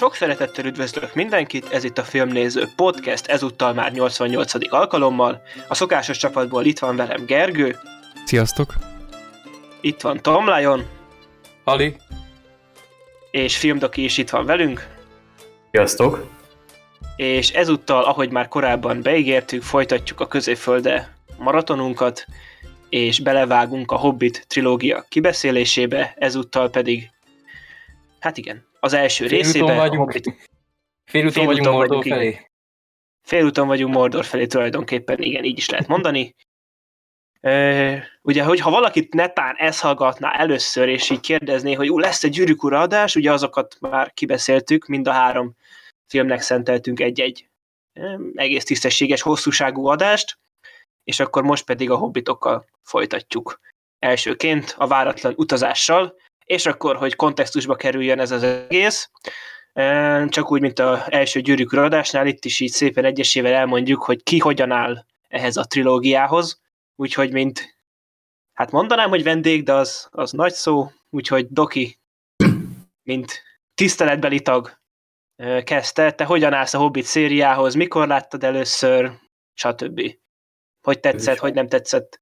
Sok szeretettel üdvözlök mindenkit, ez itt a Filmnéző Podcast, ezúttal már 88. alkalommal. A szokásos csapatból itt van velem Gergő. Sziasztok! Itt van Tom Lion. Ali. És Filmdoki is itt van velünk. Sziasztok! És ezúttal, ahogy már korábban beígértük, folytatjuk a Középfölde maratonunkat, és belevágunk a Hobbit trilógia kibeszélésébe, ezúttal pedig, hát igen, az első részébe. A Hobbit... Félúton vagyunk Mordor felé. Félúton vagyunk Mordor felé tulajdonképpen, igen, így is lehet mondani. Ugye, hogyha valakit netán ezt hallgatná először, és így kérdezné, hogy lesz egy Gyűrűk Ura adás, ugye azokat már kibeszéltük, mind a 3 filmnek szenteltünk egy-egy egész tisztességes, hosszúságú adást, és akkor most pedig a Hobbitokkal folytatjuk. Elsőként a váratlan utazással, és akkor, hogy kontextusba kerüljön ez az egész, csak úgy, mint az első Gyűrűk Ura adásnál, itt is így szépen egyesével elmondjuk, hogy ki hogyan áll ehhez a trilógiához, úgyhogy hát mondanám, hogy vendég, de az nagy szó, úgyhogy Doki, mint tiszteletbeli tag kezdte, te hogyan állsz a Hobbit szériához, mikor láttad először, stb. Hogy tetszett, hogy nem tetszett?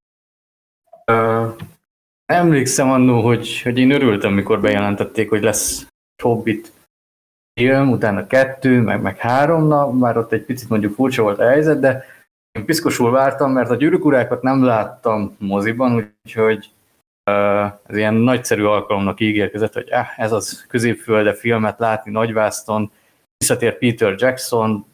Emlékszem annól, hogy én örültem, mikor bejelentették, hogy lesz Hobbit film, utána 2, meg 3, már ott egy picit mondjuk furcsa volt a helyzet, de én piszkosul vártam, mert a Gyűrűk Urákat nem láttam moziban, úgyhogy ez ilyen nagyszerű alkalomnak ígérkezett, hogy ez az Középfölde filmet látni nagyvászton, visszatér Peter Jackson,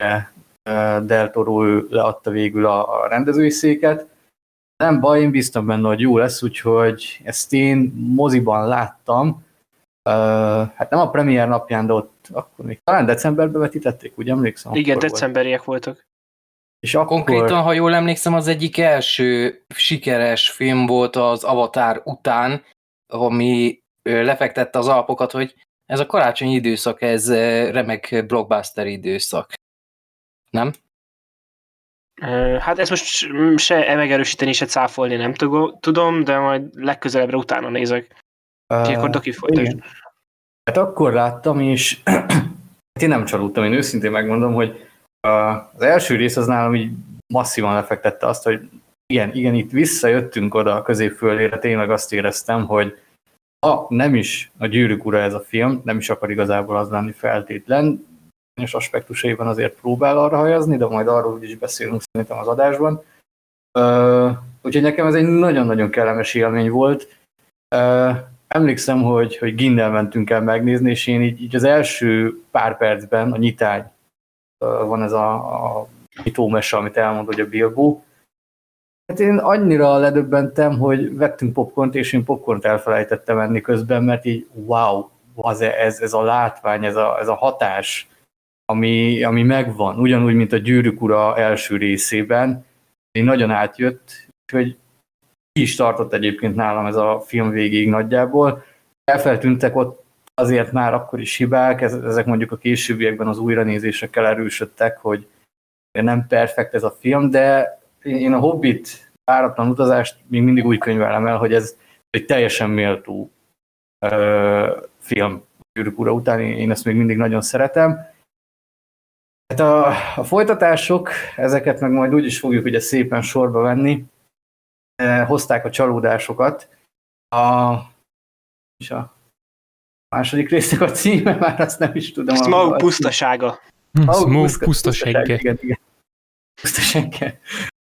Del Toro ő leadta végül a rendezői széket. Nem baj, én bíztam benne, hogy jó lesz, úgyhogy ezt én moziban láttam. Hát nem a premier napján, de ott akkor még talán decemberben vetítették, úgy emlékszem? Igen, decemberiek voltak. És akkor... Konkrétan, ha jól emlékszem, az egyik első sikeres film volt az Avatar után, ami lefektette az alapokat, hogy ez a karácsonyi időszak, ez remek blockbuster időszak. Nem? Hát ezt most se megerősíteni, se cáfolni nem tudom, de majd legközelebbre utána nézek. És akkor Doki folytasd. Hát akkor láttam, és én nem csalódtam, én őszintén megmondom, hogy az első rész az nálam így masszívan lefektette azt, hogy igen, itt visszajöttünk oda a Középföldére, tényleg azt éreztem, hogy nem is a Gyűrűk Ura ez a film, nem is akar igazából az lenni feltétlen, és aspektusaiban azért próbál arra hajazni, de majd arról is beszélünk szerintem az adásban. Úgyhogy nekem ez egy nagyon-nagyon kellemes élmény volt. Emlékszem, hogy Ginnel mentünk el megnézni, és én így az első pár percben a nyitány van ez a nyitómese, amit elmond, hogy a Bilbo. Hát én annyira ledöbbentem, hogy vettünk popcornt, és én popcornt elfelejtettem enni közben, mert így wow, ez a látvány, ez a hatás, ami megvan, ugyanúgy, mint a Gyűrűk Ura első részében. Én nagyon átjött, úgyhogy ki is tartott egyébként nálam ez a film végig nagyjából. Elfeltűntek ott azért már akkor is hibák, ezek mondjuk a későbbiekben az újranézésekkel erősödtek, hogy nem perfekt ez a film, de én a Hobbit váratlan utazást még mindig úgy könyvelem el, hogy ez egy teljesen méltó film a Gyűrűk Ura után, én ezt még mindig nagyon szeretem. Hát a folytatások, ezeket meg majd úgy is fogjuk ugye szépen sorba venni, hozták a csalódásokat. És a második résznek a címe, már azt nem is tudom. Smaug pusztasága. Smaug pusztasegge. Igen. Pusztasegge.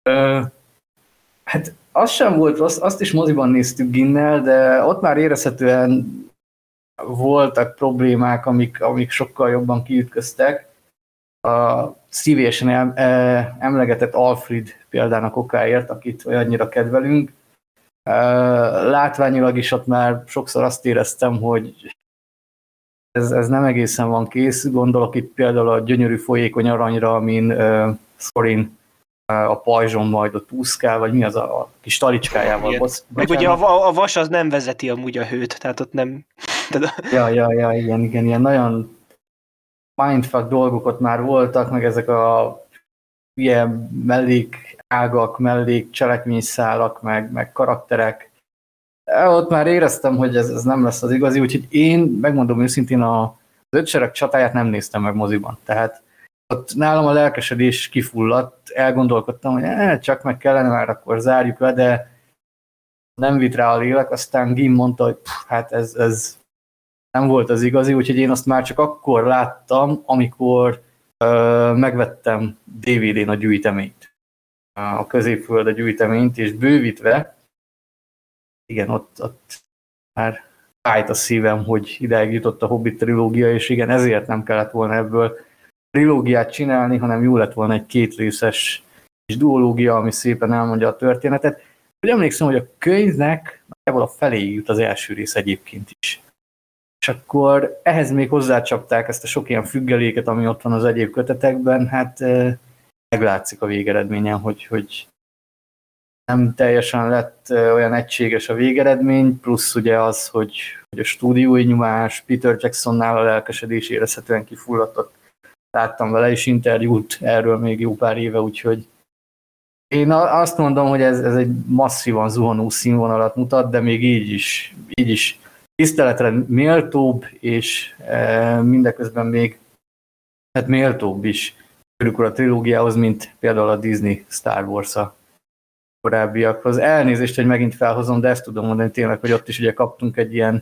Hát az sem volt rossz, azt is moziban néztük Ginnel, de ott már érezhetően voltak problémák, amik sokkal jobban kiütköztek. A szívesen emlegetett Alfred példának okáért, akit olyannyira kedvelünk. Látványilag is ott már sokszor azt éreztem, hogy ez nem egészen van kész. Gondolok itt például a gyönyörű folyékony aranyra, amin Thorin a pajzson majd ott úszkál, vagy mi az a kis talicskájával. Meg ugye a vas az nem vezeti amúgy a hőt, tehát ott nem... Ja, igen, ilyen nagyon mindfuck dolgok ott már voltak, meg ezek a ilyen mellékágak, cselekményszálak, meg karakterek. Ott már éreztem, hogy ez nem lesz az igazi, úgyhogy én megmondom őszintén a Az Ötsereg csatáját nem néztem meg moziban, tehát ott nálam a lelkesedés kifulladt, elgondolkodtam, hogy csak meg kellene, már akkor zárjuk le, de nem vitt rá a lélek, aztán Gim mondta, hogy hát ez nem volt az igazi, úgyhogy én azt már csak akkor láttam, amikor megvettem DVD-n a gyűjteményt, a Középföld a gyűjteményt, és bővítve, igen, ott már fájt a szívem, hogy ideig jutott a Hobbit trilógia, és igen, ezért nem kellett volna ebből trilógiát csinálni, hanem jó lett volna egy kétrészes és duológia, ami szépen elmondja a történetet. Úgy emlékszem, hogy a könyvnek ebből a feléig jut az első rész egyébként is. És akkor ehhez még hozzácsapták ezt a sok ilyen függeléket, ami ott van az egyéb kötetekben, hát meglátszik a végeredményen, hogy nem teljesen lett olyan egységes a végeredmény, plusz ugye az, hogy a stúdiói nyomás, Peter Jacksonnál a lelkesedés érezhetően kifullatott. Láttam vele is interjút erről még jó pár éve, úgyhogy én azt mondom, hogy ez egy masszívan zuhanó színvonalat mutat, de még így is tiszteletre méltóbb, és mindeközben még hát méltóbb is körülbelül a trilógiához, mint például a Disney Star Wars-a korábbiakhoz. Elnézést, hogy megint felhozom, de ezt tudom mondani tényleg, hogy ott is ugye kaptunk egy ilyen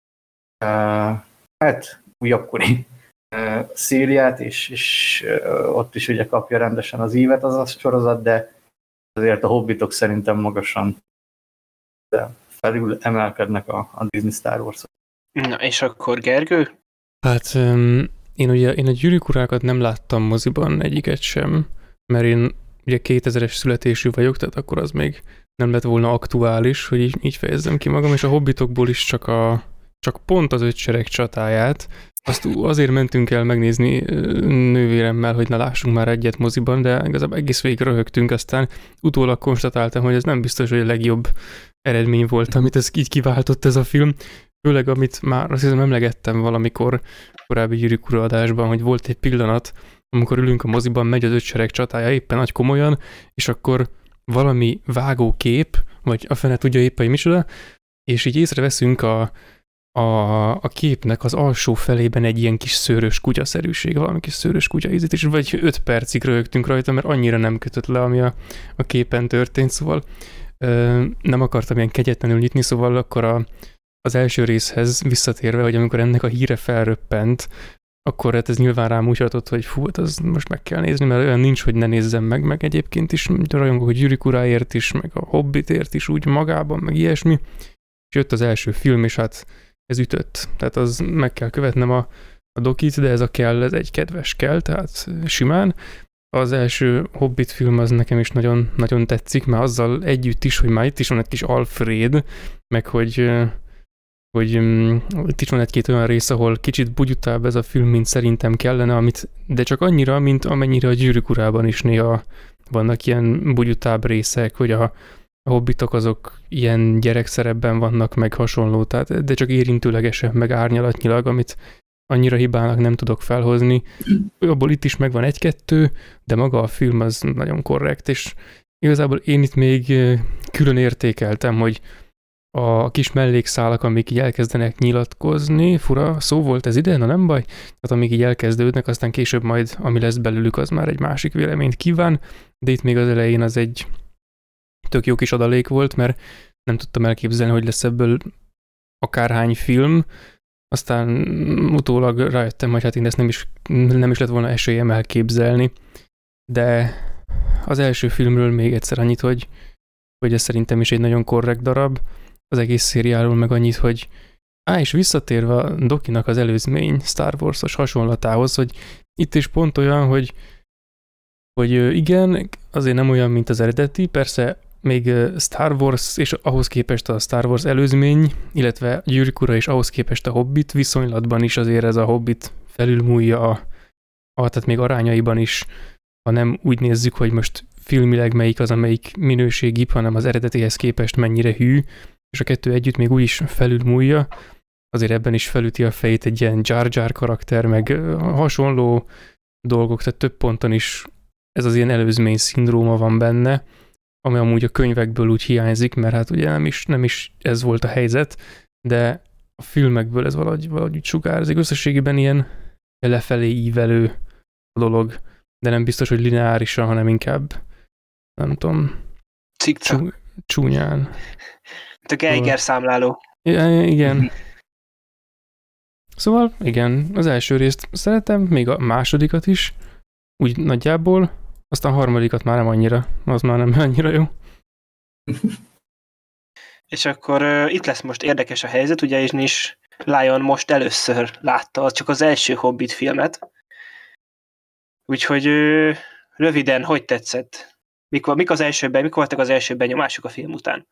hát újabbkori szériát, és ott is ugye kapja rendesen az ívet az a sorozat, de azért a Hobbitok szerintem magasan felül emelkednek a Disney Star Wars-ot. Na, és akkor Gergő? Hát én a Gyűrűk urákat nem láttam moziban egyiket sem, mert én ugye 2000-es születésű vagyok, tehát akkor az még nem lett volna aktuális, hogy így fejezzem ki magam, és a Hobbitokból is csak pont az Ötsereg csatáját. Azt azért mentünk el megnézni nővéremmel, hogy ne lássunk már egyet moziban, de igazából egész végig röhögtünk, aztán utólag konstatáltam, hogy ez nem biztos, hogy a legjobb eredmény volt, amit ez így kiváltott ez a film. Főleg, amit már azt hiszem emlegettem valamikor korábbi Gyűrűk ura adásban, hogy volt egy pillanat, amikor ülünk a moziban, megy az Ötsereg csatája éppen nagy komolyan, és akkor valami vágókép, vagy a fene tudja éppen, hogy micsoda, és így észreveszünk a képnek az alsó felében egy ilyen kis szőrös kutyaszerűség, valami kis szőrös kutya ízít, és vagy 5 percig röhögtünk rajta, mert annyira nem kötött le, ami a képen történt, szóval nem akartam ilyen kegyetlenül nyitni, szóval akkor az első részhez visszatérve, hogy amikor ennek a híre felröppent, akkor hát ez nyilván rám úgy hatott, hogy fú, hát az most meg kell nézni, mert olyan nincs, hogy ne nézzem meg egyébként is, rajongok, hogy Gyűrűk uráért is, meg a Hobbitért is úgy magában, meg ilyesmi, és jött az első film, és hát ez ütött. Tehát az meg kell követnem a dokit, de ez a kell, ez egy kedves kell, tehát simán. Az első Hobbit film az nekem is nagyon, nagyon tetszik, mert azzal együtt is, hogy már itt is van egy kis Alfred, meg hogy itt is van egy-két olyan rész, ahol kicsit bugyutább ez a film, mint szerintem kellene, de csak annyira, mint amennyire a Gyűrűk urában is néha vannak ilyen bugyutább részek, hogy a hobbitok azok ilyen gyerekszerepben vannak, meg hasonló, tehát, de csak érintőlegesen, meg árnyalatnyilag, amit annyira hibának nem tudok felhozni. Abból itt is megvan egy-kettő, de maga a film az nagyon korrekt, és igazából én itt még külön értékeltem, hogy a kis mellékszálak, amik így elkezdenek nyilatkozni, fura szó volt ez ide, na nem baj, tehát amik így elkezdődnek, aztán később majd, ami lesz belőlük, az már egy másik véleményt kíván, de itt még az elején az egy tök jó kis adalék volt, mert nem tudtam elképzelni, hogy lesz ebből akárhány film, aztán utólag rájöttem, hogy hát én ezt nem is lett volna esélyem elképzelni, de az első filmről még egyszer annyit, hogy ez szerintem is egy nagyon korrekt darab, az egész szériáról meg annyit, hogy és visszatérve a Dokinak az előzmény Star Wars-os hasonlatához, hogy itt is pont olyan, hogy igen, azért nem olyan, mint az eredeti, persze még Star Wars, és ahhoz képest a Star Wars előzmény, illetve Gyűrűk ura és ahhoz képest a Hobbit viszonylatban is azért ez a Hobbit felülmúlja tehát még arányaiban is, ha nem úgy nézzük, hogy most filmileg melyik az, amelyik minőségibb, hanem az eredetihez képest mennyire hű, és a kettő együtt még úgy is felülmúlja, azért ebben is felüti a fejét egy ilyen Jar Jar karakter, meg hasonló dolgok, tehát több ponton is ez az ilyen előzmény szindróma van benne, ami amúgy a könyvekből úgy hiányzik, mert hát ugye nem is ez volt a helyzet, de a filmekből ez valahogy sugárzik. Összességében ilyen lefelé ívelő dolog, de nem biztos, hogy lineárisan, hanem inkább, nem tudom, csúnyán. A Geiger számláló. Igen. Szóval igen, az első részt szeretem, még a másodikat is, úgy nagyjából, aztán a harmadikat már nem annyira, az már nem annyira jó. És akkor itt lesz most érdekes a helyzet, ugyanis Lion most először látta csak az első Hobbit filmet. Úgyhogy röviden, hogy tetszett? Mikor voltak az első benyomások a film után?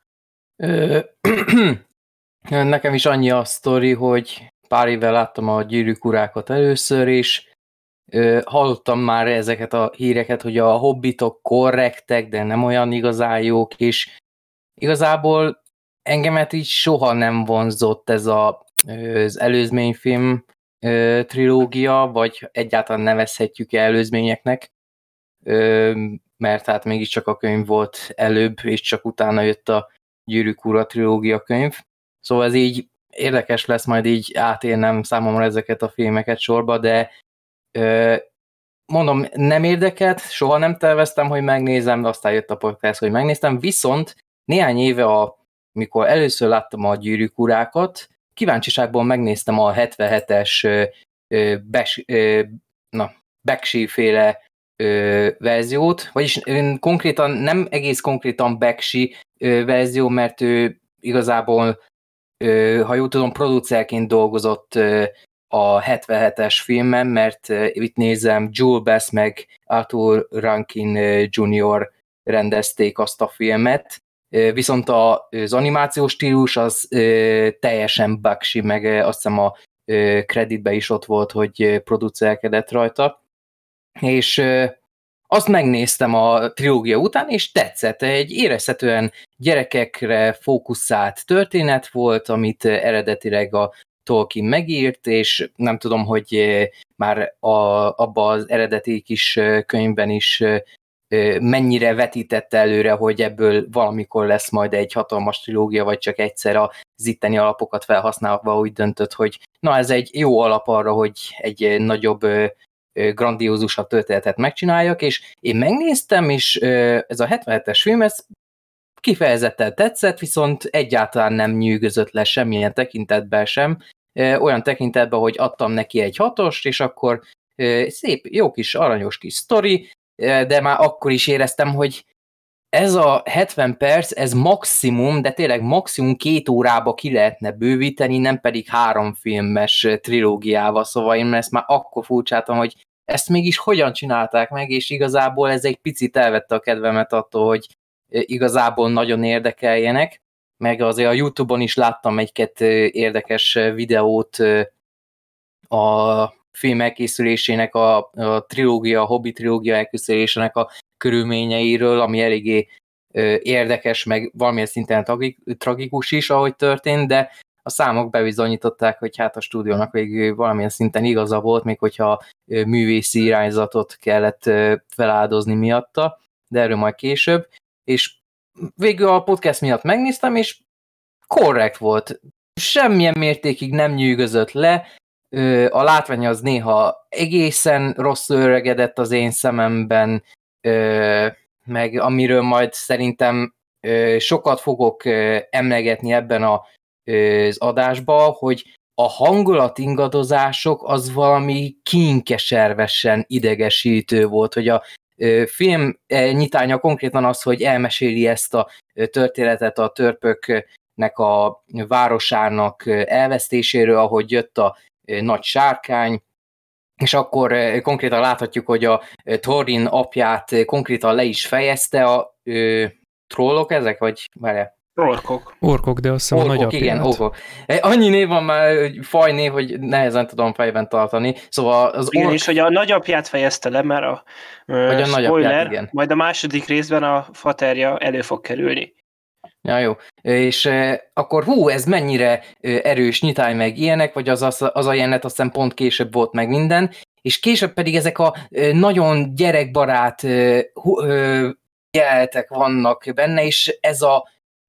Nekem is annyi a sztori, hogy pár éve láttam a Gyűrűk urákat először is. Hallottam már ezeket a híreket, hogy a hobbitok korrektek, de nem olyan igazán jók, és igazából engemet így soha nem vonzott ez az előzményfilm trilógia, vagy egyáltalán nevezhetjük előzményeknek, mert hát mégiscsak a könyv volt előbb, és csak utána jött a Gyűrűk ura trilógia könyv. Szóval ez így érdekes lesz majd így átérnem számomra ezeket a filmeket sorba, de mondom, nem érdekelt, soha nem terveztem, hogy megnézem, de aztán jött a podcast, hogy megnéztem, viszont néhány éve, amikor először láttam a Gyűrűk urákat, kíváncsiságból megnéztem a 77-es Bakshi-féle verziót, vagyis konkrétan, nem egész konkrétan Bakshi verzió, mert ő igazából, ha jól tudom, producerként dolgozott a 77-es filmben, mert itt nézem, Joel Bass meg Arthur Rankin Jr. rendezték azt a filmet, viszont az animációs stílus az teljesen Bakshi, meg azt hiszem a kreditben is ott volt, hogy producerkedett rajta, és azt megnéztem a trilógia után, és tetszett. Egy érezhetően gyerekekre fókuszált történet volt, amit eredetileg a Tolkien megírt, és nem tudom, hogy már abban az eredeti kis könyvben is mennyire vetítette előre, hogy ebből valamikor lesz majd egy hatalmas trilógia, vagy csak egyszer az itteni alapokat felhasználva úgy döntött, hogy na ez egy jó alap arra, hogy egy nagyobb, grandiózusabb történetet megcsináljak, és én megnéztem, és ez a 77-es film, ez kifejezetten tetszett, viszont egyáltalán nem nyűgözött le semmilyen tekintetben sem, olyan tekintetben, hogy adtam neki egy 6-ost, és akkor szép, jó kis, aranyos kis sztori, de már akkor is éreztem, hogy ez a 70 perc, ez maximum, de tényleg maximum 2 órába ki lehetne bővíteni, nem pedig 3 filmes trilógiával, szóval én ezt már akkor furcsáltam, hogy ezt mégis hogyan csinálták meg, és igazából ez egy picit elvette a kedvemet attól, hogy igazából nagyon érdekeljenek, meg azért a YouTube-on is láttam egy-két érdekes videót a film elkészülésének, a trilógia, a Hobbit trilógia elkészülésének a körülményeiről, ami eléggé érdekes, meg valamilyen szinten tragikus is, ahogy történt, de a számok bebizonyították, hogy hát a stúdiónak végül valamilyen szinten igaza volt, még hogyha művészi irányzatot kellett feláldozni miatta, de erről majd később, és végül a podcast miatt megnéztem, és korrekt volt. Semmilyen mértékig nem nyűgözött le, a látvány az néha egészen rosszul öregedett az én szememben, meg amiről majd szerintem sokat fogok emlegetni ebben az adásban, hogy a hangulatingadozások az valami kínkeservesen idegesítő volt, hogy a film nyitánya konkrétan az, hogy elmeséli ezt a történetet a törpöknek a városának elvesztéséről, ahogy jött a nagy sárkány, és akkor konkrétan láthatjuk, hogy a Thorin apját konkrétan le is fejezte a trollok ezek, vagy várjál? Orkok, de azt hiszem a nagyapját. Igen, orkok. Annyi név van már, fajnév, hogy nehezen tudom fejben tartani. Szóval az igen, és hogy a nagyapját fejezte le, mert a spoiler, igen. majd a második részben a faterja elő fog kerülni. Ja, jó. És akkor ez mennyire erős nyitány meg ilyenek, vagy az a jelenet azt hiszem pont később volt meg minden, és később pedig ezek a nagyon gyerekbarát jelenetek vannak benne, és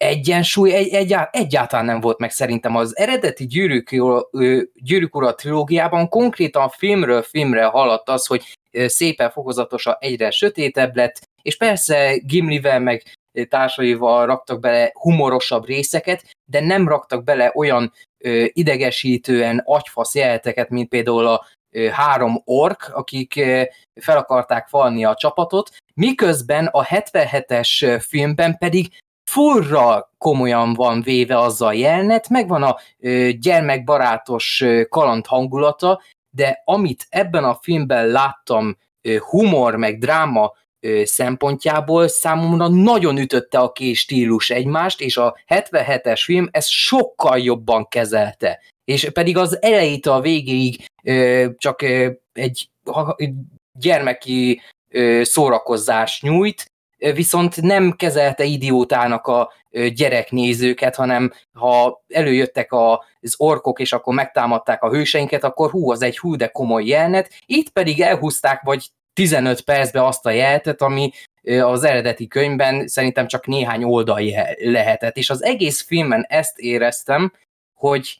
egyensúly egyáltalán nem volt meg szerintem. Az eredeti Gyűrűk Ura trilógiában konkrétan a filmre haladt az, hogy szépen fokozatosan egyre sötétebb lett, és persze Gimlivel meg társaival raktak bele humorosabb részeket, de nem raktak bele olyan idegesítően agyfasz jeleneteket, mint például a 3 ork, akik fel akarták falni a csapatot, miközben a 77-es filmben pedig furra komolyan van véve azzal jelenet, megvan a gyermekbarátos kaland hangulata, de amit ebben a filmben láttam humor meg dráma szempontjából, számomra nagyon ütötte a két stílus egymást, és a 77-es film ezt sokkal jobban kezelte. És pedig az elejétől a végéig csak egy gyermeki szórakozás nyújt, viszont nem kezelte idiótának a gyereknézőket, hanem ha előjöttek az orkok, és akkor megtámadták a hőseinket, akkor az egy de komoly jelenet. Itt pedig elhúzták vagy 15 percbe azt a jelenetet, ami az eredeti könyvben szerintem csak néhány oldal lehetett. És az egész filmen ezt éreztem, hogy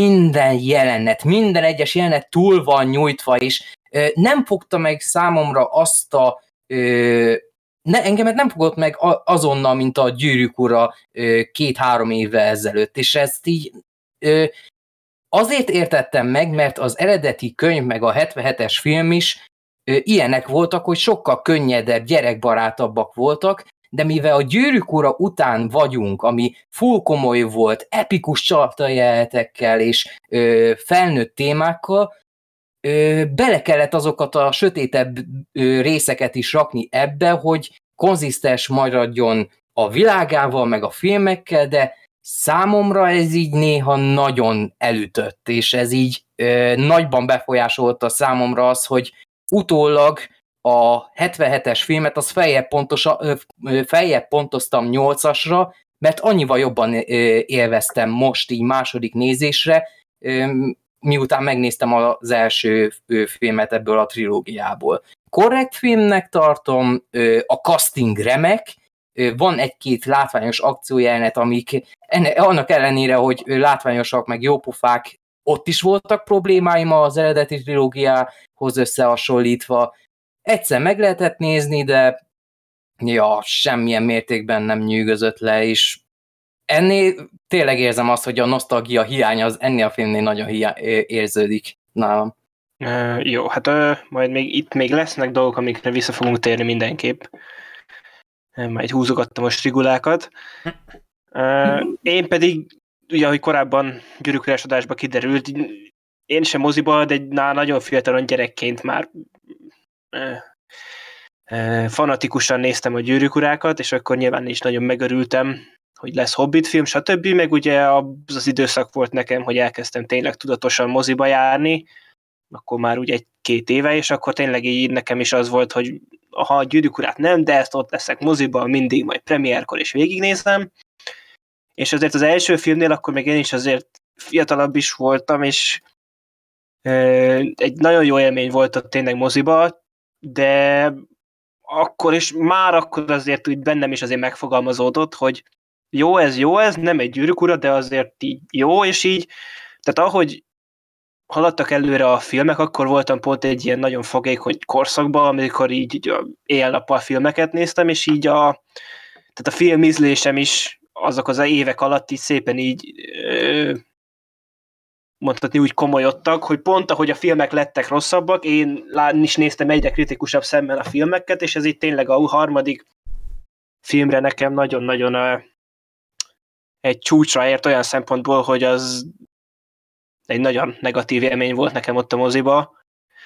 minden egyes jelenet túl van nyújtva, és nem fogta meg számomra azt a engemet nem fogott meg azonnal, mint a Gyűrűk Ura 2-3 évvel ezelőtt, és ezt így azért értettem meg, mert az eredeti könyv meg a 77-es film is ilyenek voltak, hogy sokkal könnyedebb, gyerekbarátabbak voltak, de mivel a Gyűrűk Ura után vagyunk, ami full komoly volt, epikus csatajelentekkel és felnőtt témákkal, bele kellett azokat a sötétebb részeket is rakni ebbe, hogy konzisztens maradjon a világával, meg a filmekkel, de számomra ez így néha nagyon elütött, és ez így nagyban befolyásolta számomra az, hogy utólag a 77-es filmet az feljebb pontoztam 8-asra, mert annyival jobban élveztem most így második nézésre, miután megnéztem az első filmet ebből a trilógiából. Korrekt filmnek tartom, a casting remek, van egy-két látványos akciójelenet, amik annak ellenére, hogy látványosak meg jópofák, ott is voltak problémáim az eredeti trilógiához összehasonlítva. Egyszer meg lehetett nézni, de semmilyen mértékben nem nyűgözött le, és ennél tényleg érzem azt, hogy a nosztalgia hiánya az ennél a filmnél nagyon érződik nálam. Jó, hát majd itt még lesznek dolgok, amikre vissza fogunk térni mindenképp. Majd húzogattam a strigulákat. Én pedig, ugye, ahogy korábban Gyűrűk Ura adásban kiderült, én sem moziba, de nagyon fiatalon gyerekként már fanatikusan néztem a Gyűrűk Urákat, és akkor nyilván is nagyon megörültem, hogy lesz Hobbit film, stb. Meg ugye az időszak volt nekem, hogy elkezdtem tényleg tudatosan moziba járni, akkor már ugye 1-2 éve, és akkor tényleg így nekem is az volt, hogy ha a Gyűrűk Urát nem, de ezt ott leszek moziba, mindig majd premierkor is végignézem. És azért az első filmnél akkor még én is azért fiatalabb is voltam, és egy nagyon jó élmény volt ott tényleg moziba, de akkor is, már akkor azért úgy bennem is azért megfogalmazódott, hogy jó ez, nem egy Gyűrűk Ura, de azért így jó, és így, tehát ahogy haladtak előre a filmek, akkor voltam pont egy ilyen nagyon fogékony korszakban, amikor így éjjel-nappal filmeket néztem, és így tehát a filmízlésem is azok az évek alatt így szépen így mondhatni úgy komolyodtak, hogy pont ahogy a filmek lettek rosszabbak, én is néztem egyre kritikusabb szemmel a filmeket, és ez itt tényleg a harmadik filmre nekem nagyon-nagyon egy csúcsra ért olyan szempontból, hogy az egy nagyon negatív élmény volt nekem ott a moziba.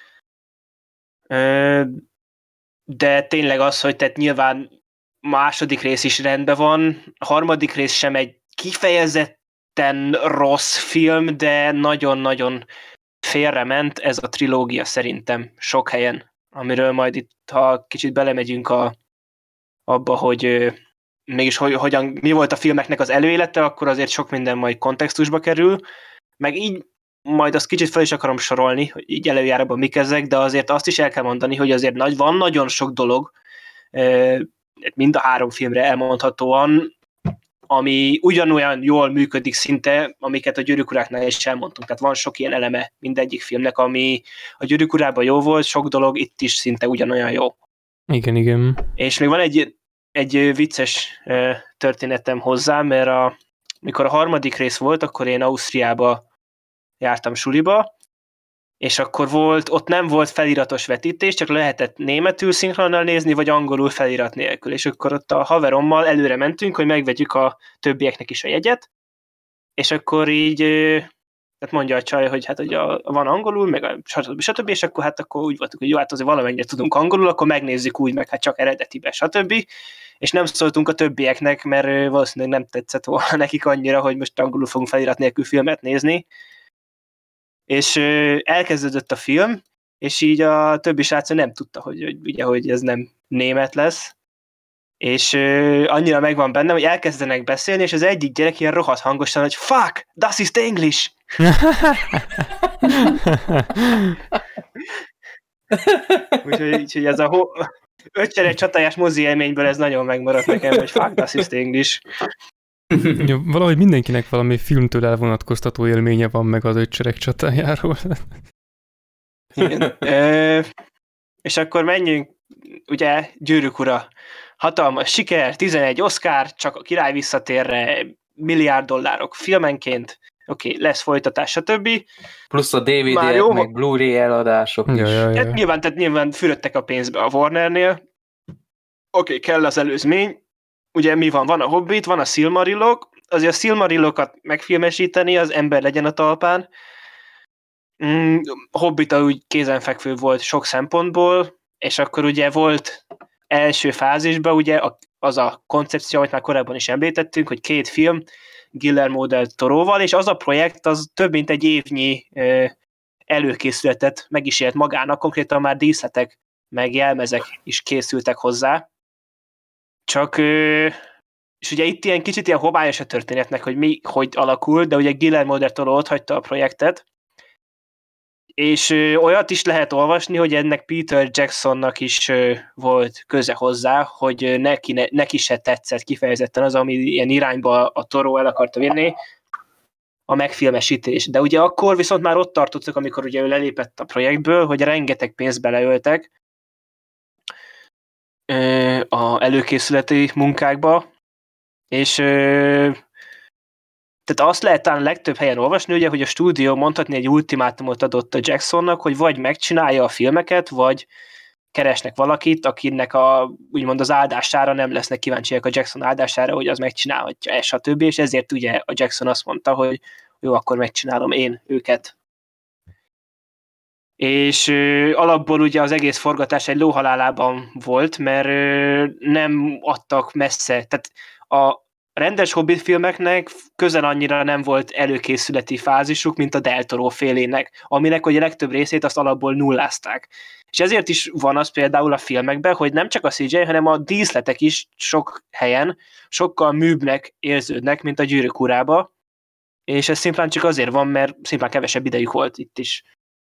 De tényleg az, hogy tehát nyilván második rész is rendben van, a harmadik rész sem egy kifejezetten rossz film, de nagyon-nagyon félrement ez a trilógia szerintem sok helyen, amiről majd itt, ha kicsit belemegyünk abba, hogy mégis mi volt a filmeknek az előélete, akkor azért sok minden majd kontextusba kerül, meg így majd azt kicsit fel is akarom sorolni, hogy így előjáróban mik ezek, de azért azt is el kell mondani, hogy azért van nagyon sok dolog, mind a 3 filmre elmondhatóan, ami ugyanolyan jól működik szinte, amiket a Gyűrűk Uráknál is elmondtunk. Tehát van sok ilyen eleme mindegyik filmnek, ami a Gyűrűk Urában jó volt, sok dolog itt is szinte ugyanolyan jó. Igen. És még van egy vicces történetem hozzá, mert mikor a harmadik rész volt, akkor én Ausztriába jártam suliba, és akkor ott nem volt feliratos vetítés, csak lehetett németül szinkronnal nézni, vagy angolul felirat nélkül. És akkor ott a haverommal előre mentünk, hogy megvegyük a többieknek is a jegyet, és akkor így tehát mondja a csaj, hogy hát hogy van angolul, meg stb. És akkor hát akkor úgy voltunk, hogy jó, hát azért valamennyire tudunk angolul, akkor megnézzük úgy, meg hát csak eredetibe, stb. És nem szóltunk a többieknek, mert valószínűleg nem tetszett volna nekik annyira, hogy most angolul fogunk felirat nélkül filmet nézni. És elkezdődött a film, és így a többi srác nem tudta, hogy ez nem német lesz, és annyira megvan bennem, hogy elkezdenek beszélni, és az egyik gyerek ilyen rohadt hangosan, hogy fuck, das ist English! Úgyhogy ez a ötcsere csatájás mozi élményből ez nagyon megmaradt nekem, hogy fuck, das ist English. Ja, valahogy mindenkinek valami filmtől elvonatkoztató élménye van meg az ötcserek csatájáról. Igen. És akkor menjünk, ugye, Gyűrűk Ura, hatalmas siker, 11 Oscar, csak a Király visszatérre, $1 milliárd filmenként, oké, lesz folytatás, stb. Plusz a DVD-ek, meg Blu-ray eladások is. Ja. Tehát nyilván fürödtek a pénzbe a Warnernél. Oké, kell az előzmény. Ugye mi van? Van a Hobbit, van a Silmarillok. Azért a Silmarillokat megfilmesíteni, az ember legyen a talpán. Hobbit úgy kézenfekvő volt sok szempontból, és akkor ugye volt első fázisban ugye az a koncepció, amit már korábban is említettünk, hogy 2 film Guillermo del Toroval, és az a projekt az több mint egy évnyi előkészületet meg is élt magának, konkrétan már díszletek meg jelmezek is készültek hozzá. Csak, és ugye itt ilyen kicsit ilyen homályos a történetnek, hogy hogy alakul, de ugye Guillermo del Toro ott hagyta a projektet, és olyat is lehet olvasni, hogy ennek Peter Jacksonnak is volt köze hozzá, hogy neki se tetszett kifejezetten az, ami ilyen irányba a Toro el akarta vinni, a megfilmesítés. De ugye akkor viszont már ott tartottak, amikor ugye ő lelépett a projektből, hogy rengeteg pénzt beleöltek a előkészületi munkákba, és tehát azt lehet talán legtöbb helyen olvasni, ugye, hogy a stúdió mondhatni egy ultimátumot adott a Jacksonnak, hogy vagy megcsinálja a filmeket, vagy keresnek valakit, akinek úgymond az áldására nem lesznek kíváncsiak a Jackson áldására, hogy az megcsinálhatja, stb. És ezért ugye a Jackson azt mondta, hogy jó, akkor megcsinálom én őket. És alapból ugye az egész forgatás egy lóhalálában volt, mert nem adtak messze, tehát a rendes Hobbit filmeknek közel annyira nem volt előkészületi fázisuk, mint a Del Toro félének, aminek ugye a legtöbb részét azt alapból nullázták. És ezért is van az például a filmekben, hogy nem csak a CGI, hanem a díszletek is sok helyen sokkal műbbnek érződnek, mint a Gyűrűk Urába, és ez szimplán csak azért van, mert szimplán kevesebb idejük volt itt is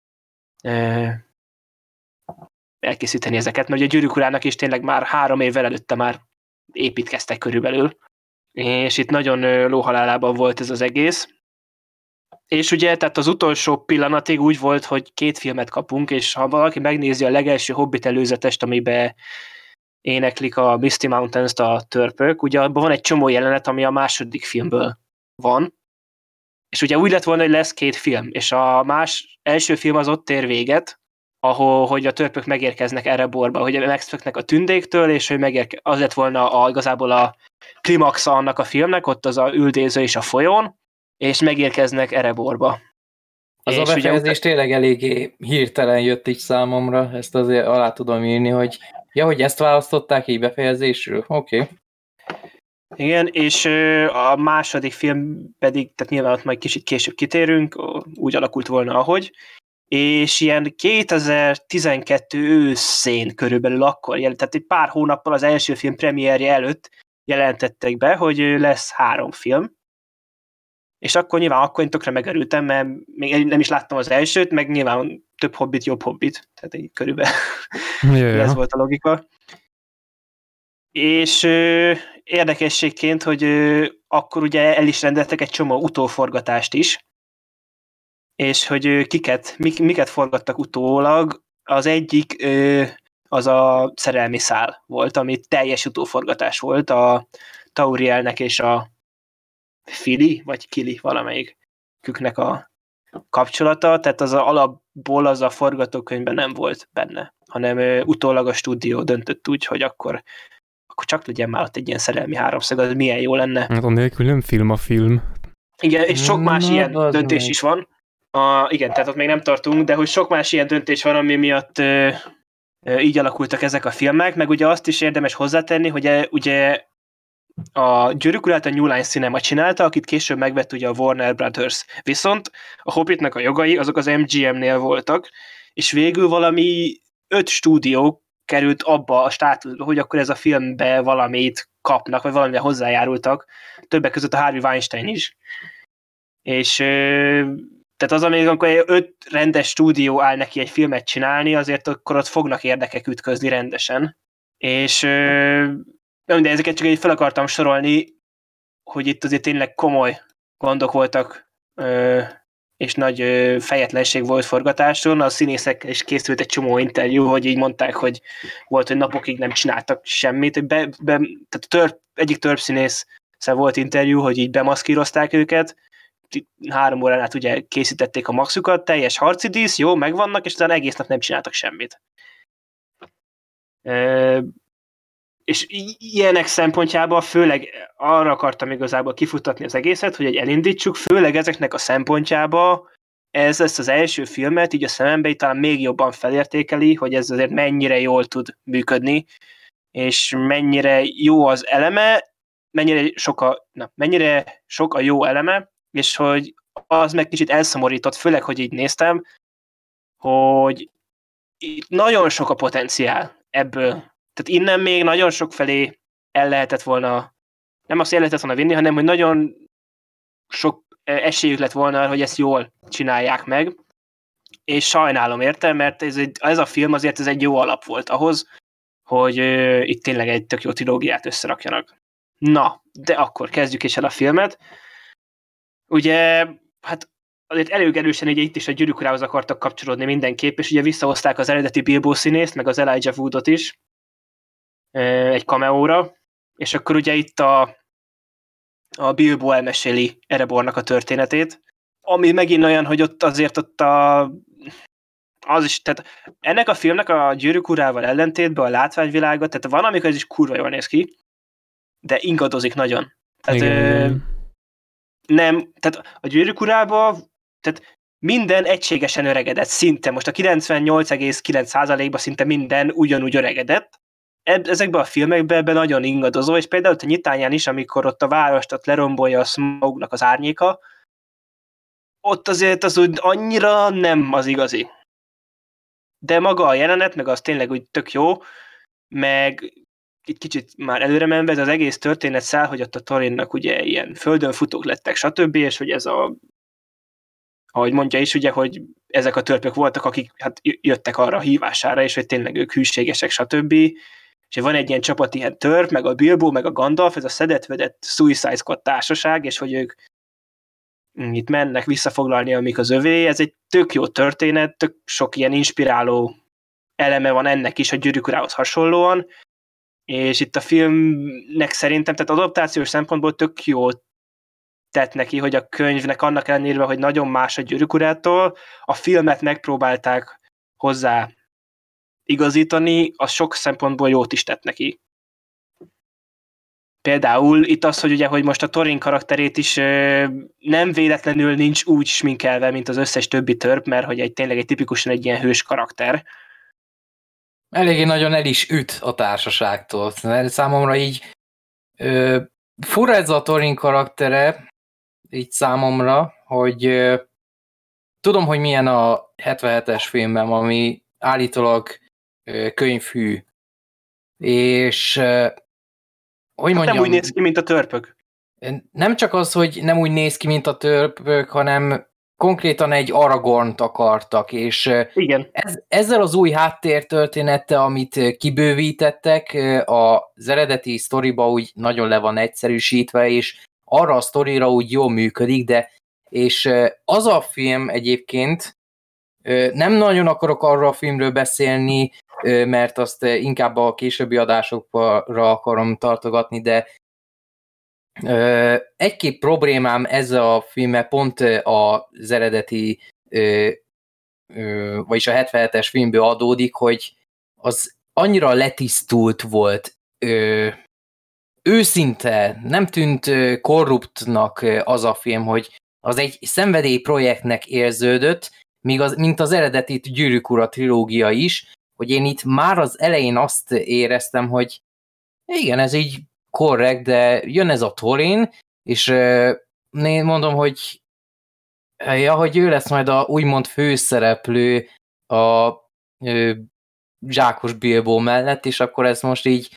elkészíteni ezeket, mert ugye a Gyűrűk Urának is tényleg már 3 évvel előtte már építkeztek körülbelül, és itt nagyon lóhalálában volt ez az egész. És ugye, tehát az utolsó pillanatig úgy volt, hogy 2 filmet kapunk, és ha valaki megnézi a legelső Hobbit előzetest, amiben éneklik a Misty Mountains-t a törpök, ugye abban van egy csomó jelenet, ami a második filmből van, és ugye úgy lett volna, hogy lesz 2 film, és első film az ott ér véget, hogy a törpök megérkeznek Ereborba, hogy megszöknek a tündéktől, és hogy az lett volna igazából a klimaxa annak a filmnek, ott az a üldéző és a folyón, és megérkeznek Ereborba. Az a befejezés tényleg eléggé hirtelen jött így számomra, ezt azért alá tudom írni, hogy hogy ezt választották így befejezésről, oké. Igen, és a második film pedig, tehát nyilván ott majd kicsit később kitérünk, úgy alakult volna, ahogy, és ilyen 2012 őszén körülbelül akkor, tehát egy pár hónappal az első film premierje előtt jelentettek be, hogy lesz 3 film, és akkor nyilván én tökre megörültem, mert még nem is láttam az elsőt, meg nyilván több Hobbit, jobb Hobbit, tehát így körülbelül ez volt a logika. És érdekességként, hogy akkor ugye el is rendeltek egy csomó utóforgatást is, és hogy miket forgattak utólag. Az egyik az a szerelmi szál volt, ami teljes utóforgatás volt a Taurielnek és a Fili, vagy Kili valamelyiküknek a kapcsolata, tehát az alapból az a forgatókönyvben nem volt benne, hanem utólag a stúdió döntött úgy, hogy akkor csak legyen már ott egy ilyen szerelmi háromszög, az milyen jó lenne. Hát annélkül nem film a film. Igen, és sok más ilyen döntés is van. Igen, tehát ott még nem tartunk, de hogy sok más ilyen döntés van, ami miatt így alakultak ezek a filmek, meg ugye azt is érdemes hozzátenni, hogy ugye a Gyűrűk Urát a New Line Cinema csinálta, akit később megvett ugye a Warner Brothers. Viszont a Hobbitnak a jogai azok az MGM-nél voltak, és végül valami 5 stúdió került abba a státuszba, hogy akkor ez a filmbe valamit kapnak, vagy valamivel hozzájárultak, többek között a Harvey Weinstein is. És tehát az, amikor 5 rendes stúdió áll neki egy filmet csinálni, azért akkor ott fognak érdekek ütközni rendesen. És de ezeket csak így fel akartam sorolni, hogy itt azért tényleg komoly gondok voltak, és nagy fejetlenség volt forgatáson. A színészekkel is készült egy csomó interjú, hogy így mondták, hogy volt, hogy napokig nem csináltak semmit. Tehát egyik törpszínész volt interjú, hogy így bemaszkírozták őket, 3 órán át ugye készítették a maxukat, teljes harci dísz, jó, megvannak, és utána egész nap nem csináltak semmit. És ilyenek szempontjából főleg arra akartam igazából kifutatni az egészet, hogy elindítsuk, főleg ezeknek a szempontjába ezt az első filmet így a szemembe talán még jobban felértékeli, hogy ez azért mennyire jól tud működni, és mennyire jó az eleme, mennyire sok a jó eleme, és hogy az meg kicsit elszomorított, főleg, hogy így néztem, hogy itt nagyon sok a potenciál ebből. Tehát innen még nagyon sok felé el lehetett volna, nem azt el lehetett volna vinni, hanem hogy nagyon sok esélyük lett volna, hogy ezt jól csinálják meg, és sajnálom érte, mert ez a film azért ez egy jó alap volt ahhoz, hogy itt tényleg egy tök jó trilógiát összerakjanak. Na, de akkor kezdjük is el a filmet. Ugye, hát azért elég erősen ugye itt is a Gyűrűk Urához akartak kapcsolódni mindenképp, és ugye visszahozták az eredeti Bilbo színészt, meg az Elijah Woodot is egy cameóra, és akkor ugye itt a Bilbo elmeséli Erebornak a történetét, ami megint olyan, hogy az is, tehát ennek a filmnek a Gyűrűk Urával ellentétben a látványvilága, tehát van, amikor ez is kurva jól néz ki, de ingadozik nagyon. Tehát Igen. nem, tehát a Gyűrűk Urában, tehát minden egységesen öregedett, szinte. Most a 98,9%-ban szinte minden ugyanúgy öregedett. Ezekben a filmekben nagyon ingadozó, és például a Nyitányán is, amikor ott a várost ott lerombolja a Smaugnak az árnyéka, ott azért az úgy annyira nem az igazi. De maga a jelenet, meg az tényleg úgy tök jó, meg egy kicsit már előre menve, ez az egész történet száll, hogy ott a Thorinnak ugye ilyen földön futók lettek, stb., és hogy ez ahogy mondja is, ugye, hogy ezek a törpök voltak, akik hát jöttek arra a hívására, és hogy tényleg ők hűségesek, stb., és van egy ilyen csapat ilyen törp, meg a Bilbo, meg a Gandalf, ez a szedett-vedett Suicide Squad társaság, és hogy ők itt mennek visszafoglalni, amik az övé, ez egy tök jó történet, tök sok ilyen inspiráló eleme van ennek is a Gyűrűk Urához hasonlóan, és itt a filmnek szerintem, tehát adaptációs szempontból tök jó tett neki, hogy a könyvnek annak ellenére, hogy nagyon más a Gyűrűk Urától, a filmet megpróbálták hozzá igazítani, az sok szempontból jót is tett neki. Például itt az, hogy ugye, hogy most a Thorin karakterét is nem véletlenül nincs úgy sminkelve, mint az összes többi törp, mert hogy tényleg egy tipikusan egy ilyen hős karakter. Eléggé nagyon el is üt a társaságtól. Számomra így fura ez a Thorin karaktere, így számomra, hogy tudom, hogy milyen a 77-es filmben, ami állítólag könyvhű, és hogy mondjam, nem úgy néz ki, mint a törpök. Nem csak az, hogy nem úgy néz ki, mint a törpök, hanem konkrétan egy Aragornt akartak, és Igen. ezzel az új háttértörténettel, amit kibővítettek, az eredeti sztoriba úgy nagyon le van egyszerűsítve, és arra a sztorira úgy jól működik, és az a film egyébként, nem nagyon akarok arra a filmről beszélni, mert azt inkább a későbbi adásokra akarom tartogatni, de egy-két problémám ezzel a filmmel pont az eredeti, vagyis a 77-es filmből adódik, hogy az annyira letisztult volt, őszinte, nem tűnt korruptnak az a film, hogy az egy szenvedélyprojektnek érződött, mint az eredeti Gyűrűk Ura trilógia is, hogy én itt már az elején azt éreztem, hogy igen, ez így korrekt, de jön ez a Thorin, és én mondom, hogy hogy ő lesz majd a úgymond főszereplő a Zsákos Bilbó mellett, és akkor ezt most így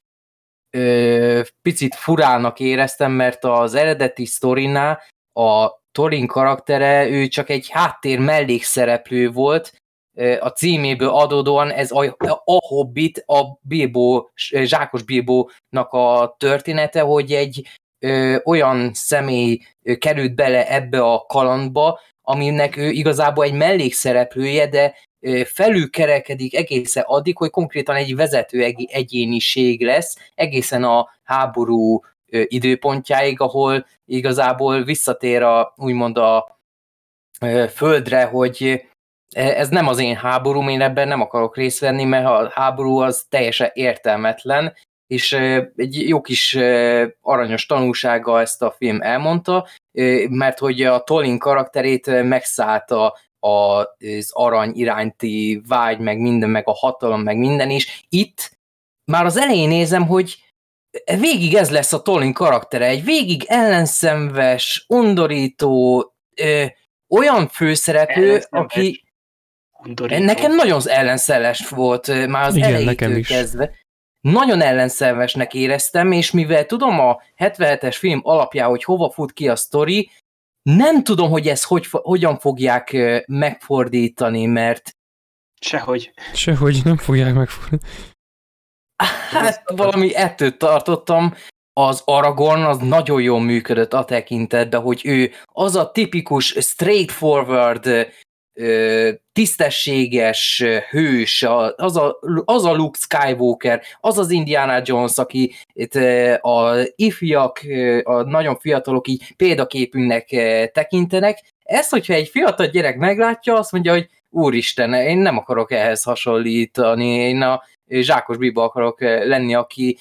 picit furának éreztem, mert az eredeti sztorinál a Thorin karaktere, ő csak egy háttér mellékszereplő volt, a címéből adódóan ez a Hobbit, a Bilbo, Zsákos Bilbónak a története, hogy egy olyan személy került bele ebbe a kalandba, aminek ő igazából egy mellékszereplője, de felülkerekedik egészen addig, hogy konkrétan egy vezető egyéniség lesz, egészen a háború időpontjáig, ahol igazából visszatér úgymond a földre, hogy ez nem az én háborúm, én ebben nem akarok részt venni, mert a háború az teljesen értelmetlen, és egy jó kis aranyos tanulsága ezt a film elmondta, mert hogy a Tolkien karakterét megszállta az arany iránti vágy, meg minden, meg a hatalom, meg minden is. Itt már az elején nézem, hogy végig ez lesz a Tolkien karaktere, egy végig ellenszenves, undorító, olyan főszereplő, aki undorító. Nekem nagyon ellenszenves volt már az elejétől kezdve. Nagyon ellenszenvesnek éreztem, és mivel tudom a 77-es film alapján, hogy hova fut ki a sztori, nem tudom, hogy ezt hogyan fogják megfordítani, mert... Sehogy nem fogják megfordítani. Hát valami ettől tartottam. Az Aragorn az nagyon jól működött a tekintetben, hogy ő az a tipikus straightforward, tisztességes hős, az a Luke Skywalker, az az Indiana Jones, aki itt a ifjak, a nagyon fiatalok így példaképünknek tekintenek. Ezt, hogyha egy fiatal gyerek meglátja, azt mondja, hogy úristen, én nem akarok ehhez hasonlítani, én a Zsákos Bilbo akarok lenni, aki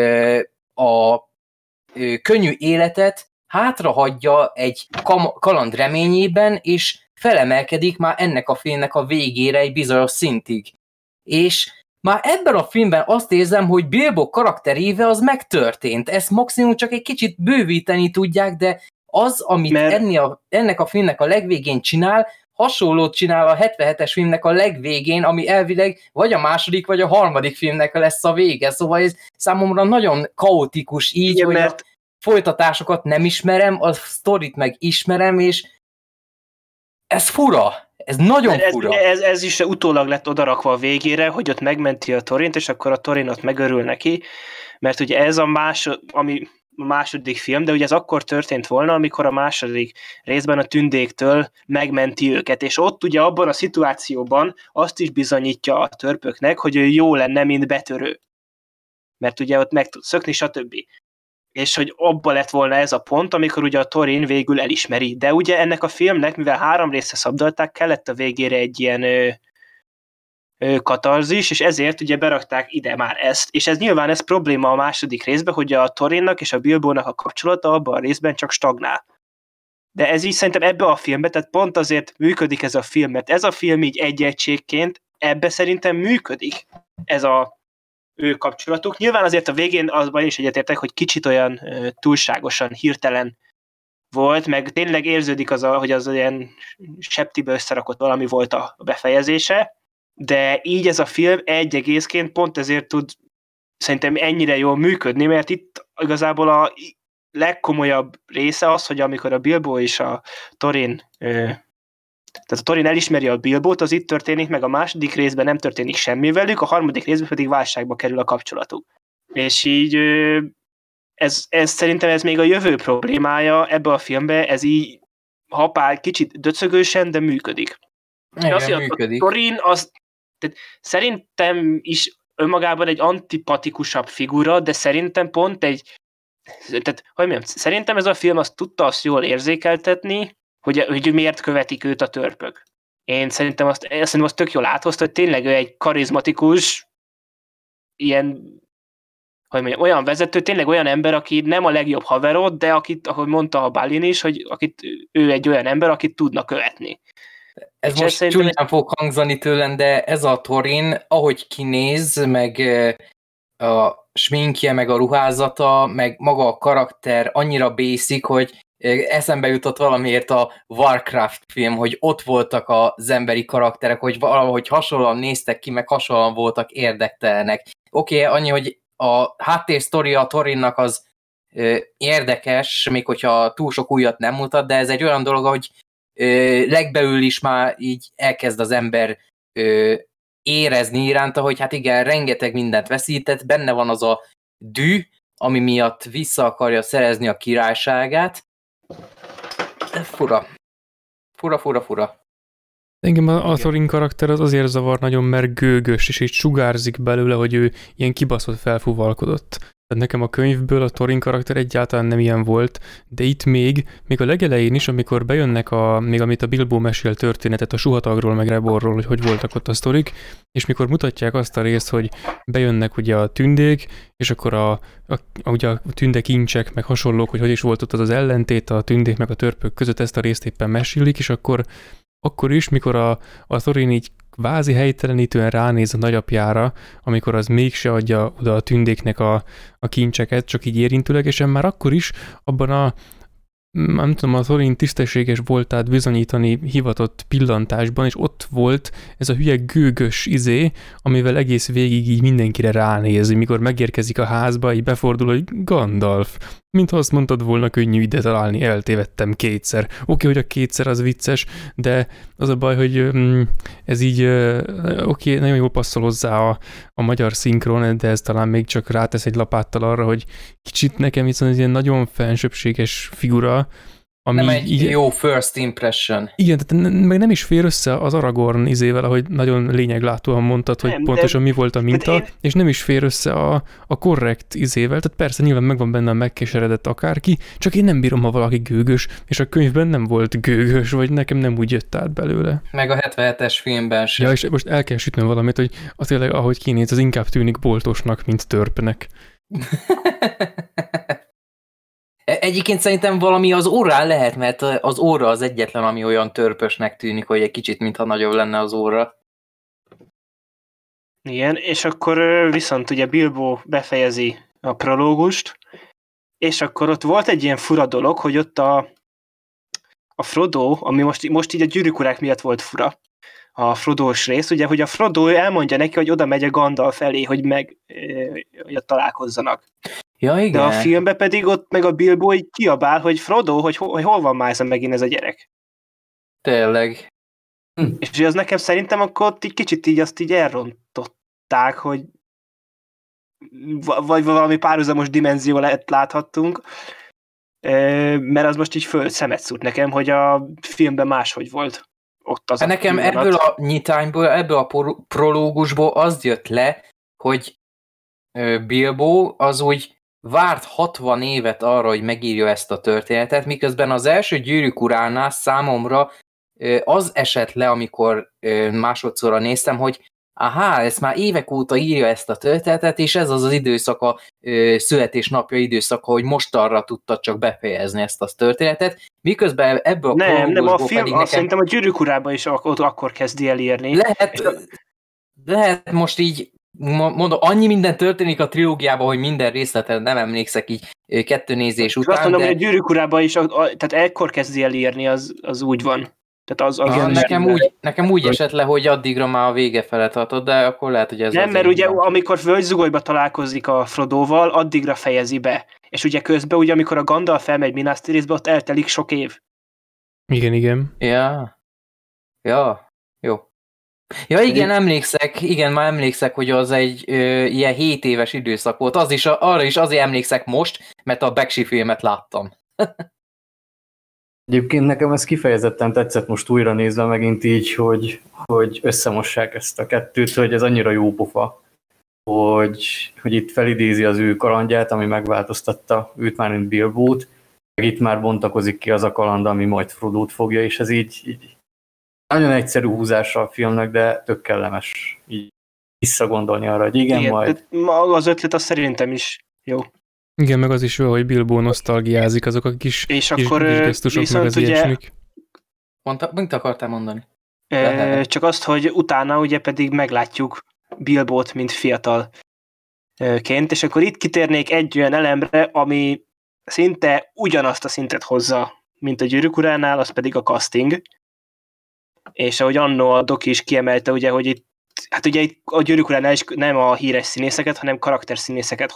a könnyű életet hátrahagyja egy kaland reményében, és felemelkedik már ennek a filmnek a végére egy bizonyos szintig. És már ebben a filmben azt érzem, hogy Bilbo karakterével az megtörtént. Ezt maximum csak egy kicsit bővíteni tudják, de az, amit ennek a filmnek a legvégén csinál, hasonlót csinál a 77-es filmnek a legvégén, ami elvileg vagy a második, vagy a harmadik filmnek lesz a vége. Szóval ez számomra nagyon kaotikus így, igen, hogy mert... a folytatásokat nem ismerem, a sztorit meg ismerem, és ez fura. Ez nagyon fura. Ez is utólag lett odarakva a végére, hogy ott megmenti a Thorint, és akkor a Thorin ott megörül neki, mert ugye ez a második film, de ugye ez akkor történt volna, amikor a második részben a tündéktől megmenti őket, és ott ugye abban a szituációban azt is bizonyítja a törpöknek, hogy ő jó lenne, mint betörő. Mert ugye ott meg tud szökni, stb. És hogy abba lett volna ez a pont, amikor ugye a Thorin végül elismeri. De ugye ennek a filmnek, mivel 3 részre szabdalták, kellett a végére egy ilyen katarzis, és ezért ugye berakták ide már ezt. És ez nyilván ez probléma a második részben, hogy a Thorinnak és a Bilbónak a kapcsolata abban a részben csak stagnál. De ez így szerintem ebbe a filmbe, tehát pont azért működik ez a film, mert ez a film így egy egységként ebbe szerintem működik ez a ő kapcsolatuk. Nyilván azért a végén azban is egyetértek, hogy kicsit olyan túlságosan hirtelen volt, meg tényleg érződik hogy az olyan septibe összerakott valami volt a befejezése, de így ez a film egy egészként pont ezért tud szerintem ennyire jól működni, mert itt igazából a legkomolyabb része az, hogy amikor a Bilbo és a Thorin Tehát a Thorin elismeri a Bilbót, az itt történik, meg a második részben nem történik semmi velük, a harmadik részben pedig válságba kerül a kapcsolatuk. És így ez szerintem ez még a jövő problémája ebbe a filmbe, ez így hapál kicsit döcögősen, de működik. Igen, működik. A Thorin tehát szerintem is önmagában egy antipatikusabb figura, de szerintem pont szerintem ez a film azt tudta azt jól érzékeltetni, hogy miért követik őt a törpök. Én szerintem azt tök jól áthozta, hogy tényleg ő egy karizmatikus, olyan vezető, tényleg olyan ember, aki nem a legjobb haverod, de akit, ahogy mondta a Balin is, hogy ő egy olyan ember, akit tudna követni. Ez és most csúnyán fog hangzani tőlem, de ez a Thorin, ahogy kinéz, meg a sminkje, meg a ruházata, meg maga a karakter annyira basic, hogy eszembe jutott valamiért a Warcraft film, hogy ott voltak az emberi karakterek, hogy valahogy hasonlóan néztek ki, meg hasonlóan voltak érdektelenek. Oké, annyi, hogy a háttérsztoria a Thorinnak az érdekes, még hogyha túl sok újat nem mutat, de ez egy olyan dolog, hogy legbelül is már így elkezd az ember érezni iránta, hogy hát igen, rengeteg mindent veszített, benne van az a dű, ami miatt vissza akarja szerezni a királyságát. Fura. Engem a Thorin karakter az azért zavar nagyon, mert gőgös, és így sugárzik belőle, hogy ő ilyen kibaszott felfúvalkodott. Tehát nekem a könyvből a Thorin karakter egyáltalán nem ilyen volt, de itt még a legelején is, amikor bejönnek még amit a Bilbo mesél történetet a Suhatagról, meg Reborról, hogy voltak ott a sztorik, és mikor mutatják azt a részt, hogy bejönnek ugye a tündék, és akkor ugye a tünde kincsek, meg hasonlók, hogy is volt ott az ellentét a tündék meg a törpök között, ezt a részt éppen mesélik, és akkor is, mikor a Thorin így kvázi helytelenítően ránéz a nagyapjára, amikor az mégse adja oda a tündéknek a kincseket, csak így érintőlegesen, már akkor is abban nem tudom, a Thorin tisztességes voltát bizonyítani hivatott pillantásban, és ott volt ez a hülye gőgös amivel egész végig így mindenkire ránéz, mikor megérkezik a házba, így befordul, hogy Gandalf, mintha azt mondtad volna, könnyű ide találni, eltévedtem kétszer. Oké, hogy a kétszer az vicces, de az a baj, hogy ez így nagyon jól passzol hozzá a magyar szinkron, de ez talán még csak rátesz egy lapáttal arra, hogy kicsit nekem viszont egy ilyen nagyon fensőbbséges figura, ami nem egy jó first impression. Igen, tehát meg nem is fér össze az Aragorn ahogy nagyon lényeglátóan mondtad, hogy pontosan mi volt a minta, és nem is fér össze a korrekt tehát persze nyilván megvan benne a megkeseredett akárki, csak én nem bírom, ha valaki gőgös, és a könyvben nem volt gőgös, vagy nekem nem úgy jött át belőle. Meg a 77-es filmben sem. Ja, és most el kell sütnöm valamit, hogy az tényleg, ahogy kinéz, az inkább tűnik boltosnak, mint törpnek. Egyébként szerintem valami az órán lehet, mert az óra az egyetlen, ami olyan törpösnek tűnik, hogy egy kicsit, mintha nagyobb lenne az óra. Igen, és akkor viszont ugye Bilbo befejezi a prológust, és akkor ott volt egy ilyen fura dolog, hogy ott a Frodo, ami most így a Gyűrűk Urák miatt volt fura, a Frodós rész, ugye, hogy a Frodo elmondja neki, hogy oda megy a Gandalf elé, hogy hogy ott találkozzanak. Ja, igen. De a filmben pedig ott meg a Bilbo így kiabál, hogy Frodo, hogy hol van már megint ez a gyerek. Tényleg. És az nekem szerintem akkor ott így kicsit így azt így elrontották, hogy vagy valami párhuzamos dimenzió láthattunk, mert az most így szemet szúrt nekem, hogy a filmben máshogy volt. Ott az nekem ebből a nyitányból, ebből a prológusból az jött le, hogy Bilbo az úgy várt 60 évet arra, hogy megírja ezt a történetet, miközben az első Gyűrűk Uránál számomra az esett le, amikor másodszorra néztem, hogy ezt már évek óta írja ezt a történetet, és ez az az időszaka, születésnapja időszaka, hogy most arra tudta csak befejezni ezt a történetet, miközben ebből a nem, a film, nekem... szerintem a Gyűrűk Urában is akkor kezdi el írni. Lehet most így mondom, annyi minden történik a trilógiában, hogy minden részletre nem emlékszek így kettő nézés után. Azt mondom, hogy a Gyűrűk Urában is, tehát ekkor kezdi el írni, az úgy van. Tehát nekem úgy esett le, hogy addigra már a vége fele tartott, de akkor lehet, hogy ez nem, mert ugye amikor Völgyzugolyba találkozik a Frodóval, addigra fejezi be. És ugye közben, ugye amikor a Gandalf elmegy Minas Tirithbe, ott eltelik sok év. Igen. Ja. Ja, jó. Ja, igen, már emlékszek, hogy az egy ilyen 7 éves időszak volt. Arra is azért emlékszek most, mert a Bakshi filmet láttam. Egyébként nekem ez kifejezetten tetszett most újra nézve megint így, hogy összemossák ezt a kettőt, hogy ez annyira jó pofa, hogy itt felidézi az ő kalandját, ami megváltoztatta őt már, mint Bilbót, meg itt már bontakozik ki az a kaland, ami majd Frodót fogja, és ez így nagyon egyszerű húzása a filmnek, de tök kellemes így visszagondolni arra, hogy igen majd... Az ötlet az szerintem is jó. Igen, meg az is jó, hogy Bilbo nosztalgiázik, azok a kis gesztusok, meg az ilyesmik. Mit akartál mondani? Csak azt, hogy utána ugye pedig meglátjuk Bilbót, mint fiatalként, és akkor itt kitérnék egy olyan elemre, ami szinte ugyanazt a szintet hozza, mint a Gyűrűk uránál, az pedig a casting. És ahogy annó a Doki is kiemelte, ugye, hogy itt, hát ugye itt a Gyűrűk uránál is nem a híres színészeket, hanem karakterszínészeket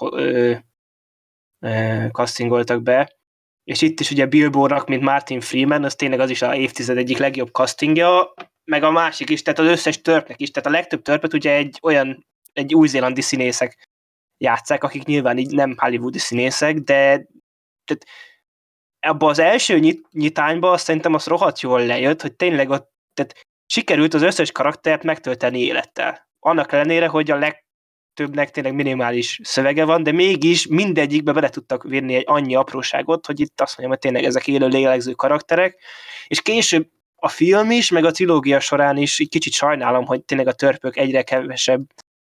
castingoltak be, és itt is ugye Bilbónak, mint Martin Freeman, az tényleg az is a évtized egyik legjobb castingja, meg a másik is, tehát az összes törpnek is, tehát a legtöbb törpet ugye egy új-zélandi színészek játsszák, akik nyilván így nem hollywoodi színészek, de tehát abban az első nyitányban szerintem az rohadt jól lejött, hogy tényleg ott tehát sikerült az összes karaktert megtölteni élettel. Annak ellenére, hogy a legtöbbnek tényleg minimális szövege van, de mégis mindegyikbe bele tudtak vinni egy annyi apróságot, hogy itt azt mondjam, hogy tényleg ezek élő lélegző karakterek, és később a film is, meg a trilógia során is így kicsit sajnálom, hogy tényleg a törpök egyre kevesebb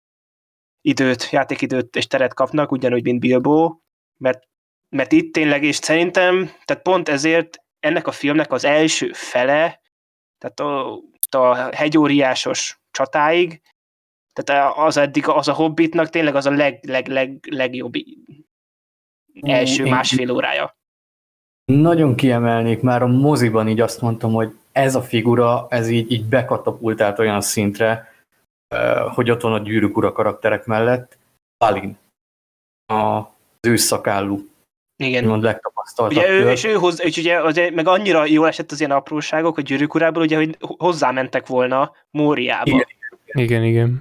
játékidőt és teret kapnak, ugyanúgy, mint Bilbo, mert itt tényleg, és szerintem, tehát pont ezért ennek a filmnek az első fele, tehát a hegyóriásos csatáig, tehát az a Hobbitnak tényleg az a legjobb első másfél órája. Nagyon kiemelnék, már a moziban így azt mondtam, hogy ez a figura, ez így bekatapultált olyan szintre, hogy ott van a Gyűrűk ura karakterek mellett, Balin, az ősszakállú. Igen. Mond legtapasztaltabb. Ugye és ő hozzá, és ugye azért, meg annyira jól esett az ilyen apróságok a Gyűrűk urából, ugye, hogy hozzámentek volna Móriába. Igen.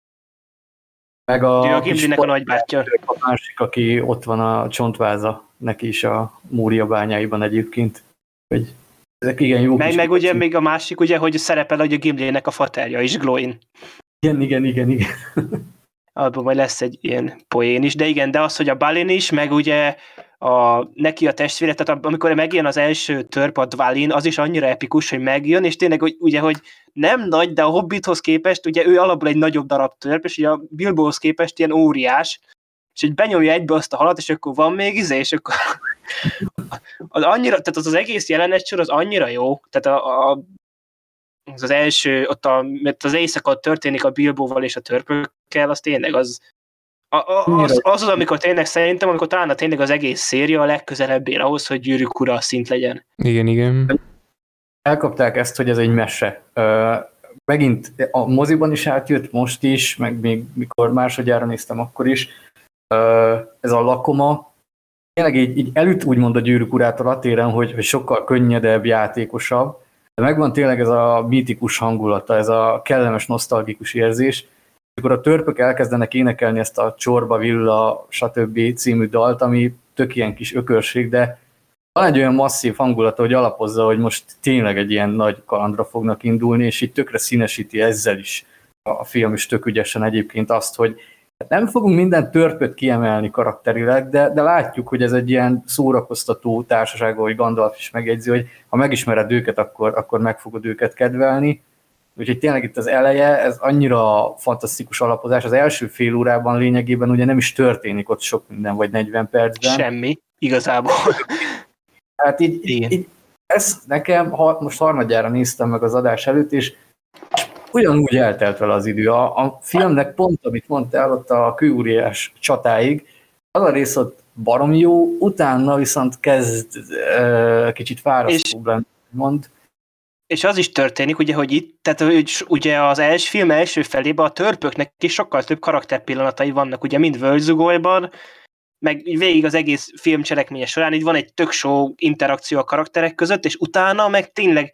Meg a Gimlinek a nagybátyja. A másik, aki ott van a csontváza, neki is a Mória bányáiban egyébként. Hogy ezek igen jó. Meg ugye még a másik, ugye, hogy szerepel, hogy a Gimlinek a faterja is, Glóin. Igen. Abban majd lesz egy ilyen poén is, de igen, de az, hogy a Balin is, meg ugye neki a testvére, tehát amikor megjön az első törp, a Dvalin, az is annyira epikus, hogy megjön, és tényleg ugye, hogy nem nagy, de a Hobbithoz képest, ugye ő alapból egy nagyobb darab törp, és ugye a Bilbohoz képest ilyen óriás, és hogy benyomja egybe azt a halat, és akkor van még és akkor az annyira, tehát az egész jelenetsor az annyira jó, tehát az első, mert az éjszaka történik a Bilbóval és a törpökkel, az tényleg az, amikor tényleg szerintem, amikor talán tényleg az egész széria a legközelebb ér ahhoz, hogy Gyűrűk ura szint legyen. Igen. Elkapták ezt, hogy ez egy mese. Megint a moziban is átjött, most is, meg még mikor másodjára néztem, akkor is. Ez a lakoma, tényleg így elütt úgymond a Gyűrűk urától a téren, hogy sokkal könnyedebb, játékosabb, de megvan tényleg ez a mítikus hangulata, ez a kellemes, nosztalgikus érzés. Amikor a törpök elkezdenek énekelni ezt a Csorba Villa, stb. Című dalt, ami tök ilyen kis ökörség, de van egy olyan masszív hangulata, hogy alapozza, hogy most tényleg egy ilyen nagy kalandra fognak indulni, és így tökre színesíti ezzel is a film is tök ügyesen egyébként azt, hogy nem fogunk minden törpöt kiemelni karakterileg, de látjuk, hogy ez egy ilyen szórakoztató társaság, ahogy Gandalf is megjegyzi, hogy ha megismered őket, akkor meg fogod őket kedvelni. Úgyhogy tényleg itt az eleje, ez annyira fantasztikus alapozás. Az első fél órában lényegében ugye nem is történik ott sok minden, vagy 40 percben. Semmi, igazából. Hát így ez nekem, most harmadjára néztem meg az adás előtt, és ugyanúgy eltelt vele az idő. A filmnek pont, amit mondtál, ott a kőúriás csatáig, az a rész ott baromi jó, utána viszont kezd kicsit fárasztóbb lenni, mond. És az is történik, ugye, hogy itt, tehát ugye az film első felében a törpöknek is sokkal több karakterpillanatai vannak, ugye mind Völgyzugolyban, meg végig az egész film cselekménye során így van egy tök show interakció a karakterek között, és utána meg tényleg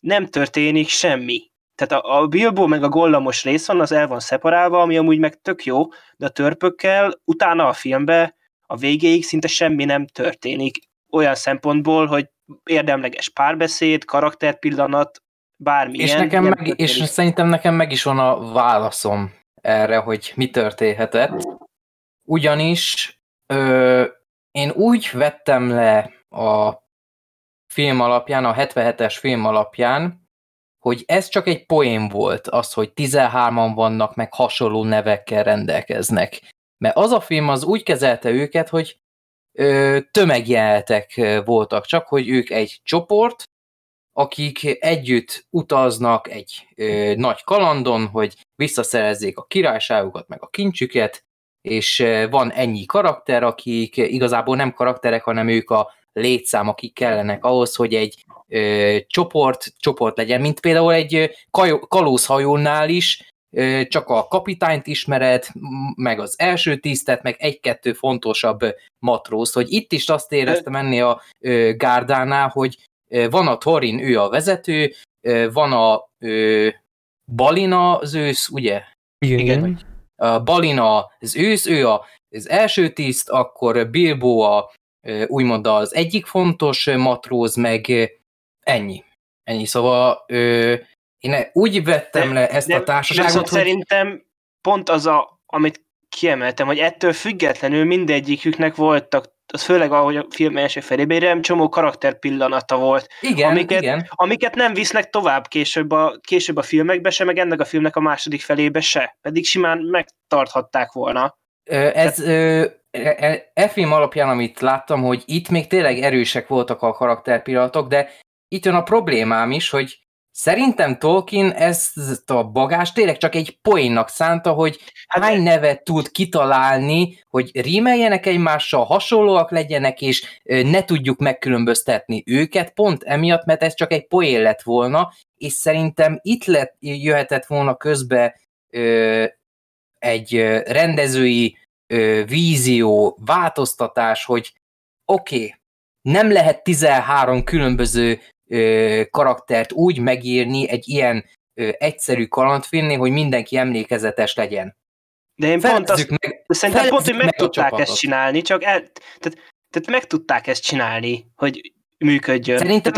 nem történik semmi. Tehát a Bilbo meg a Gollamos rész van, az el van szeparálva, ami amúgy meg tök jó, de a törpökkel utána a filmbe a végéig szinte semmi nem történik. Olyan szempontból, hogy érdemleges párbeszéd, karakterpillanat, bármilyen. És szerintem nekem meg is van a válaszom erre, hogy mi történhetett. Ugyanis én úgy vettem le a film alapján, a 77-es film alapján, hogy ez csak egy poén volt, az, hogy 13-an vannak, meg hasonló nevekkel rendelkeznek. Mert az a film az úgy kezelte őket, hogy tömegjelenetek voltak, csak hogy ők egy csoport, akik együtt utaznak egy nagy kalandon, hogy visszaszerezzék a királyságukat, meg a kincsüket, és van ennyi karakter, akik igazából nem karakterek, hanem ők a létszám, akik kellenek ahhoz, hogy egy csoport legyen, mint például egy kalózhajónál is, csak a kapitányt ismered, meg az első tisztet, meg egy-kettő fontosabb matrózt, hogy itt is azt éreztem ennél a gárdánál, hogy van a Thorin, ő a vezető, van a Balina az ősz, ugye? Igen. A Balina az ősz, ő az első tiszt, akkor Bilbo úgymond az egyik fontos matróz, meg ennyi. Szóval én úgy vettem le ezt a társaságot, hogy... Szerintem pont az, amit kiemeltem, hogy ettől függetlenül mindegyiküknek voltak, az főleg ahogy a film első felében csomó karakterpillanata volt, amiket nem visznek tovább később a filmekbe se, meg ennek a filmnek a második felébe se, pedig simán megtarthatták volna. Film alapján, amit láttam, hogy itt még tényleg erősek voltak a karakterpillanatok, de itt jön a problémám is, hogy szerintem Tolkien ezt a bagást tényleg csak egy poénnak szánta, hogy hány nevet tud kitalálni, hogy rímeljenek egymással, hasonlóak legyenek, és ne tudjuk megkülönböztetni őket, pont emiatt, mert ez csak egy poén lett volna, és szerintem itt jöhetett volna közbe egy rendezői vízió, változtatás, hogy oké, nem lehet 13 különböző karaktert úgy megírni egy ilyen egyszerű kalandfilmnél, hogy mindenki emlékezetes legyen. De én szerintem pont, hogy meg tudták ezt csinálni, tehát meg tudták ezt csinálni, hogy működjön.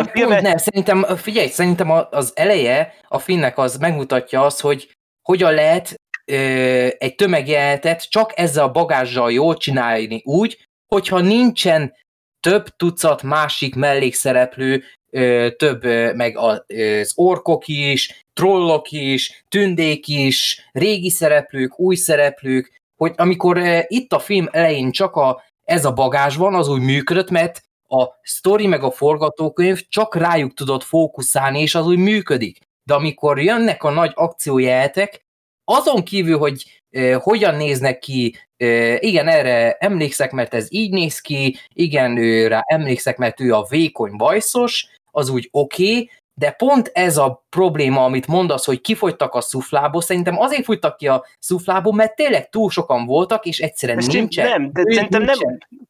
Szerintem az eleje a filmnek az megmutatja azt, hogy hogyan lehet egy tömegjelenetet csak ezzel a bagázsal jól csinálni úgy, hogyha nincsen több tucat másik mellékszereplő, több meg az orkok is, trollok is, tündék is, régi szereplők, új szereplők, hogy amikor itt a film elején csak ez a bagázs van, az úgy működött, mert a sztori meg a forgatókönyv csak rájuk tudott fókuszálni, és az úgy működik. De amikor jönnek a nagy akciójelenetek, azon kívül, hogy hogyan néznek ki, igen, erre emlékszek, mert ez így néz ki, igen, rá emlékszek, mert ő a vékony bajszos, az úgy oké, de pont ez a probléma, amit mondasz, hogy kifogytak a szuflából, szerintem azért fogytak ki a szuflából, mert tényleg túl sokan voltak, és egyszerűen nincsen. Nem, de szerintem nem.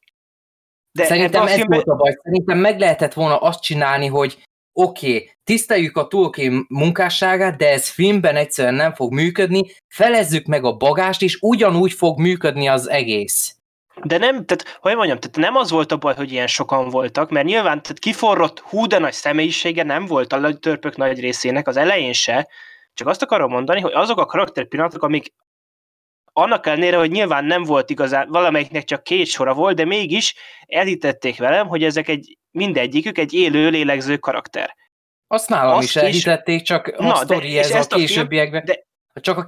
De szerintem ez volt a baj. Szerintem meg lehetett volna azt csinálni, hogy oké, tiszteljük a Tolkien munkásságát, de ez filmben egyszerűen nem fog működni, felezzük meg a bagást, és ugyanúgy fog működni az egész. De nem, tehát, hogy mondjam, tehát nem az volt a baj, hogy ilyen sokan voltak, mert nyilván tehát kiforrott hú de nagy személyisége nem volt a törpök nagy részének, az elején se, csak azt akarom mondani, hogy azok a karakterpillanatok, amik annak ellenére, hogy nyilván nem volt igazán, valamelyiknek csak 2 sora volt, de mégis elhitették velem, hogy ezek mindegyikük egy élő, lélegző karakter. Azt nálam is elhitették, csak a sztori ez a későbbiekben. Csak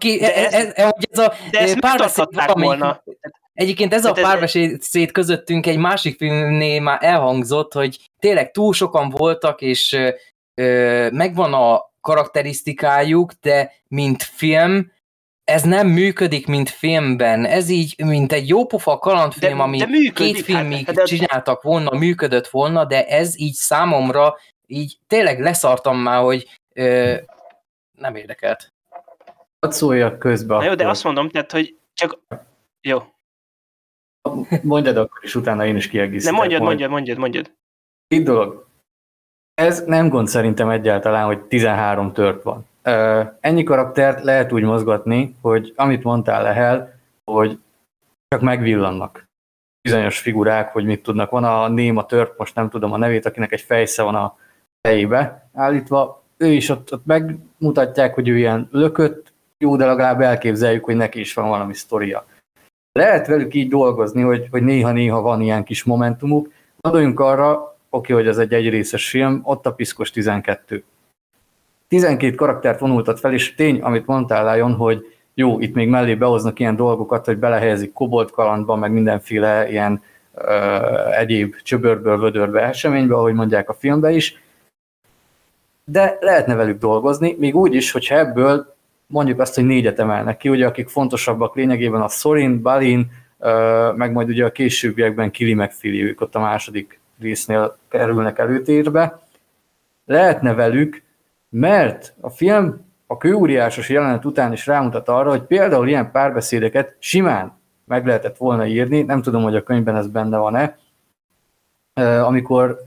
ezt megtarthatták volna. Egyébként ez a párbeszéd közöttünk egy másik filmnél már elhangzott, hogy tényleg túl sokan voltak, és megvan a karakterisztikájuk, de mint film, ez nem működik, mint filmben. Ez így, mint egy jópofa kalandfilm, ami működik, 2 filmig csináltak volna, működött volna, de ez így számomra, így tényleg leszartam már, hogy nem érdekelt. Hadd szóljak közbe. Na jó, de azt mondom, tehát, hogy csak... Jó. Mondjad akkor, és utána én is kiegészítek. Nem, mondjad. 2 dolog. Ez nem gond szerintem egyáltalán, hogy 13 törp van. Ennyi karaktert lehet úgy mozgatni, hogy amit mondtál Lehel, hogy csak megvillannak bizonyos figurák, hogy mit tudnak. Van a néma törp, most nem tudom a nevét, akinek egy fejsze van a fejébe állítva. Ő is ott megmutatják, hogy ő ilyen lökött, jó, de legalább elképzeljük, hogy neki is van valami sztoria. Lehet velük így dolgozni, hogy néha-néha van ilyen kis momentumuk. Gondoljunk arra, hogy ez egy egyrészes film, ott a piszkos 12. 12 karaktert vonultat fel, és tény, amit mondtál, Lion, hogy jó, itt még mellé behoznak ilyen dolgokat, hogy belehelyezik kobold kalandba, meg mindenféle ilyen egyéb csöbörből, vödörbe, eseménybe, ahogy mondják a filmbe is, de lehetne velük dolgozni, még úgy is, hogyha ebből mondjuk azt, hogy 4-et emelnek ki, ugye, akik fontosabbak lényegében a Sorin, Balin, meg majd ugye a későbbiekben Kili meg Fili, ők ott a második résznél kerülnek előtérbe. Lehetne velük, mert a film a kőóriásos jelenet után is rámutat arra, hogy például ilyen párbeszédeket simán meg lehetett volna írni, nem tudom, hogy a könyvben ez benne van-e, amikor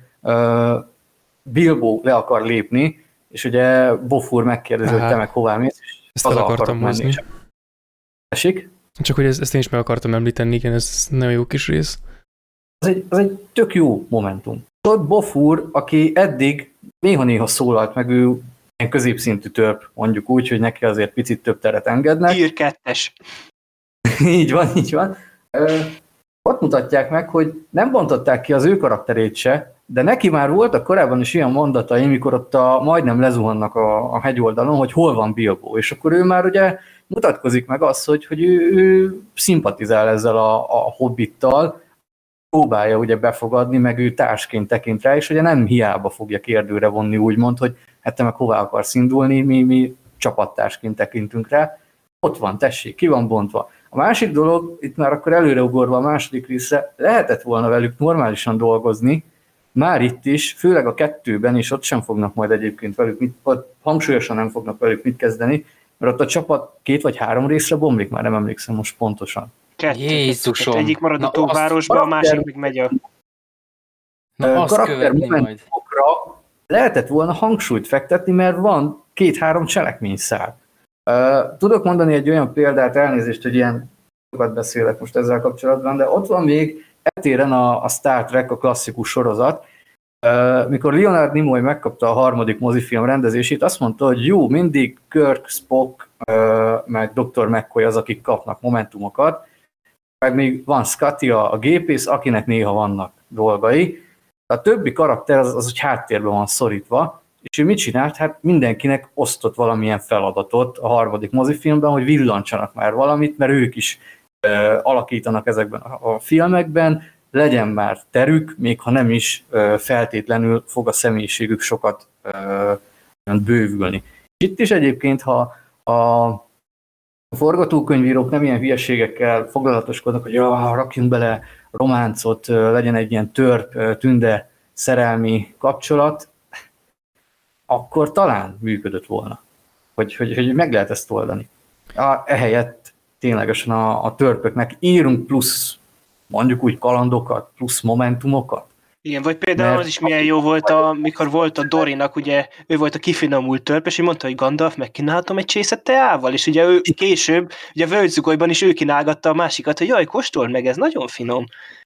Bilbo le akar lépni, és ugye Bofur megkérdezi, hogy te meg hová mész, és ezt el akartam hozni. Esik? Csak hogy ezt én is meg akartam említeni, igen, ez nagyon jó kis rész. Az egy tök jó momentum. Ott Bofur, aki eddig néha-néha szólalt meg, ő ilyen középszintű törp, mondjuk úgy, hogy neki azért picit több teret engednek. Ír 2-es. Így van, így van. Ott mutatják meg, hogy nem bontották ki az ő karakterét se, de neki már voltak korábban is ilyen mondatai, mikor ott majdnem lezuhannak a hegyoldalon, hogy hol van Bilbo, és akkor ő már ugye mutatkozik meg az, hogy ő szimpatizál ezzel a hobbittal, próbálja ugye befogadni, meg ő társként tekint rá, és ugye nem hiába fogja kérdőre vonni, úgymond, hogy hát te meg hová akarsz indulni, mi csapattársként tekintünk rá. Ott van, tessék, ki van bontva. A másik dolog, itt már akkor előreugorva a második részre, lehetett volna velük normálisan dolgozni, már itt is, főleg a 2-ben is, ott sem fognak majd egyébként velük, ott hangsúlyosan nem fognak velük mit kezdeni, mert ott a csapat 2 vagy 3 részre bomlik, már nem emlékszem most pontosan. 2. Jézusom! Egyik marad a tóvárosba, a másik meg megy a... Na, azt követni majd. Lehetett volna hangsúlyt fektetni, mert van 2-3 cselekményszál. Tudok mondani egy olyan példát, elnézést, hogy ilyen sokat beszélek most ezzel kapcsolatban, de ott van még etéren a Star Trek, a klasszikus sorozat. Mikor Leonard Nimoy megkapta a 3. mozifilm rendezését, azt mondta, hogy jó, mindig Kirk, Spock, meg Dr. McCoy az, akik kapnak momentumokat, meg még van Scotty, a gépész, akinek néha vannak dolgai. A többi karakter az hogy háttérben van szorítva, és ő mit csinált? Hát mindenkinek osztott valamilyen feladatot a 3. mozifilmben, hogy villancsanak már valamit, mert ők is alakítanak ezekben a filmekben, legyen már terük, még ha nem is feltétlenül fog a személyiségük sokat bővülni. Itt is egyébként, ha a forgatókönyvírók nem ilyen hülyeségekkel foglalatoskodnak, hogy rakjunk bele románcot, legyen egy ilyen törp, tünde szerelmi kapcsolat, akkor talán működött volna, hogy meg lehet ezt oldani. Ehelyett ténylegesen a törpöknek írunk plusz, mondjuk úgy kalandokat, plusz momentumokat. Igen, vagy például az is milyen jó volt, amikor volt a Dorinak, ugye ő volt a kifinomult törp, és ő mondta, hogy Gandalf, megkínálhatom egy csészet teával, és ugye ő később, ugye a Völgyzugolyban is ő kínálgatta a másikat, hogy jaj, kóstold meg, ez nagyon finom.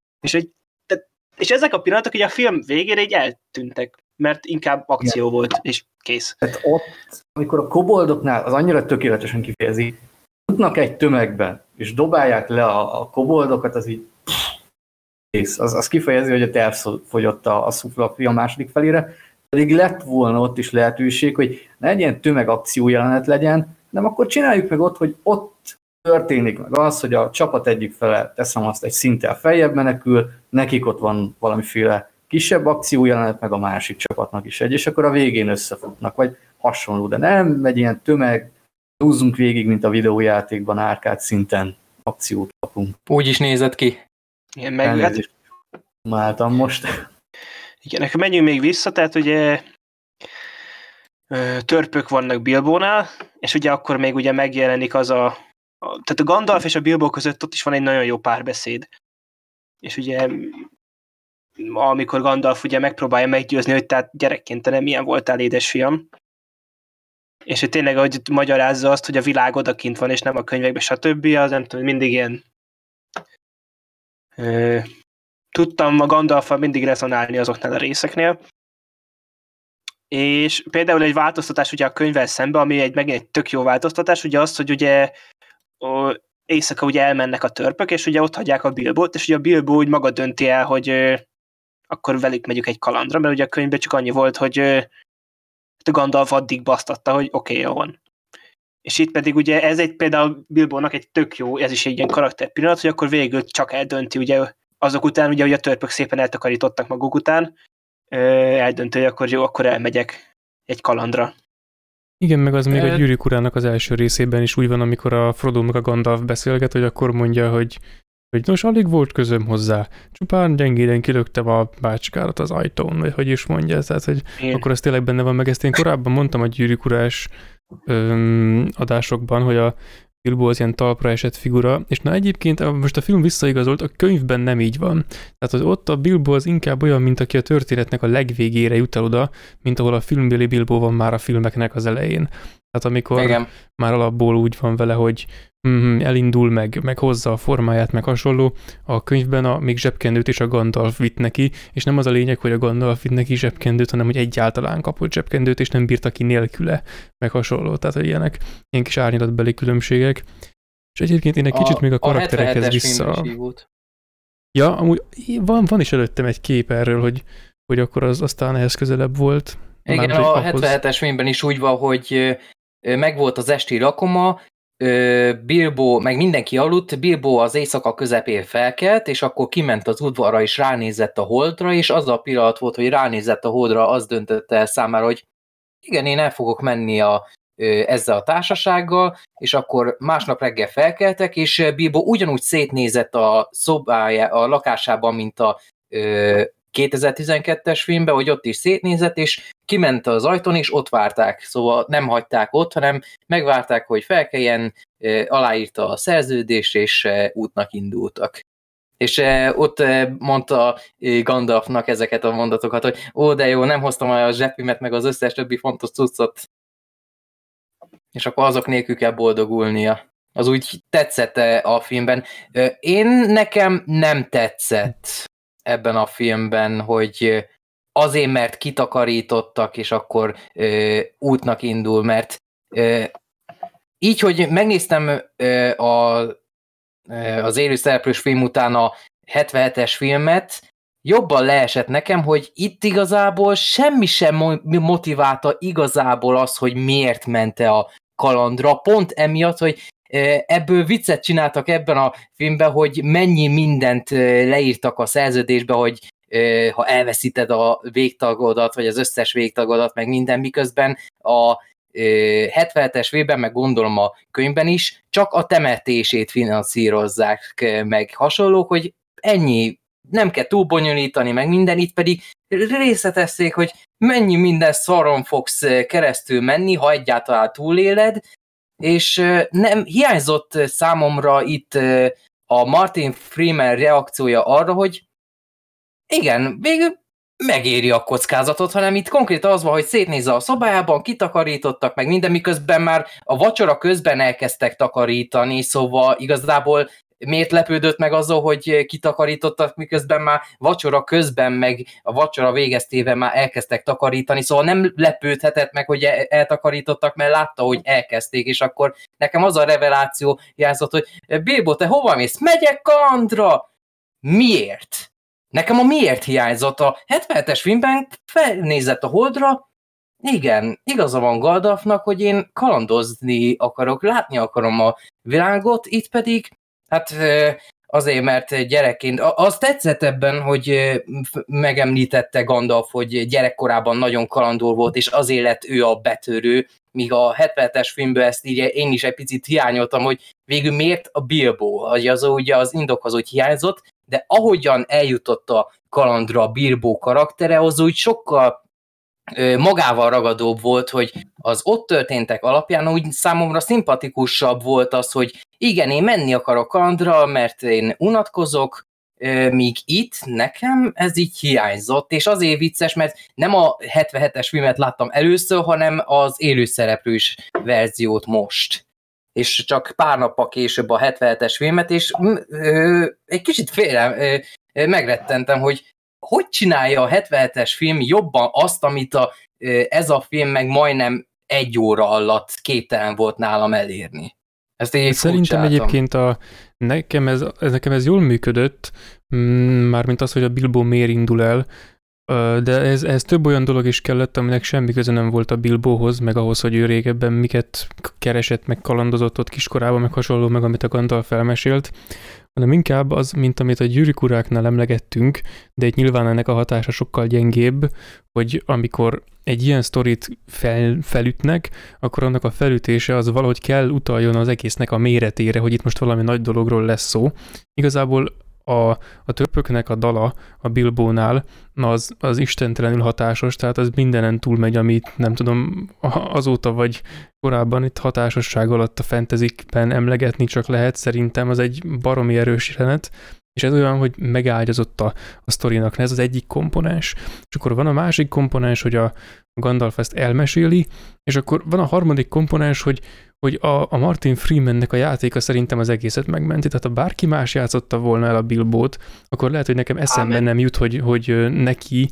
És ezek a pillanatok ugye a film végére így eltűntek, mert inkább akció volt, és kész. Tehát ott, amikor a koboldoknál, az annyira tökéletesen kifejezi, jutnak egy tömegben, és dobálják le a koboldokat, az így kész. Az kifejezi, hogy ott elfogyott a szufla a második felére, pedig lett volna ott is lehetőség, hogy ne egy ilyen tömegakció jelenet legyen, nem akkor csináljuk meg ott, hogy ott történik meg az, hogy a csapat egyik fele, teszem azt, egy szinttel feljebb menekül, nekik ott van valamiféle kisebb akciójelenet, meg a másik csapatnak is egy, és akkor a végén összefutnak, vagy hasonló, de nem egy ilyen tömeg, húzzunk végig, mint a videójátékban, árkád szinten akciót kapunk. Úgy is nézett ki. Igen, meg Máltam most. Igen, akkor menjünk még vissza, tehát ugye törpök vannak Bilbónál, és ugye akkor még ugye megjelenik az tehát a Gandalf és a Bilbo között ott is van egy nagyon jó párbeszéd. És ugye amikor Gandalf ugye megpróbálja meggyőzni, hogy tehát gyerekként te nem ilyen voltál, édesfiam. És hogy tényleg, hogy magyarázza azt, hogy a világ odakint van, és nem a könyvekben, stb. Az nem tudom, mindig ilyen tudtam a Gandalffal mindig rezonálni azoknál a részeknél. És például egy változtatás ugye a könyvvel szemben, ami megint egy tök jó változtatás, ugye az, hogy ugye éjszaka ugye elmennek a törpök, és ugye ott hagyják a Bilbót, és ugye a Bilbó úgy maga dönti el, hogy akkor velük megyünk egy kalandra, mert ugye a könyvben csak annyi volt, hogy a Gandalf addig basztatta, hogy oké, jó van. És itt pedig ugye ez egy például Bilbónak egy tök jó, ez is egy ilyen karakterpillanat, hogy akkor végül csak eldönti, ugye azok után, ugye, hogy a törpök szépen eltakarítottak maguk után, eldönti, hogy akkor jó, akkor elmegyek egy kalandra. Igen, meg az még a Gyűrűk urának az első részében is úgy van, amikor a Frodo meg a Gandalf beszélget, hogy akkor mondja, hogy nos, alig volt közöm hozzá, csupán gyengéden kilöktem a bácskárat az ajtón, vagy hogy is mondja, tehát, hogy Igen. akkor az tényleg benne van, meg ezt én korábban mondtam a Gyűrűk urás adásokban, hogy a Bilbo az ilyen talpra esett figura, és na egyébként most a film visszaigazolt, a könyvben nem így van. Tehát az ott a Bilbo az inkább olyan, mint aki a történetnek a legvégére jut el oda, mint ahol a filmbéli Bilbo van már a filmeknek az elején. Tehát amikor Igen. már alapból úgy van vele, hogy elindul, meg hozza a formáját, meg hasonló, a könyvben még zsebkendőt is a Gandalf vitt neki, és nem az a lényeg, hogy a Gandalf vitt neki zsebkendőt, hanem hogy egyáltalán kapott zsebkendőt, és nem bírta ki nélküle, meg hasonló. Tehát, hogy ilyen kis árnyalatbeli különbségek. És egyébként én egy kicsit még a karakterekhez vissza... Ja, amúgy van is előttem egy kép erről, hogy akkor az aztán ehhez közelebb volt. Igen, a 77-es filmben is úgy van, hogy megvolt az esti lakoma, Bilbo, meg mindenki aludt, Bilbo az éjszaka közepén felkelt, és akkor kiment az udvarra, és ránézett a holdra, és az a pillanat volt, hogy ránézett a holdra, az döntötte el számára, hogy igen, én el fogok menni ezzel a társasággal, és akkor másnap reggel felkeltek, és Bilbo ugyanúgy szétnézett a lakásában, mint a 2012-es filmben, hogy ott is szétnézett, és kiment az ajtón, és ott várták. Szóval nem hagyták ott, hanem megvárták, hogy felkeljen, aláírta a szerződést, és útnak indultak. És ott mondta Gandalfnak ezeket a mondatokat, hogy ó, de jó, nem hoztam a zsepimet, meg az összes többi fontos cuccot. És akkor azok nélkül kell boldogulnia. Az úgy tetszett a filmben. Nekem nem tetszett ebben a filmben, hogy azért, mert kitakarítottak, és akkor útnak indul, mert így, hogy megnéztem az élő szereplős film után a 77-es filmet, jobban leesett nekem, hogy itt igazából semmi sem motiválta igazából az, hogy miért ment a kalandra, pont emiatt, hogy ebből viccet csináltak ebben a filmben, hogy mennyi mindent leírtak a szerződésbe, hogy ha elveszíted a végtagodat, vagy az összes végtagodat, meg minden, miközben a 77-es filmben, meg gondolom a könyvben is, csak a temetését finanszírozzák meg hasonlók, hogy ennyi, nem kell túl bonyolítani, meg minden, itt pedig részletezték, hogy mennyi minden szaron fogsz keresztül menni, ha egyáltalán túléled, és nem hiányzott számomra itt a Martin Freeman reakciója arra, hogy igen, végül megéri a kockázatot, hanem itt konkrétan az van, hogy szétnézze a szobájában, kitakarítottak meg minden, miközben már a vacsora közben elkezdtek takarítani, szóval igazából miért lepődött meg azzal, hogy kitakarítottak, miközben már vacsora közben, meg a vacsora végeztével már elkezdtek takarítani, szóval nem lepődhetett meg, hogy eltakarítottak, mert látta, hogy elkezdték, és akkor nekem az a reveláció jelzott, hogy Bilbo, te hova mész? Megyek kalandra! Miért? Nekem a miért hiányzott. A 77-es filmben felnézett a holdra, igen, igaza van Gandalfnak, hogy én kalandozni akarok, látni akarom a világot, itt pedig, hát azért, mert gyerekként, az tetszett ebben, hogy megemlítette Gandalf, hogy gyerekkorában nagyon kalandor volt, és azért lett ő a betörő, míg a 77-es filmben ezt így én is egy picit hiányoltam, hogy végül miért a Bilbo, az ugye az indok az úgy hiányzott, de ahogyan eljutott a kalandra a Bilbo karaktere, az úgy sokkal magával ragadóbb volt, hogy az ott történtek alapján úgy számomra szimpatikusabb volt az, hogy igen, én menni akarok kalandra, mert én unatkozok, míg itt nekem ez így hiányzott, és azért vicces, mert nem a 77-es filmet láttam először, hanem az élőszereplős verziót most. És csak pár nappal később a 77-es filmet, és egy kicsit megrettentem, hogy csinálja a 77-es film jobban azt, amit ez a film meg majdnem 1 óra alatt képtelen volt nálam elérni. Ezt én szerintem egyébként nekem ez jól működött, mármint az, hogy a Bilbo miért indul el, de ez több olyan dolog is kellett, aminek semmi köze nem volt a Bilbohoz, meg ahhoz, hogy ő régebben miket keresett, meg kalandozott ott kiskorában, meg hasonló, meg amit a Gandalf elmesélt, hanem inkább az, mint amit a Gyűrűk uráknál emlegettünk, de itt nyilván ennek a hatása sokkal gyengébb, hogy amikor egy ilyen sztorit felütnek, akkor annak a felütése az valahogy kell utaljon az egésznek a méretére, hogy itt most valami nagy dologról lesz szó. Igazából a törpöknek a dala a Bilbónál az istentelenül hatásos, tehát az mindenen túlmegy, amit nem tudom, azóta vagy korábban itt hatásosság alatt a fantasyben emlegetni csak lehet, szerintem az egy baromi erős jelenet, és ez olyan, hogy megágyazott a sztorinak, ez az egyik komponens. És akkor van a másik komponens, hogy a Gandalf ezt elmeséli, és akkor van a harmadik komponens, hogy a Martin Freemannek a játéka szerintem az egészet megmenti, tehát ha bárki más játszotta volna el a Bilbót, akkor lehet, hogy nekem eszembe nem jut, hogy neki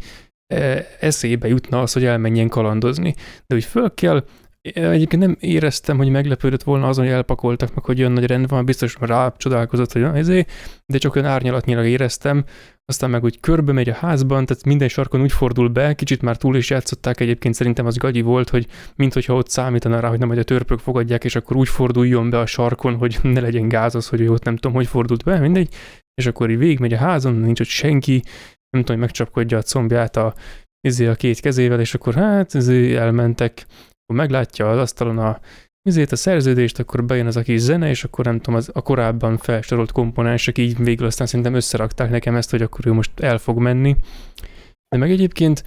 eszébe jutna az, hogy elmenjen kalandozni. De hogy föl kell, egyébként nem éreztem, hogy meglepődött volna azon, hogy elpakoltak meg, hogy olyan nagy rend van, biztos rá csodálkozott, hogy de csak olyan árnyalatnyilag éreztem, aztán meg úgy körbe megy a házban, tehát minden sarkon úgy fordul be, kicsit már túl is játszották, egyébként szerintem az gagyi volt, hogy minthogyha ott számítana rá, hogy nem, hogy a törpök fogadják, és akkor úgy forduljon be a sarkon, hogy ne legyen gáz az, hogy ő ott nem tudom, hogy fordult be, mindegy, és akkor így végigmegy a házon, nincs ott senki, nem tudom, hogy megcsapkodja a combját a két kezével, és akkor elmentek, akkor meglátja az asztalon a szerződést, akkor bejön az a kis zene, és akkor nem tudom, a korábban felsorolt komponensek így végül aztán szerintem összerakták nekem ezt, hogy akkor ő most el fog menni. De meg egyébként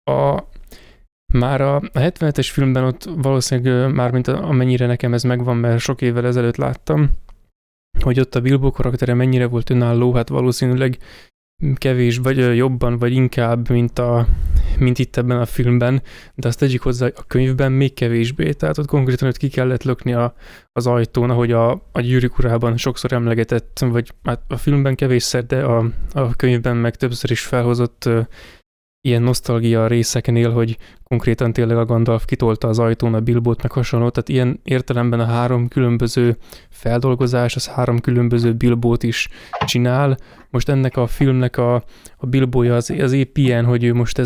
már a 77-es filmben ott valószínűleg mármint amennyire nekem ez megvan, mert sok évvel ezelőtt láttam, hogy ott a Bilbo karaktere mennyire volt önálló, hát valószínűleg kevés, vagy jobban, vagy inkább, mint itt ebben a filmben, de azt tegyük hozzá, a könyvben még kevésbé, tehát ott konkrétan ott ki kellett lökni az ajtón, ahogy a Gyűrűk urában sokszor emlegetett, vagy hát a filmben kevésszer, de a könyvben meg többször is felhozott ilyen nosztalgia részeknél, hogy konkrétan tényleg a Gandalf kitolta az ajtón a Bilbót, meg hasonló, tehát ilyen értelemben a 3 különböző feldolgozás, az 3 különböző Bilbót is csinál. Most ennek a filmnek a Bilbója az épp ilyen, hogy ő most ez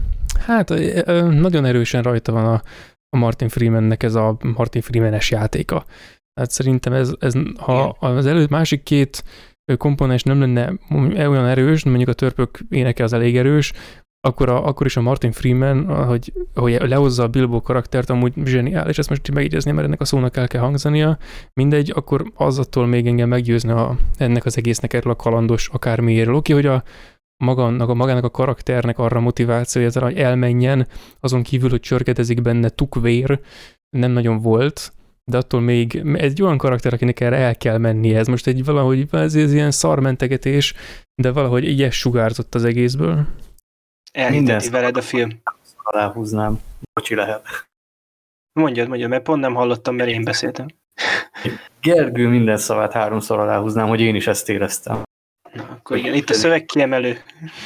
nagyon erősen rajta van a Martin Freemannek ez a Martin Freeman-es játéka. Tehát szerintem ha az másik 2 komponens nem lenne olyan erős, mondjuk a törpök éneke az elég erős, akkor is a Martin Freeman, hogy lehozza a Bilbo karaktert, amúgy zseniális, ezt most megjegyezném, mert ennek a szónak el kell hangzania, mindegy, akkor az attól még engem meggyőzne ennek az egésznek erről a kalandos akármiéről. Oké, hogy magának a karakternek arra motivációja, hogy elmenjen, azon kívül, hogy csörgedezik benne tukvér, nem nagyon volt, de attól még egy olyan karakter, akinek erre el kell mennie. Ez most ez ilyen szarmentegetés, de valahogy így ezt sugárzott az egészből. Elhiteti veled a film. Aláhúznám. Bocsi lehet. Mondjad, mert pont nem hallottam, mert én beszéltem. Gergő minden szavát 3-szor aláhúznám, hogy én is ezt éreztem. Na, akkor igen, itt a szöveg kiemelő.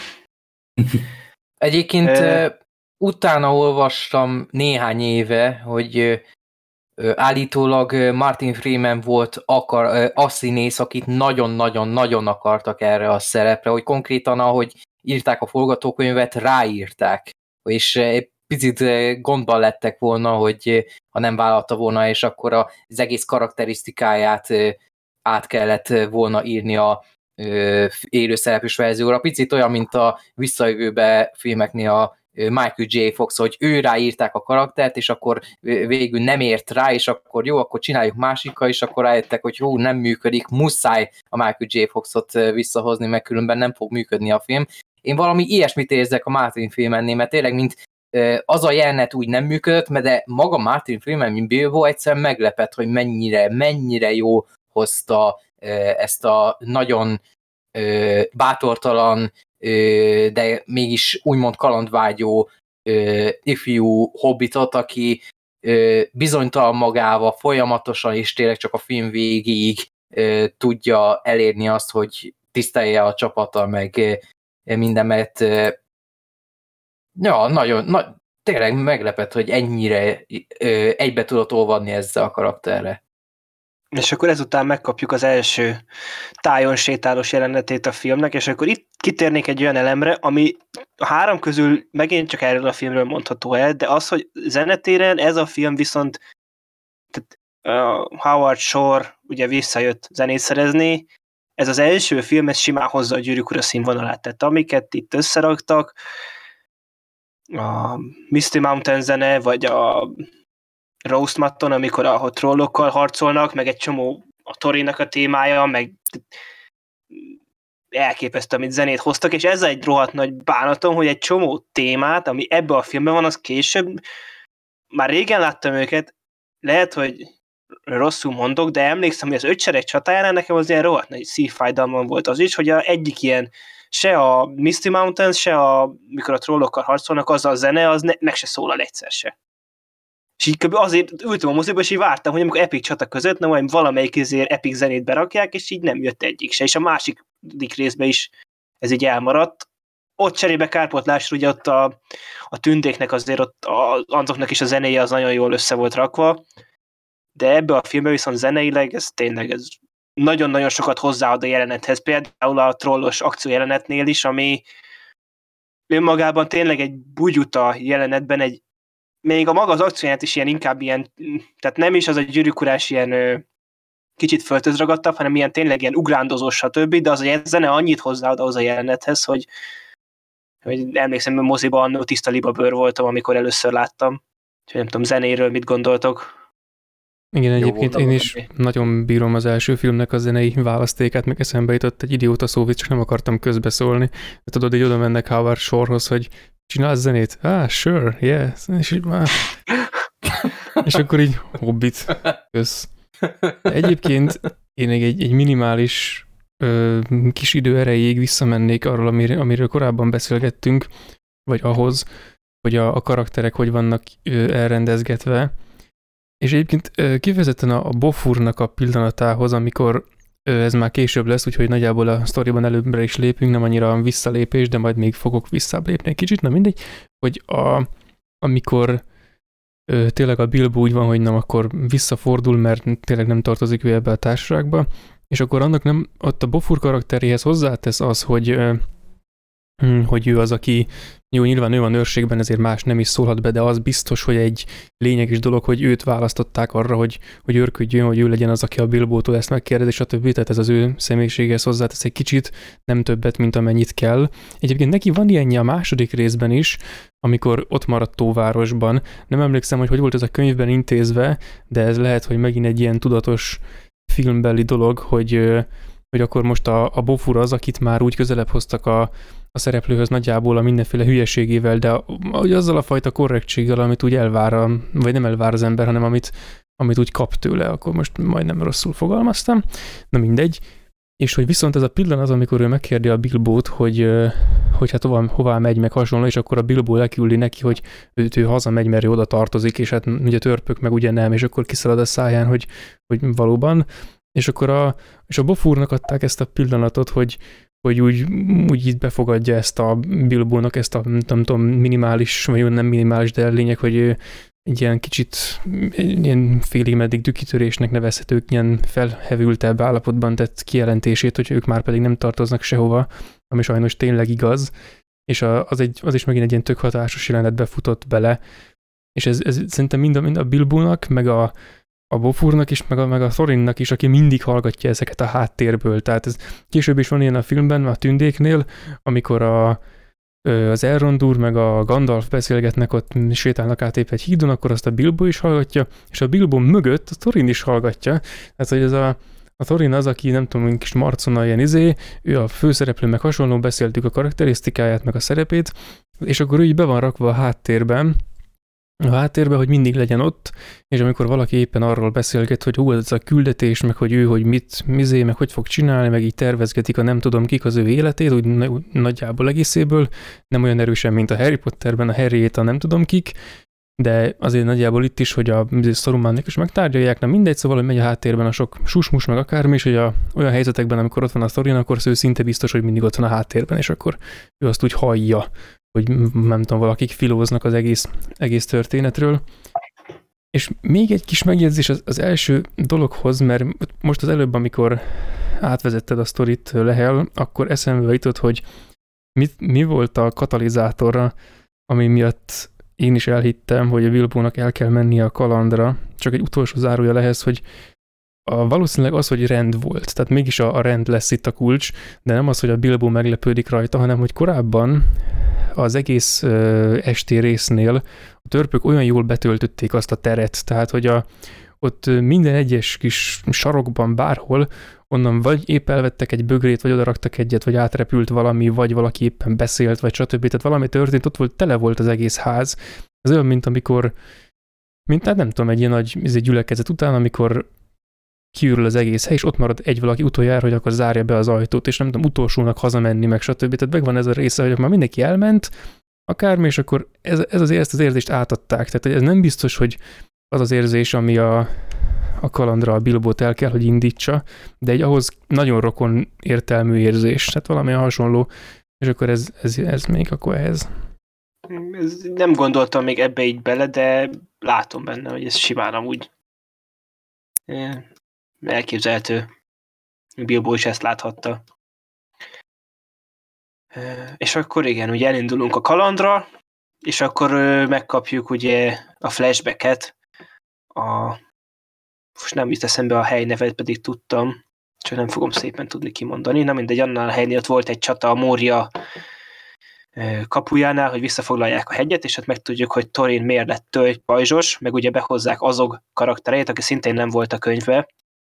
Egyébként utána olvastam néhány éve, hogy állítólag Martin Freeman volt a színész, akit nagyon-nagyon-nagyon akartak erre a szerepre, hogy konkrétan ahogy írták a forgatókönyvet, ráírták, és picit gondban lettek volna, hogy ha nem vállalta volna, és akkor az egész karakterisztikáját át kellett volna írni a élőszereplős verzióra. Picit olyan, mint a Visszajövőbe filmeknél a Michael J. Fox, hogy ő ráírták a karaktert, és akkor végül nem ért rá, és akkor jó, akkor csináljuk másikkal, és akkor rájöttek, hogy nem működik, muszáj a Michael J. Foxot visszahozni, mert különben nem fog működni a film. Én valami ilyesmit érzek a Martin Freemannél, mert tényleg, mint az a jelenet úgy nem működött, de maga Martin Freeman, mint Bilbo egyszerűen meglepett, hogy mennyire jó hozta ezt a nagyon bátortalan, de mégis úgymond kalandvágyó ifjú hobbitot, aki bizonytalan magával folyamatosan, és tényleg csak a film végéig tudja elérni azt, hogy tisztelje a csapata, meg mindenmet. Ja, tényleg meglepett, hogy ennyire egybe tudott olvadni ezzel a karakterre. És akkor ezután megkapjuk az első tájon sétálós jelenetét a filmnek, és akkor itt kitérnék egy olyan elemre, ami a három közül megint csak erről a filmről mondható el, de az, hogy zenetéren ez a film viszont Howard Shore ugye visszajött zenét szerezni, ez az első film, ez simán hozza a Gyűrűk Ura színvonalát, tehát amiket itt összeraktak, a Misty Mountain zene, vagy a Roast Matton, amikor a trollokkal harcolnak, meg egy csomó a Thorinnak a témája, meg elképesztő, amit zenét hoztak, és ez egy rohadt nagy bánatom, hogy egy csomó témát, ami ebbe a filmben van, az később, már régen láttam őket, lehet, hogy rosszul mondok, de emlékszem, hogy az Ötsereg csatájánál nekem az ilyen rohadt nagy szívfájdalmam volt az is, hogy egyik ilyen se a Misty Mountains, se mikor a trollokkal harcolnak, az a zene, az meg se szólal egyszer se. És így azért ültem a moziba, és így vártam, hogy amikor epic csata között, majd valamelyik ezért epic zenét berakják, és így nem jött egyik se. És a másik részben is ez így elmaradt. Ott cserébe kárpótlásra, ugye ott a tündéknek azért ott azoknak is a zenéje az nagyon jól össze volt rakva, de ebbe a filmben viszont zeneileg ez tényleg ez nagyon-nagyon sokat hozzáad a jelenethez, például a trollos akciójelenetnél is, ami önmagában tényleg egy bugyuta jelenetben, még a maga az akciójelenet is inkább ilyen, tehát nem is az a Gyűrűk Urás ilyen kicsit földhözragadtabb, hanem ilyen tényleg ilyen ugrándozós, stb., de az a zene annyit hozzáad ahhoz a jelenethez, hogy emlékszem, hogy moziban annó tiszta libabőr voltam, amikor először láttam. Úgyhogy nem tudom, zenéről mit gondoltok? Igen, egyébként én is nagyon bírom az első filmnek a zenei választékát, meg eszembe jutott egy idióta szó, csak nem akartam közbeszólni. De tudod, így oda mennek Howard Shore-hoz, hogy csinálsz zenét? Sure, yes. És akkor így Hobbit, kösz. Egyébként én még egy minimális kis idő erejéig visszamennék arról, amiről korábban beszélgettünk, vagy ahhoz, hogy a karakterek hogy vannak elrendezgetve. És egyébként kifejezetten a Bofurnak a pillanatához, amikor ez már később lesz, úgyhogy nagyjából a sztoriban előbbre is lépünk, nem annyira visszalépés, de majd még fogok visszább lépni egy kicsit, na mindegy, hogy amikor tényleg a Bilbo úgy van, hogy nem, akkor visszafordul, mert tényleg nem tartozik ő ebbe a társaságba, és akkor annak nem, ott a Bofur karakteréhez hozzátesz az, hogy ő az, aki jó, nyilván ő van őrségben, ezért más nem is szólhat be, de az biztos, hogy egy lényeges dolog, hogy őt választották arra, hogy őrködjön, hogy ő legyen az, aki a Bilbótól ezt megkérdezi, stb. Tehát ez az ő személyiséghez hozzátesz egy kicsit, nem többet, mint amennyit kell. Egyébként neki van ilyenje a második részben is, amikor ott maradt Tóvárosban. Nem emlékszem, hogy volt ez a könyvben intézve, de ez lehet, hogy megint egy ilyen tudatos filmbeli dolog, hogy akkor most a Bofur az, akit már úgy közelebb hoztak a szereplőhöz nagyjából a mindenféle hülyeségével, de azzal a fajta korrektséggel, amit úgy elvár, vagy nem elvár az ember, hanem amit úgy kap tőle, akkor most majdnem rosszul fogalmaztam. Na mindegy. És hogy viszont ez a pillanat, amikor ő megkérdi a Bilbót, hogy hát hová megy, meg hasonló, és akkor a Bilbó leküldi neki, hogy ő hazamegy, mert ő oda tartozik, és hát ugye törpök meg ugye nem, és akkor kiszalad a száján, hogy valóban. És akkor a Bofurnak adták ezt a pillanatot, hogy úgy így befogadja ezt a Bilbónak ezt a nem tudom, minimális, vagy nem minimális, de lényeg, hogy egy ilyen kicsit ilyen félig meddig dükkitörésnek nevezhetők, ilyen felhevültebb állapotban tett kijelentését, hogy ők már pedig nem tartoznak sehova, ami sajnos tényleg igaz, és az is megint egy ilyen tök hatásos jelenetbe futott bele, és ez szerintem mind a Bilbónak, meg a Bofurnak is, meg a Thorinnak is, aki mindig hallgatja ezeket a háttérből. Tehát ez később is van ilyen a filmben, a tündéknél, amikor az Elrondur meg a Gandalf beszélgetnek, ott sétálnak át épp egy hídon, akkor azt a Bilbo is hallgatja, és a Bilbo mögött a Thorin is hallgatja. Tehát, hogy ez a Thorin az, aki nem tudom, kis marcona ilyen ő a főszereplő, meg hasonló, beszéltük a karakterisztikáját, meg a szerepét, és akkor ő így be van rakva a háttérben, a háttérben, hogy mindig legyen ott, és amikor valaki éppen arról beszélget, hogy hú, ez a küldetés, meg hogy ő, hogy meg hogy fog csinálni, meg így tervezgetik a nem tudom kik az ő életét, úgy nagyjából egészéből, nem olyan erősen, mint a Harry Potterben, a Harryét a nem tudom kik, de azért nagyjából itt is, hogy a Sarumannak is megtárgyalják, nem mindegy, szóval, hogy megy a háttérben a sok susmus, meg akármi, és hogy olyan helyzetekben, amikor ott van a sztorin, akkor ő szinte biztos, hogy mindig ott van a háttérben, és akkor ő azt úgy hallja, hogy nem tudom, valakik filóznak az egész történetről. És még egy kis megjegyzés az első dologhoz, mert most az előbb, amikor átvezetted a sztorit, Lehel, akkor eszembe jutott, hogy mi volt a katalizátora, ami miatt én is elhittem, hogy a Bilbónak el kell mennie a kalandra. Csak egy utolsó zárója ehhez, hogy valószínűleg az, hogy rend volt. Tehát mégis a rend lesz itt a kulcs, de nem az, hogy a Bilbó meglepődik rajta, hanem hogy korábban az egész esti résznél a törpök olyan jól betöltötték azt a teret, tehát hogy ott minden egyes kis sarokban, bárhol, onnan vagy épp elvettek egy bögrét, vagy odaraktak egyet, vagy átrepült valami, vagy valaki éppen beszélt, vagy stb. Tehát valami történt, ott volt, tele volt az egész ház. Ez olyan, mint amikor, hát nem tudom, egy ilyen nagy gyülekezet után, amikor kiürül az egész hely, és ott marad egy valaki utoljára, hogy akkor zárja be az ajtót, és nem tudom, utolsónak hazamenni, meg stb. Tehát megvan ez a része, hogy már mindenki elment, akármi, és akkor ezt az érzést átadták. Tehát ez nem biztos, hogy az az érzés, ami a kalandra a Bilbót el kell, hogy indítsa, de egy ahhoz nagyon rokon értelmű érzés, tehát valamilyen hasonló, és akkor ez még akkor ehhez. Nem gondoltam még ebbe így bele, de látom benne, hogy ez simán amúgy elképzelhető. Bilbó is ezt láthatta. És akkor igen, ugye elindulunk a kalandra, és akkor megkapjuk ugye a flashbacket, most nem jut eszembe a hely nevet, pedig tudtam, csak nem fogom szépen tudni kimondani. Na mindegy, annál a helynél ott volt egy csata a Moria kapujánál, hogy visszafoglalják a hegyet, és ott megtudjuk, hogy Thorin miért lett pajzsos, meg ugye behozzák Azog karakterét, aki szintén nem volt a könyvbe.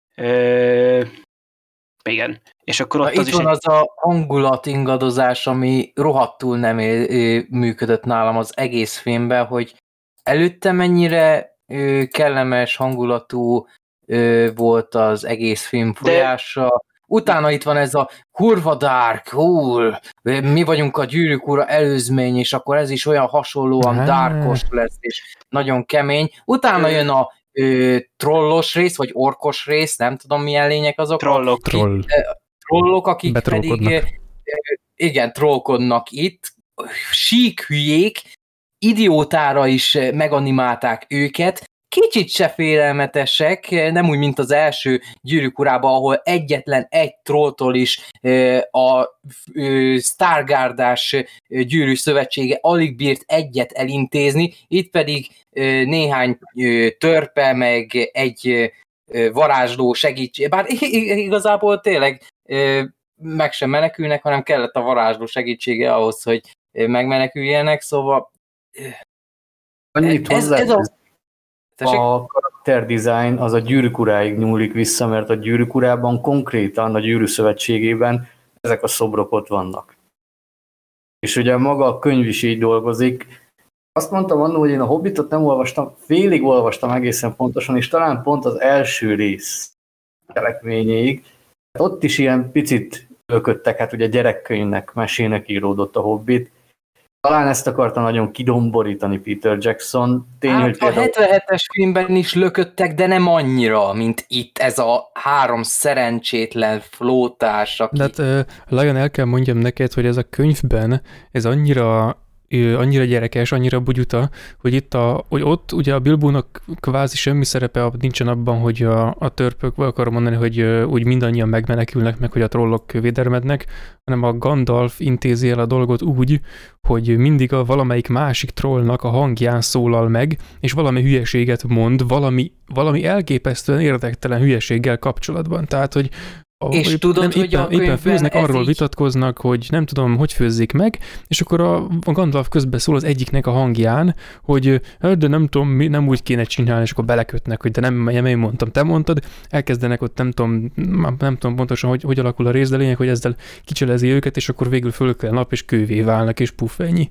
Igen. És akkor ott itt van az a hangulatingadozás, ami rohadtul nem működött nálam az egész filmben, hogy előtte mennyire kellemes hangulatú volt az egész film folyása. Utána itt van ez a kurva dark, mi vagyunk a Gyűrűk Ura előzmény, és akkor ez is olyan hasonlóan darkos lesz, és nagyon kemény. Utána jön a trollos rész, vagy orkos rész, nem tudom milyen lények azok. Trollok, akik pedig igen, trollkodnak itt. Sík hülyék, idiótára is meganimálták őket, kicsit se félelmetesek, nem úgy, mint az első Gyűrűk Urában, ahol egyetlen egy trolltól is a Stargárdás gyűrű szövetsége alig bírt egyet elintézni, itt pedig néhány törpe, meg egy varázsló segítség, bár igazából tényleg meg sem menekülnek, hanem kellett a varázsló segítsége ahhoz, hogy megmeneküljenek, szóval annyit a karakterdesign az a Gyűrűk Uráig nyúlik vissza, mert a Gyűrűk Urában konkrétan a Gyűrű Szövetségében ezek a szobrok ott vannak. És ugye maga a könyv is így dolgozik. Azt mondtam annól, hogy én a Hobbitot nem olvastam, félig olvastam egészen pontosan, és talán pont az első rész cselekményéig. Ott is ilyen picit öködtek, hát ugye gyerekkönyvnek, mesének íródott a Hobbit. Talán ezt akarta nagyon kidomborítani Peter Jackson. Hogy a 77-es filmben is lököttek, de nem annyira, mint itt ez a 3 szerencsétlen flótás, aki... De hát, Lion, el kell mondjam neked, hogy ez a könyvben, ez annyira gyerekes, annyira bugyuta, hogy hogy ott ugye a Bilbónak kvázi semmi szerepe nincsen abban, hogy a törpök, akarom mondani, hogy úgy mindannyian megmenekülnek, meg hogy a trollok védelmednek, hanem a Gandalf intézi el a dolgot úgy, hogy mindig a valamelyik másik trollnak a hangján szólal meg, és valami hülyeséget mond, valami elképesztően érdektelen hülyeséggel kapcsolatban. Tehát, hogy és tudod, hogy éppen főznek, arról vitatkoznak, hogy nem tudom, hogy főzzék meg, és akkor a Gandalf közben szól az egyiknek a hangján, hogy de nem tudom, nem úgy kéne csinálni, és akkor belekötnek, hogy de nem én mondtam, te mondtad, elkezdenek ott nem tudom pontosan, hogy alakul a rész, de lényeg, hogy ezzel kicselezi őket, és akkor végül föl kell nap, és kővé válnak, és puff, ennyi.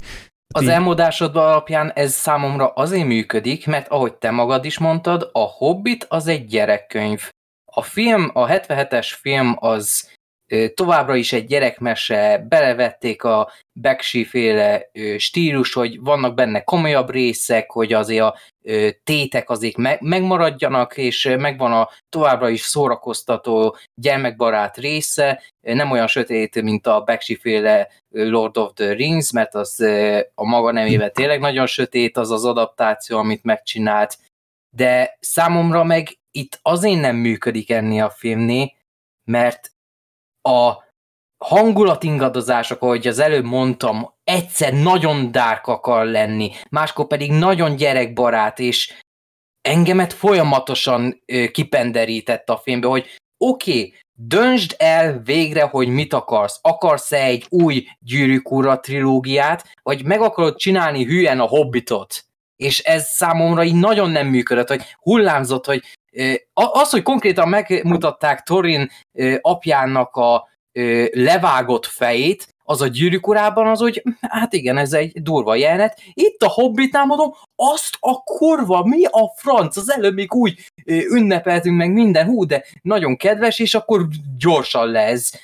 Az elmondásod alapján ez számomra azért működik, mert ahogy te magad is mondtad, a Hobbit az egy gyerekkönyv. A film, a 77-es film az továbbra is egy gyerekmese, belevették a Bakshi-féle stílus, hogy vannak benne komolyabb részek, hogy azért a tétek azért megmaradjanak, és megvan a továbbra is szórakoztató, gyermekbarát része, nem olyan sötét, mint a Bakshi-féle Lord of the Rings, mert az a maga nevével tényleg nagyon sötét az az adaptáció, amit megcsinált, de számomra meg itt azért nem működik ennél a filmnél, mert a hangulatingadozások, ahogy az előbb mondtam, egyszer nagyon dark akar lenni, máskor pedig nagyon gyerekbarát, és engemet folyamatosan kipenderített a filmbe, hogy oké, döntsd el végre, hogy mit akarsz. Akarsz-e egy új Gyűrűk Ura trilógiát, vagy meg akarod csinálni hülyen a Hobbitot? És ez számomra így nagyon nem működött, hogy hullámzott, hogy az, hogy konkrétan megmutatták Thorin apjának a levágott fejét, az a Gyűrűk Urában az, hogy hát igen, ez egy durva jelenet. Itt a Hobbitnál mondom, azt a kurva, mi a franc? Az előbb még úgy ünnepeltünk meg minden, de nagyon kedves, és akkor gyorsan lesz.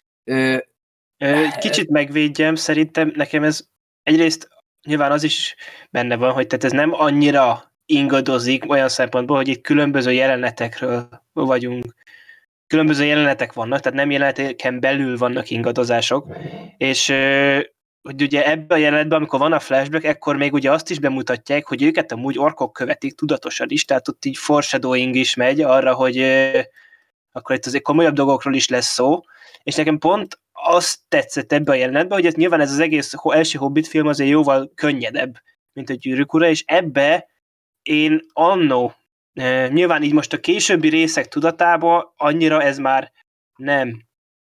Kicsit megvédjem, szerintem nekem ez egyrészt nyilván az is benne van, hogy tehát ez nem annyira ingadozik olyan szempontból, hogy itt különböző jelenetekről vagyunk. Különböző jelenetek vannak, tehát nem jeleneteken belül vannak ingadozások, és hogy ugye ebben a jelenetben, amikor van a flashback, ekkor még ugye azt is bemutatják, hogy őket amúgy orkok követik tudatosan is, tehát ott így foreshadowing is megy arra, hogy akkor itt azért komolyabb dolgokról is lesz szó, és nekem pont azt tetszett ebben a jelenetben, hogy nyilván ez az egész első Hobbit film azért jóval könnyedebb, mint a Gyűrűk Ura, és ebbe én annó, nyilván így most a későbbi részek tudatában annyira ez már nem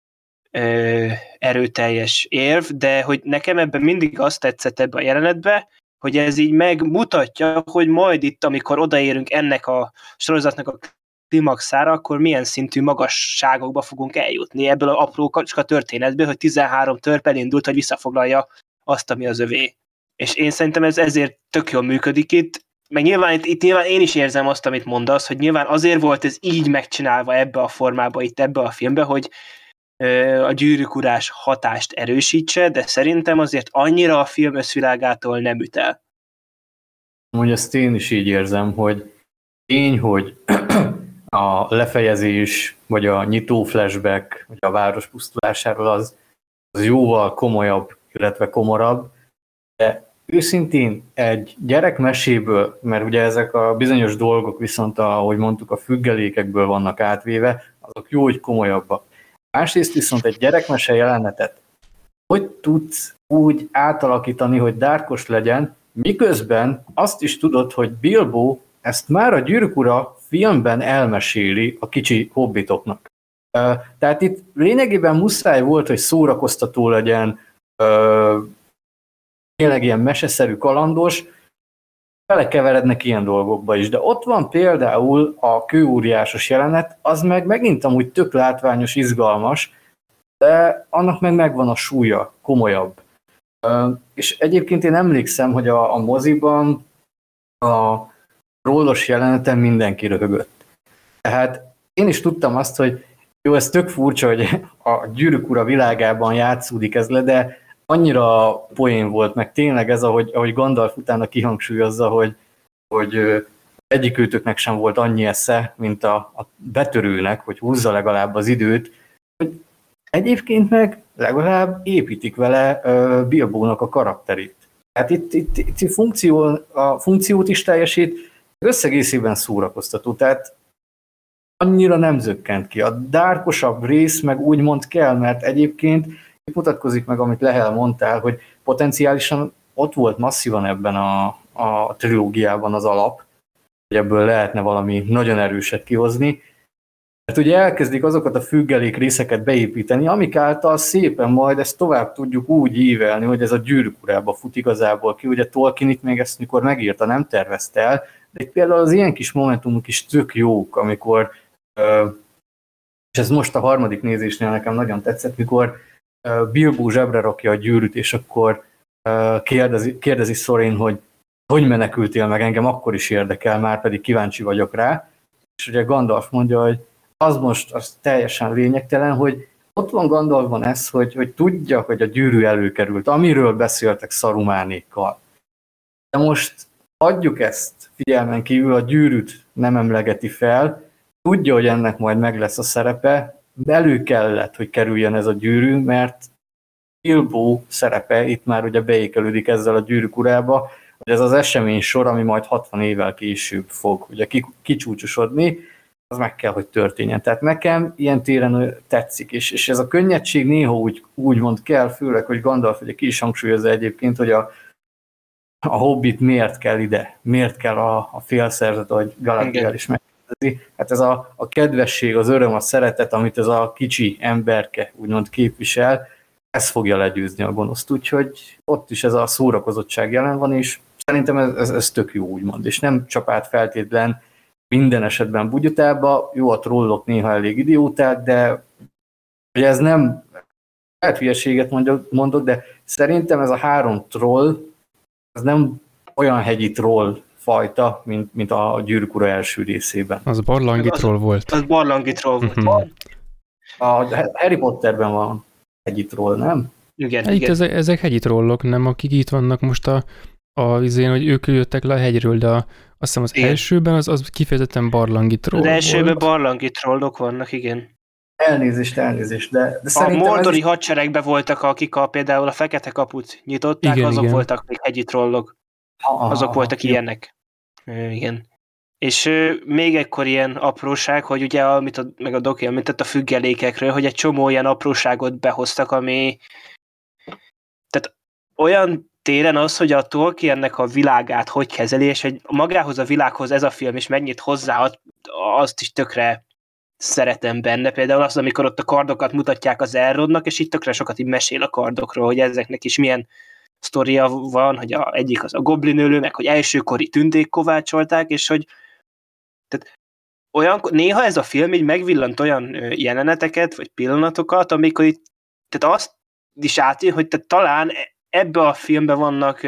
erőteljes érv, de hogy nekem ebben mindig azt tetszett ebben a jelenetben, hogy ez így megmutatja, hogy majd itt, amikor odaérünk ennek a sorozatnak a klimaxára, akkor milyen szintű magasságokba fogunk eljutni ebből az apró kacska történetből, hogy 13 törp elindult, hogy visszafoglalja azt, ami az övé. És én szerintem ez ezért tök jól működik itt, meg nyilván itt nyilván én is érzem azt, amit mondasz, hogy nyilván azért volt ez így megcsinálva ebbe a formába, itt ebbe a filmbe, hogy a Gyűrűk Urás hatást erősítse, de szerintem azért annyira a film összvilágától nem üt el. Úgy ezt én is így érzem, hogy tény, hogy a lefejezés, vagy a nyitó flashback, vagy a város pusztulásáról az jóval komolyabb, illetve komorabb, de őszintén egy gyerekmeséből, mert ugye ezek a bizonyos dolgok viszont, ahogy mondtuk, a függelékekből vannak átvéve, azok jó, hogy komolyabbak. Másrészt viszont egy gyerekmese jelenetet hogy tudsz úgy átalakítani, hogy dárkos legyen, miközben azt is tudod, hogy Bilbo ezt már a Gyűrűk Ura filmben elmeséli a kicsi hobbitoknak. Tehát itt lényegében muszáj volt, hogy szórakoztató legyen, tényleg ilyen meseszerű kalandos, belekeverednek ilyen dolgokba is. De ott van például a kőóriásos jelenet, az meg megint amúgy tök látványos, izgalmas, de annak meg megvan a súlya, komolyabb. És egyébként én emlékszem, hogy a moziban a rollos jeleneten mindenki röhögött. Tehát én is tudtam azt, hogy jó, ez tök furcsa, hogy a Gyűrűk Ura világában játszódik ez le, de annyira poén volt, meg tényleg ez, ahogy Gandalf utána kihangsúlyozza, hogy egyikőtöknek sem volt annyi esze, mint a betörőnek, hogy húzza legalább az időt, hogy egyébként meg legalább építik vele Bilbónak a karakterét. Tehát itt a funkciót is teljesít, összegészében szórakoztató, tehát annyira nem zökkent ki. A dárkosabb rész meg úgymond kell, mert egyébként itt mutatkozik meg, amit Lehel mondtál, hogy potenciálisan ott volt masszívan ebben a trilógiában az alap, hogy ebből lehetne valami nagyon erőset kihozni, mert ugye elkezdik azokat a függelék részeket beépíteni, amik által szépen majd ezt tovább tudjuk úgy ívelni, hogy ez a Gyűrűk Urába fut igazából ki. Ugye Tolkien itt még ezt mikor megírta, nem tervezte el, de itt például az ilyen kis momentumok is tök jók, amikor, és ez most a harmadik nézésnél nekem nagyon tetszett, mikor Bilbo zsebre rakja a gyűrűt, és akkor kérdezi Thorin, hogy menekültél meg, engem akkor is érdekel, már pedig kíváncsi vagyok rá. És ugye Gandalf mondja, hogy az teljesen lényegtelen, hogy ott van Gandalfban ez, hogy tudja, hogy a gyűrű előkerült, amiről beszéltek Sarumánékkal. De most adjuk ezt figyelmen kívül, a gyűrűt nem emlegeti fel, tudja, hogy ennek majd meg lesz a szerepe, de elő kellett, hogy kerüljön ez a gyűrű, mert Bilbo szerepe itt már ugye beékelődik ezzel a Gyűrűk urába, hogy ez az esemény sor, ami majd 60 évvel később fog ugye kicsúcsosodni, az meg kell, hogy történjen. Tehát nekem ilyen téren tetszik, és ez a könnyedtség néha úgymond kell, főleg, hogy Gandalf ugye ki is hangsúlyozza egyébként, hogy a Hobbit miért kell ide, miért kell a félszerzet, ahogy Galadriel is megkérdezi. Hát ez a kedvesség, az öröm, a szeretet, amit ez a kicsi emberke úgymond képvisel, ez fogja legyőzni a gonoszt, úgyhogy ott is ez a szórakozottság jelen van, és szerintem ez tök jó úgymond, és nem csap át feltétlen minden esetben bugyutába, jó, a trollok néha elég idióták, de ugye ez nem lehet hülyeséget mondok, de szerintem ez a 3 troll, ez nem olyan hegyi troll fajta, mint a Gyűrűk ura első részében. Az barlangi troll volt. Az barlangi troll volt. A Harry Potterben van hegyi troll, nem? Igen. Ezek hegyi trollok, nem? Akik itt vannak most izén, hogy ők jöttek le a hegyről, de azt hiszem az elsőben az kifejezetten barlangi troll volt. Az elsőben barlangi trollok vannak, igen. Elnézést, de szerintem a mordori hadseregben voltak, akik például a Fekete Kaput nyitották, igen, azok voltak még hegyi trollok. Azok voltak ilyenek. Igen. És még egykor ilyen apróság, hogy ugye, meg a Doki említett a függelékekről, hogy egy csomó ilyen apróságot behoztak, ami tehát olyan téren az, hogy a Tolkiennek a világát hogy kezeli, és hogy magához a világhoz ez a film is mennyit hozzá, azt is tökre szeretem benne. Például azt, amikor ott a kardokat mutatják az Elrondnak, és itt tökre sokat így mesél a kardokról, hogy ezeknek is milyen sztoria van, hogy egyik az a goblinölő, meg hogy elsőkori tündék kovácsolták, és hogy tehát néha ez a film így megvillant olyan jeleneteket, vagy pillanatokat, amikor itt, tehát azt is átjön, hogy talán ebbe a filmben vannak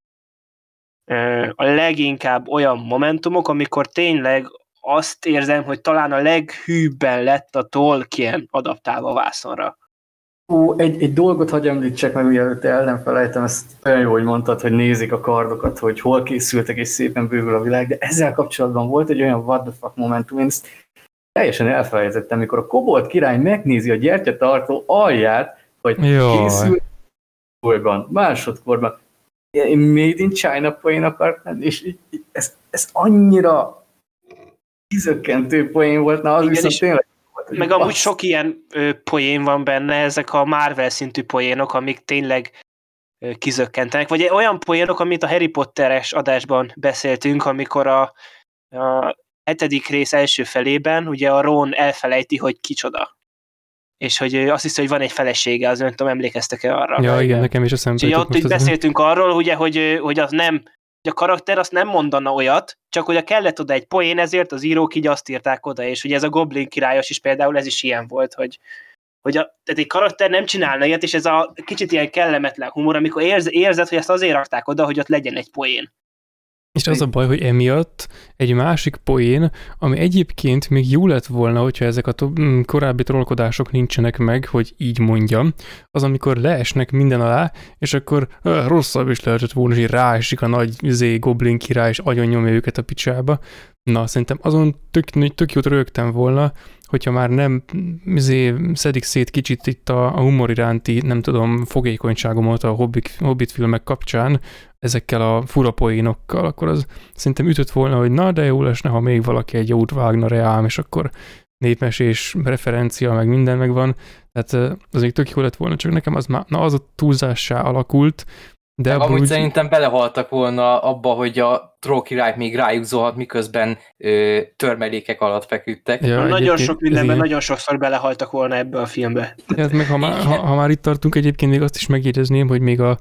a leginkább olyan momentumok, amikor tényleg azt érzem, hogy talán a leghűbben lett a Tolkien adaptálva a vászonra. Egy dolgot hadd említsek meg, mielőtt el nem felejtem, ezt olyan jó, hogy mondtad, hogy nézik a kardokat, hogy hol készültek, és szépen bővül a világ, de ezzel kapcsolatban volt egy olyan what the fuck momentum, én ezt teljesen elfelejtettem, amikor a kobold király megnézi a gyertyatartó alját, hogy készül bolygón, másodkorban. Made in China poén akart lenni, és ez annyira kizökkentő poén volt, na az igen, viszont tényleg volt. Meg amúgy sok ilyen poén van benne, ezek a Marvel szintű poénok, amik tényleg kizökkentenek, vagy olyan poénok, amit a Harry Potteres adásban beszéltünk, amikor a 7. rész első felében ugye a Ron elfelejti, hogy kicsoda. És hogy azt hiszi, hogy van egy felesége, az nem tudom, emlékeztek-e arra? Ja, igen, nekem is a szembe. Ott így beszéltünk arról, ugye, hogy az nem, hogy a karakter azt nem mondana olyat, csak hogy kellett oda egy poén, ezért az írók így azt írták oda, és ugye ez a Goblin királyos is például, ez is ilyen volt, hogy tehát egy karakter nem csinálna ilyet, és ez a kicsit ilyen kellemetlen humor, amikor érzed, hogy ezt azért rakták oda, hogy ott legyen egy poén. És az a baj, hogy emiatt egy másik poén, ami egyébként még jó lett volna, hogyha ezek a korábbi trollkodások nincsenek meg, hogy így mondjam, az amikor leesnek minden alá, és akkor rosszabb is lehetett volna, hogy ráesik a nagy goblin király, és agyonnyomja őket a picsába. Na, szerintem azon tök jót rögtem volna, hogyha már nem szedik szét kicsit itt a humor iránti, nem tudom, fogékonyságomat a Hobbit filmek kapcsán, ezekkel a fura poénokkal, akkor az szerintem ütött volna, hogy na, de jó lesne, ha még valaki egy jót vágna reám, és akkor népmesés referencia, meg minden megvan. Tehát az még tök jó lett volna, csak nekem az már, az a túlzássá alakult. De amúgy úgy... szerintem belehaltak volna abba, hogy a trollkirályk még rájuk zohat, miközben törmelékek alatt feküdtek. Ja, nagyon sok mindenben, nagyon sokszor belehaltak volna ebbe a filmbe. Hát meg ha már itt tartunk, egyébként még azt is megjegyezném, hogy még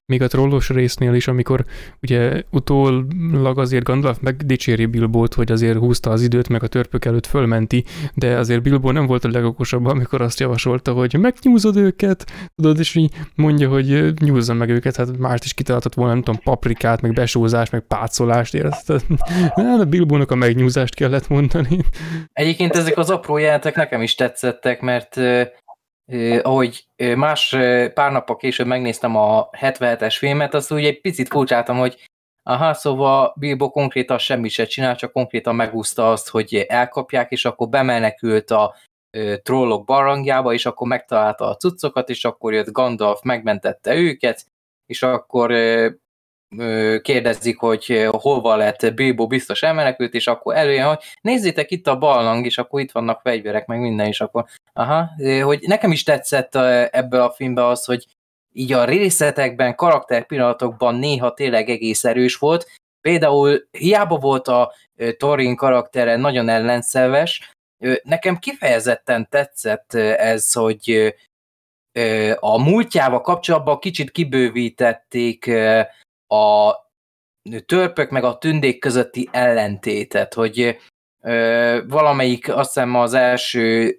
még a trollos résznél is, amikor ugye utólag azért Gandalf megdicséri Bilbót, hogy azért húzta az időt, meg a törpök előtt fölmenti, de azért Bilbó nem volt a legokosabb, amikor azt javasolta, hogy megnyúzod őket, tudod, és így mondja, hogy nyúzza meg őket, hát mást is kitaláltott volna, nem tudom, paprikát, meg besózást, meg pácolást, érted? A Bilbónak a megnyúzást kellett mondani. Egyébként ezek az apró jelenetek nekem is tetszettek, mert ahogy pár nappal később megnéztem a 77-es filmet, azt úgy egy picit furcsáltam, hogy szóval Bilbo konkrétan semmit se csinál, csak konkrétan megúszta azt, hogy elkapják, és akkor bemenekült a trollok barlangjába, és akkor megtalálta a cuccokat, és akkor jött Gandalf, megmentette őket, és akkor kérdezik, hogy hol lett Bilbo, biztos elmenekült, és akkor előjön, hogy nézzétek, itt a barlang, és akkor itt vannak fegyverek, meg minden, és akkor hogy nekem is tetszett ebből a filmben az, hogy így a részletekben, karakterpillanatokban néha tényleg egész erős volt. Például hiába volt a Thorin karaktere nagyon ellenszenves, nekem kifejezetten tetszett ez, hogy a múltjával kapcsolatban kicsit kibővítették a törpök meg a tündék közötti ellentétet, hogy valamelyik, azt hiszem az első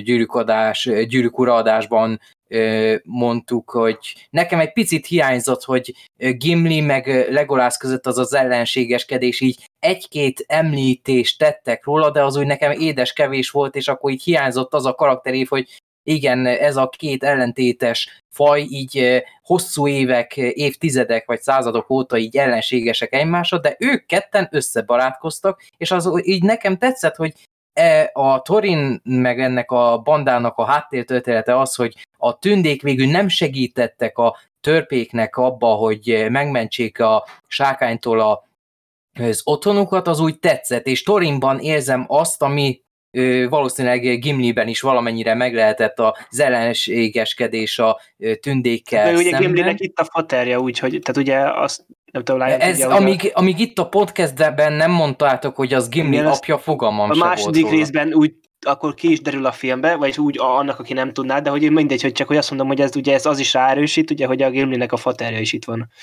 Gyűrűk ura adásban mondtuk, hogy nekem egy picit hiányzott, hogy Gimli meg Legolász között az ellenségeskedés, így egy-két említést tettek róla, de az úgy nekem édes kevés volt, és akkor így hiányzott az a karakterév, hogy igen, ez a két ellentétes faj így hosszú évek, évtizedek vagy századok óta így ellenségesek egymásra, de ők ketten összebarátkoztak, és az így nekem tetszett, hogy a Thorin meg ennek a bandának a háttértörténete az, hogy a tündék végül nem segítettek a törpéknek abba, hogy megmentsék a sárkánytól az otthonukat, az úgy tetszett, és érzem azt, ami valószínűleg Gimliben is valamennyire meg lehetett az ellenségeskedés a tündékkel de ugye szemben. Gimlinek itt a faterja, úgyhogy, tehát ugye azt nem tudom, ez, amíg itt a podcastben nem mondtátok, hogy az Gimli apja, fogalmam a se volt második róla. részben úgy akkor ki is derül a filmbe, vagy úgy annak, aki nem tudná, de hogy mindegy, hogy csak hogy azt mondom, hogy ez ugye ez az is ráerősít, ugye, hogy a Gimlinek a faterja is itt van.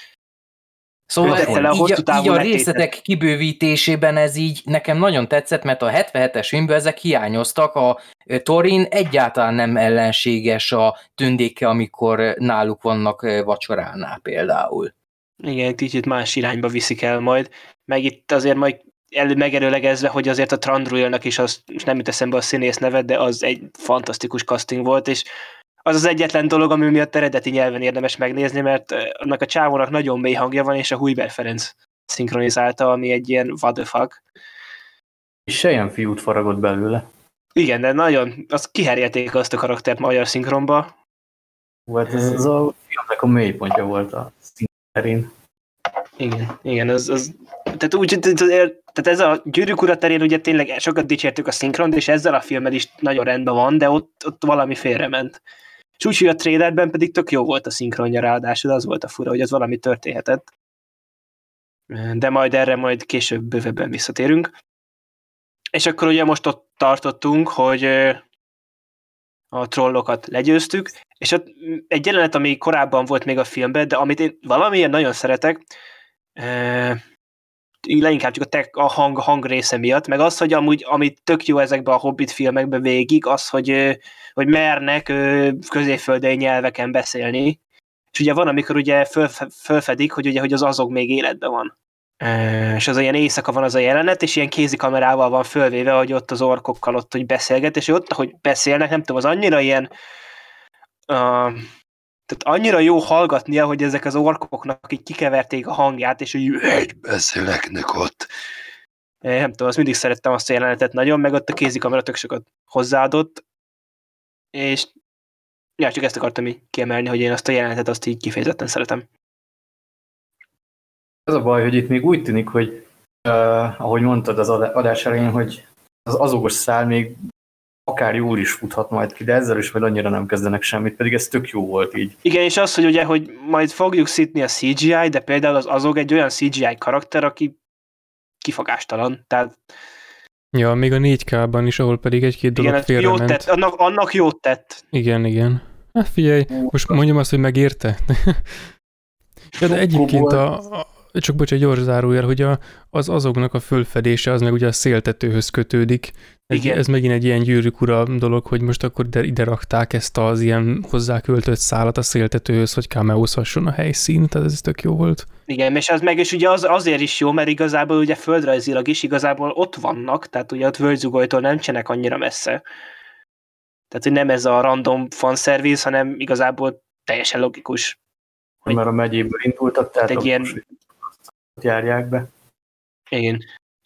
Szóval így a részletek kibővítésében ez így nekem nagyon tetszett, mert a 77-es filmben ezek hiányoztak, a Thorin egyáltalán nem ellenséges a tündékkel, amikor náluk vannak vacsoránál például. Igen, kicsit más irányba viszik el majd, meg itt azért majd megerőlegezve, hogy azért a Thranduilnak is, az nem jut eszembe a színész nevet, de az egy fantasztikus casting volt, és az az egyetlen dolog, ami miatt eredeti nyelven érdemes megnézni, mert annak a csávónak nagyon mély hangja van, és a Hujber Ferenc szinkronizálta, ami egy ilyen what the fuck. És se ilyen fiút faragott belőle. Igen, de nagyon, azt kiherjelték azt a karaktert magyar szinkronba. Volt ez a filmnek a mélypontja volt a szinterén. Igen, az tehát ez a Gyűrűk ura terén ugye tényleg sokat dicsértük a szinkront, és ezzel a filmmel is nagyon rendben van, de ott valami félrement. És úgy, hogy a trailerben pedig tök jó volt a szinkronja ráadásul, az volt a fura, hogy az valami történhetett. De majd erre később bővebben visszatérünk. És akkor ugye most ott tartottunk, hogy a trollokat legyőztük, és ott egy jelenet, ami korábban volt még a filmben, de amit én valamilyen nagyon szeretek, leginkább csak a hang része miatt, meg az, hogy amúgy, ami tök jó ezekben a Hobbit filmekben végig, az, hogy mernek középföldei nyelveken beszélni. És ugye van, amikor ugye fölfedik, hogy az azok még életben van. És az ilyen éjszaka van az a jelenet, és ilyen kézikamerával van fölvéve, hogy ott az orkokkal ott, hogy beszélget, és ott, ahogy beszélnek, nem tudom, az annyira ilyen tehát annyira jó hallgatnia, hogy ezek az orkoknak így kikeverték a hangját, és hogy beszéleknek ott. Nem tudom, azt mindig szerettem azt a jelenetet nagyon, meg ott a kézikamera tök sokat hozzáadott, és ja, csak ezt akartam így kiemelni, hogy én azt a jelenetet azt így kifejezetten szeretem. Ez a baj, hogy itt még úgy tűnik, hogy ahogy mondtad az adás elején, hogy az azogos szál még akár jól is futhat majd ki, de ezzel is majd annyira nem kezdenek semmit, pedig ez tök jó volt így. Igen, és az, hogy ugye, hogy majd fogjuk szítni a CGI, de például az azog egy olyan CGI karakter, aki kifogástalan, tehát... Ja, még a 4K-ban is, ahol pedig egy-két dolog félrement. Annak jót tett. Igen. Hát figyelj, most mondjam azt, hogy megérte. Ja, de egyébként csak bocs, egy gyors zárójel, hogy azoknak a fölfedése az meg ugye a széltetőhöz kötődik. Ez megint egy ilyen Gyűrűk ura dolog, hogy most akkor ide rakták ezt az ilyen hozzáköltött szálat a széltetőhöz, hogy cameózhasson a helyszín, tehát ez tök jó volt. Igen, és az meg is ugye azért is jó, mert igazából ugye földrajzilag is igazából ott vannak, tehát ugye ott Völgyzugojtól nem csenek annyira messze. Tehát, hogy nem ez a random fanservice, hanem igazából teljesen logikus. Hogy mert a megyéből indultak, tehát egy ilyen... járják be. Igen.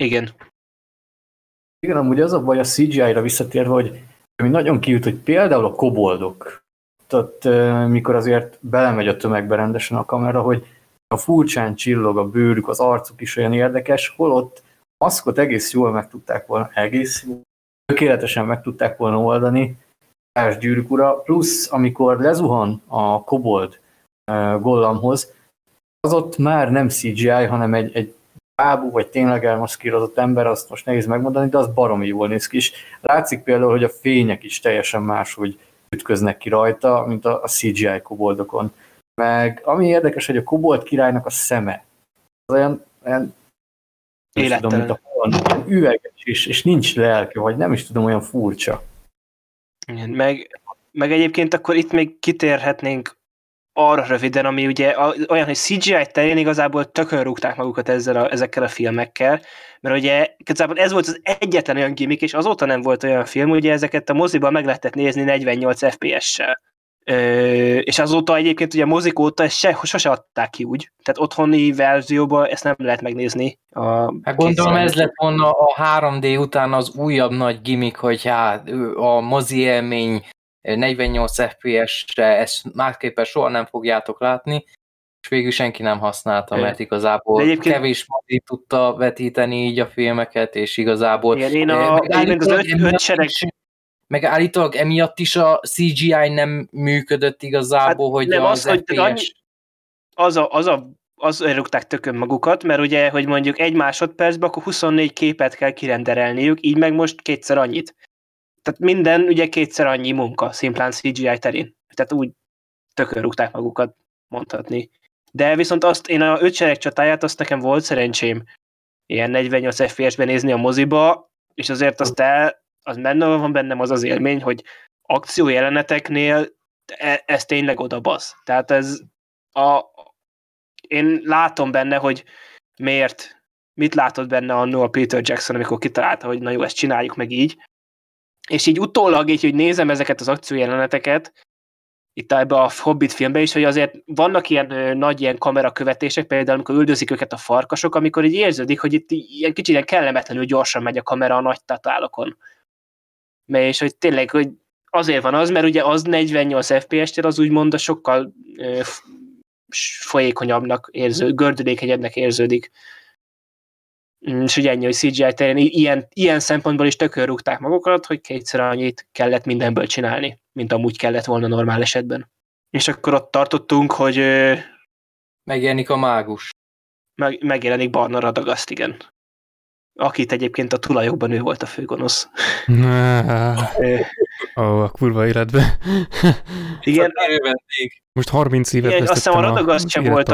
Igen, amúgy az a baj a CGI-ra visszatérve, hogy ami nagyon kijut, hogy például a koboldok, tehát mikor azért belemegy a tömegbe rendesen a kamera, hogy a furcsán csillog a bőrük, az arcuk is olyan érdekes, holott a maszkot egész jól meg tudták volna, tökéletesen meg tudták volna oldani, Gyűrűk ura, plusz amikor lezuhan a kobold Gollamhoz, az ott már nem CGI, hanem egy bábú, vagy tényleg elmaszkírozott ember, azt most nehéz megmondani, de az baromi jól néz ki is. Látszik például, hogy a fények is teljesen máshogy ütköznek ki rajta, mint a CGI koboldokon. Meg ami érdekes, hogy a kobold királynak a szeme az olyan tudom, mint a hal, üveges, és nincs lelke, vagy nem is tudom, olyan furcsa. Igen, meg egyébként akkor itt még kitérhetnénk arra röviden, ami ugye olyan, hogy CGI terén igazából tökön rúgták magukat ezekkel a filmekkel, mert ugye igazából ez volt az egyetlen olyan gimmick, és azóta nem volt olyan film, ugye ezeket a moziban meg lehetett nézni 48 FPS-sel. És azóta egyébként ugye a mozik óta ezt sose adták ki úgy, tehát otthoni verzióban ezt nem lehet megnézni. Hát gondolom ez lett volna a 3D után az újabb nagy gimmick, hogy hát a mozi élmény 48 FPS-re ezt másképpen soha nem fogjátok látni, és végül senki nem használta, mert igazából kevés mozi tudta vetíteni így a filmeket, és igazából... Meg állítólag emiatt is a CGI nem működött igazából, hát hogy nem az FPS... Az rúgták tökön magukat, mert ugye, hogy mondjuk egy másodpercben, akkor 24 képet kell kirenderelniük, így meg most kétszer annyit. Tehát minden ugye kétszer annyi munka, szimplán CGI terén. Tehát úgy tökön rúgták magukat, mondhatni. De viszont én a 5 sereg csatáját, azt nekem volt szerencsém ilyen 48 FPS-ben nézni a moziba, és azért az benne van bennem az élmény, hogy akciójeleneteknél ez tényleg odabasz. Tehát én látom benne, hogy mit látott benne annó a Peter Jackson, amikor kitalálta, hogy na jó, ezt csináljuk meg így. És így utólag, hogy nézem ezeket az akciójeleneteket, itt ebbe a Hobbit filmbe is, hogy azért vannak ilyen nagy ilyen kamerakövetések, például amikor üldözik őket a farkasok, amikor így érződik, hogy itt ilyen kicsit ilyen kellemetlenül gyorsan megy a kamera a nagy tatálokon. És hogy tényleg, hogy azért van az, mert ugye az 48 FPS-tel az úgymond a sokkal folyékonyabbnak gördülékenyebbnek érződik. És ugye ennyi, hogy CGI terén ilyen szempontból is tökön rúgták magukat, hogy kétszer annyit kellett mindenből csinálni, mint amúgy kellett volna normál esetben. És akkor ott tartottunk, hogy... megjelenik a mágus. Megjelenik Barna Radagaszt, igen. Akit egyébként a tulajokban ő volt a főgonosz. A kurva életben. Igen. Most 30 évet vesztettem azt hiszem, a Radagaszt sem volt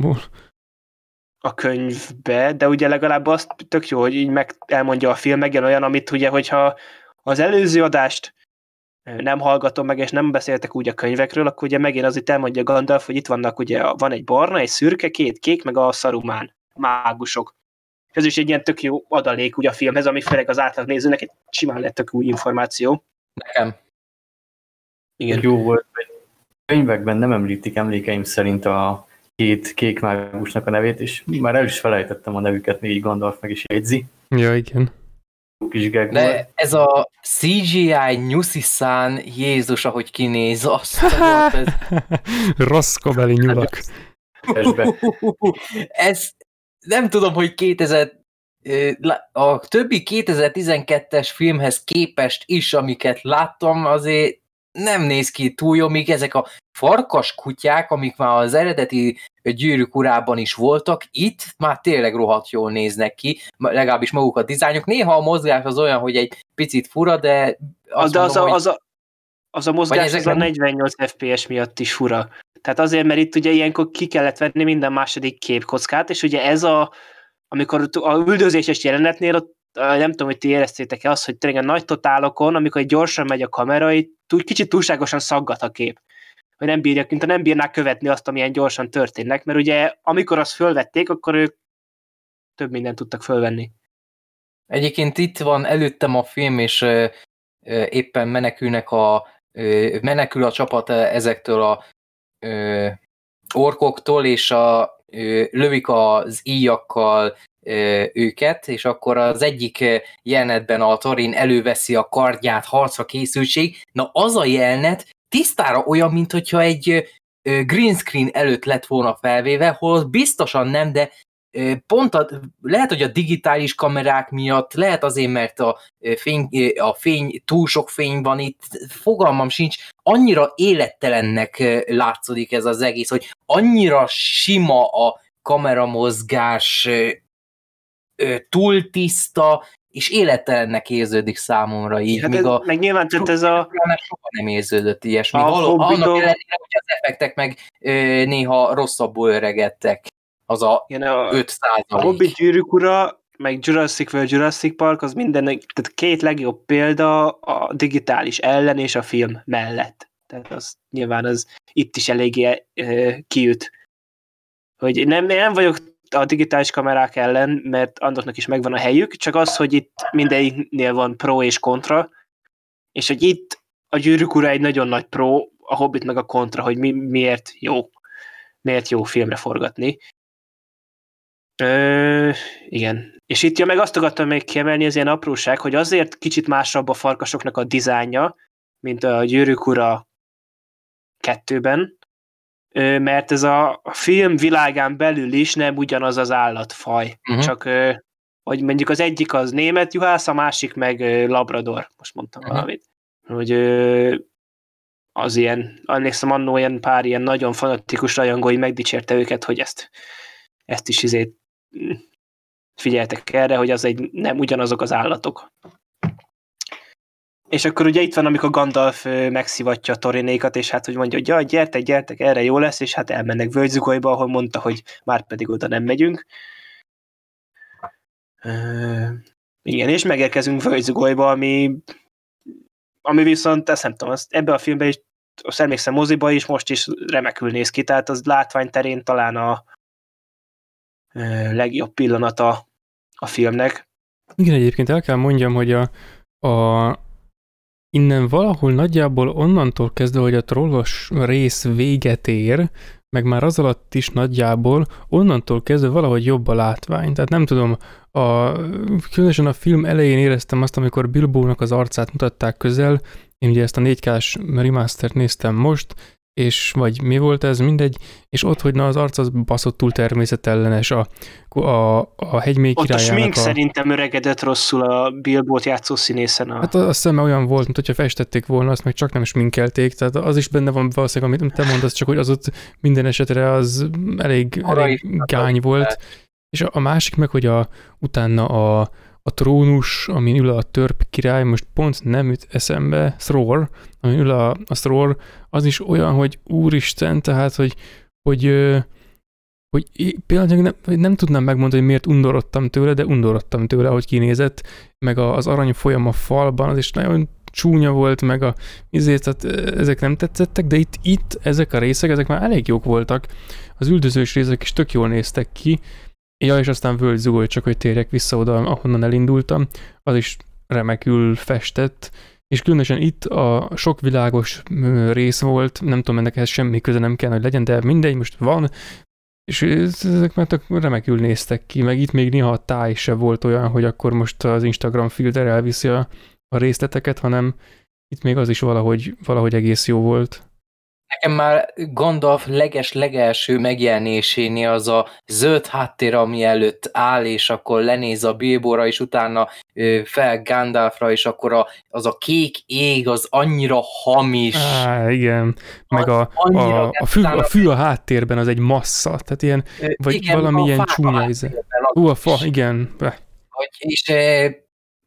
a könyvbe, de ugye legalább azt tök jó, hogy így elmondja a film, meg olyan, amit ugye, hogyha az előző adást nem hallgatom meg, és nem beszéltek úgy a könyvekről, akkor ugye megint az itt elmondja Gandalf, hogy itt vannak ugye, van egy barna, egy szürke, 2 kék, meg a Saruman, a mágusok. Ez is egy ilyen tök jó adalék ugye a filmhez, ami főleg az átlagnézőnek egy simán lett tök új információ. Nekem. Igen. Jó volt, hogy könyvekben nem említik emlékeim szerint a 2 kék mágusnak a nevét, és már el is felejtettem a nevüket, még így Gandalf meg is jegyzi. Ja, igen. De ez a CGI Nyuszi-szán, Jézus, ahogy kinéz, azt Rosszkobeli nyulak. Ez nem tudom, hogy a többi 2012-es filmhez képest is, amiket láttam, azért nem néz ki túl jó, még ezek a farkas kutyák, amik már az eredeti Gyűrűk urában is voltak, itt már tényleg rohadt jól néznek ki, legalábbis maguk a dizájnok. Néha a mozgás az olyan, hogy egy picit fura, de azt mondom, az a mozgás az a 48 FPS miatt is fura. Tehát azért, mert itt ugye ilyenkor ki kellett venni minden második képkockát, és ugye ez amikor a üldözéses jelenetnél ott, nem tudom, hogy ti éreztétek-e azt, hogy tényleg a nagy totálokon, amikor gyorsan megy a kamera, így kicsit túlságosan szaggat a kép. Hogy nem bírnák követni azt, amilyen gyorsan történnek, mert ugye amikor azt fölvették, akkor ők több mindent tudtak fölvenni. Egyébként itt van előttem a film, és éppen menekül a csapat ezektől a orkoktól, és lövik az íjakkal őket, és akkor az egyik jelenetben a Thorin előveszi a kardját, harcra készültség. Na az a jelenet tisztára olyan, mint hogyha egy green screen előtt lett volna felvéve, hol biztosan nem, de pont lehet, hogy a digitális kamerák miatt, lehet azért, mert a fény, túl sok fény van itt, fogalmam sincs, annyira élettelennek látszódik ez az egész, hogy annyira sima a kameramozgás, túl tiszta, és élettelennek érződik számomra így. Hát meg nyilván tehát ez a... Soha nem érződött ilyesmi. Annak ellenére, hogy az effektek meg néha rosszabbul öregedtek. Az a 5%. A Hobbit, Gyűrűk ura, meg Jurassic World, Jurassic Park, az minden, tehát két legjobb példa a digitális ellen és a film mellett. Tehát az nyilván az itt is eléggé kiüt. Hogy nem vagyok a digitális kamerák ellen, mert andoknak is megvan a helyük, csak az, hogy itt mindegyiknél van pro és kontra, és hogy itt a Gyűrűk ura egy nagyon nagy pro, a Hobbit meg a kontra, hogy miért jó filmre forgatni. Igen. És itt meg azt akartam még kiemelni, az ilyen apróság, hogy azért kicsit másabb a farkasoknak a dizájnja, mint a Gyűrűk ura 2-ben, mert ez a film világán belül is nem ugyanaz az állatfaj. Csak, hogy mondjuk az egyik az német juhász, a másik meg labrador. Most mondtam valamit. Hogy az ilyen, emlékszem annó ilyen pár ilyen nagyon fanatikus rajongói megdicsérte őket, hogy ezt is figyeltek erre, hogy az nem ugyanazok az állatok. És akkor ugye itt van, amikor Gandalf megszivatja a Thorinékat, és hát hogy mondja, hogy ja, gyertek, erre jó lesz, és hát elmennek Völgyzugolyba, ahol mondta, hogy már pedig oda nem megyünk. Igen, és megérkezünk Völgyzugolyba, ami viszont, ezt nem tudom, ebben a filmben is, azt emlékszem moziba is, most is remekül néz ki, tehát az látványterén talán a legjobb pillanata a filmnek. Igen, egyébként el kell mondjam, hogy innen valahol nagyjából onnantól kezdve, hogy a trollos rész véget ér, meg már az alatt is nagyjából onnantól kezdve valahogy jobb a látvány. Tehát nem tudom, különösen a film elején éreztem azt, amikor Bilbónak az arcát mutatták közel, én ugye ezt a 4K-s remastert néztem most, és vagy mi volt ez, mindegy, és ott, hogy na az arc az baszottul természetellenes, a Hegymély királyának... Ott a smink szerintem öregedett rosszul a Bilbót játszó színészen. Hát a szeme olyan volt, mint hogyha festették volna, azt meg csak nem sminkelték, tehát az is benne van valószínűleg, amit te mondasz, csak hogy az ott minden esetre az elég gány volt. És a másik meg, hogy utána a trónus, amin ül a törp király, most pont nem üt eszembe, Thror, amin ül a Thror, az is olyan, hogy úristen, tehát, hogy például nem tudnám megmondani, hogy miért undorodtam tőle, de undorodtam tőle, ahogy kinézett, meg az arany folyam a falban, az is nagyon csúnya volt, meg tehát ezek nem tetszettek, de itt ezek a részek, ezek már elég jók voltak. Az üldözős részek is tök jól néztek ki, ja, és aztán Völgyzugoly, csak hogy térjek vissza oda, ahonnan elindultam, az is remekül festett, és különösen itt a sok világos rész volt, nem tudom, ennek ehhez semmi köze nem kell, hogy legyen, de mindegy, most van, és ezek már tök remekül néztek ki, meg itt még néha a táj se volt olyan, hogy akkor most az Instagram filter elviszi a részleteket, hanem itt még az is valahogy egész jó volt. Nekem már Gandalf legelső megjelenésénél az a zöld háttér, ami előtt áll, és akkor lenéz a Bilbóra, és utána fel Gandalfra, és akkor az a kék ég, az annyira hamis. Igen, meg a fű a háttérben az egy massza, tehát ilyen, vagy igen, valami ilyen csúnya íze. A fa, igen. És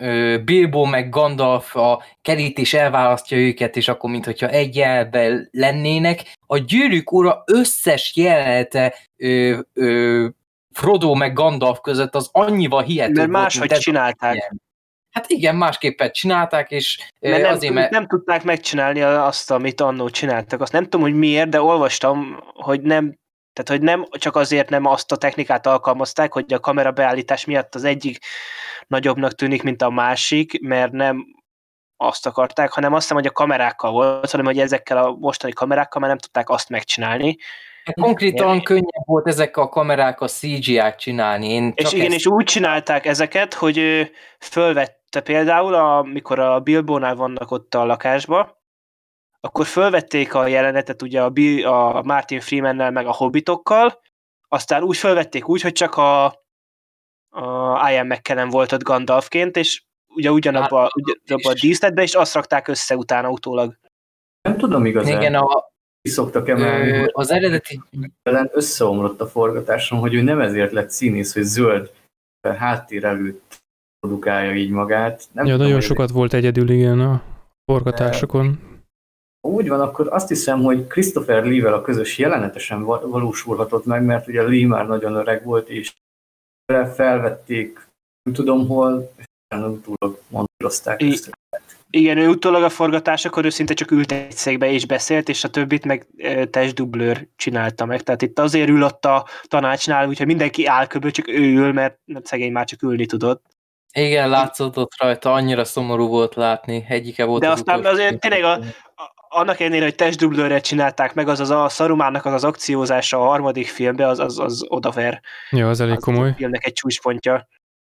Bilbo meg Gandalf a kerítés elválasztja őket, és akkor mintha egy jelben lennének. A Gyűrűk ura összes jelenete Frodo meg Gandalf között az annyival hihetőbb Mert volt, máshogy mint ez csinálták. ilyen. Hát igen, másképpen csinálták, és Mert nem tudták megcsinálni azt, amit annó csináltak. Azt nem tudom, hogy miért, de olvastam, hogy nem, tehát hogy nem csak azért nem azt a technikát alkalmazták, hogy a kamera beállítás miatt az egyik nagyobbnak tűnik, mint a másik, mert nem azt akarták, hanem azt hiszem, hogy a kamerákkal volt, hanem hogy ezekkel a mostani kamerákkal már nem tudták azt megcsinálni. Hát konkrétan könnyebb volt ezekkel a kamerákkal CGI-t csinálni. És úgy csinálták ezeket, hogy fölvette például, amikor a Bilbónál vannak ott a lakásba, akkor fölvették a jelenetet ugye a Martin Freemannel meg a hobbitokkal, aztán úgy fölvették úgy, hogy csak a Ian McKellen volt ott Gandalfként, és ugye ugyanabba a díszletbe, és azt rakták össze utána utólag. Nem tudom igazán. Igen, ki szoktak emelni, az eredeti összeomlott a forgatáson, hogy ő nem ezért lett színész, hogy zöld háttér előtt produkálja így magát. Nem ja, tudom, nagyon sokat volt egyedül, igen, a forgatásokon. Úgy van, akkor azt hiszem, hogy Christopher Lee-vel a közös jelenetesen valósulhatott meg, mert ugye Lee már nagyon öreg volt, és felvették, nem tudom hol, és utólag montírozták ezt. Igen, ő utólag a forgatásakor ő szinte csak ült egy székbe és beszélt, és a többit meg testdublőr csinálta meg. Tehát itt azért ül ott a tanácsnál, úgyhogy mindenki állköböl, csak ő ül, mert szegény már csak ülni tudott. Igen, látszott rajta, annyira szomorú volt látni, egyike volt. De aztán azért tényleg annak ellenére, hogy testdublőre csinálták meg, az a Sarumannak az akciózása a harmadik filmben, az odaver. Ja, az elég komoly. A filmnek egy csúcspontja.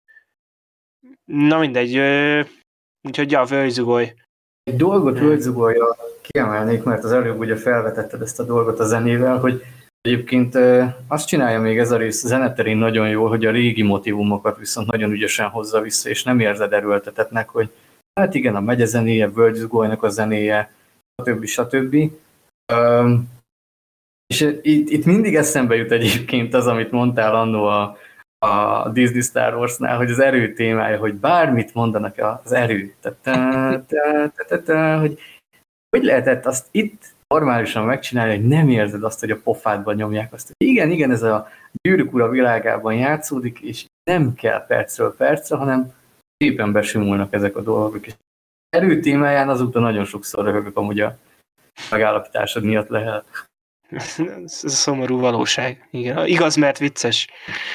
Na mindegy, úgyhogy ja, Völgyzugoly. Egy dolgot Völgyzugollyal kiemelnék, mert az előbb ugye felvetetted ezt a dolgot a zenével, hogy egyébként azt csinálja még ez a rész zeneterén nagyon jól, hogy a régi motivumokat viszont nagyon ügyesen hozza vissza, és nem érzed erőltetetnek, hogy hát igen, a megye zenéje, Völgyzugolynak a zenéje, stb. És itt mindig eszembe jut egyébként az, amit mondtál annó a Disney Star Warsnál, hogy az erő témája, hogy bármit mondanak az erő. Hogy lehetett azt itt normálisan megcsinálni, hogy nem érzed azt, hogy a pofádban nyomják azt. Igen, ez a Gyűrűk ura világában játszódik, és nem kell percről percre, hanem szépen besimulnak ezek a dolgok. És erő témáján azóta nagyon sokszor röhögök amúgy a megállapításod miatt lehet. Ez a szomorú valóság. Igen, igaz, mert vicces.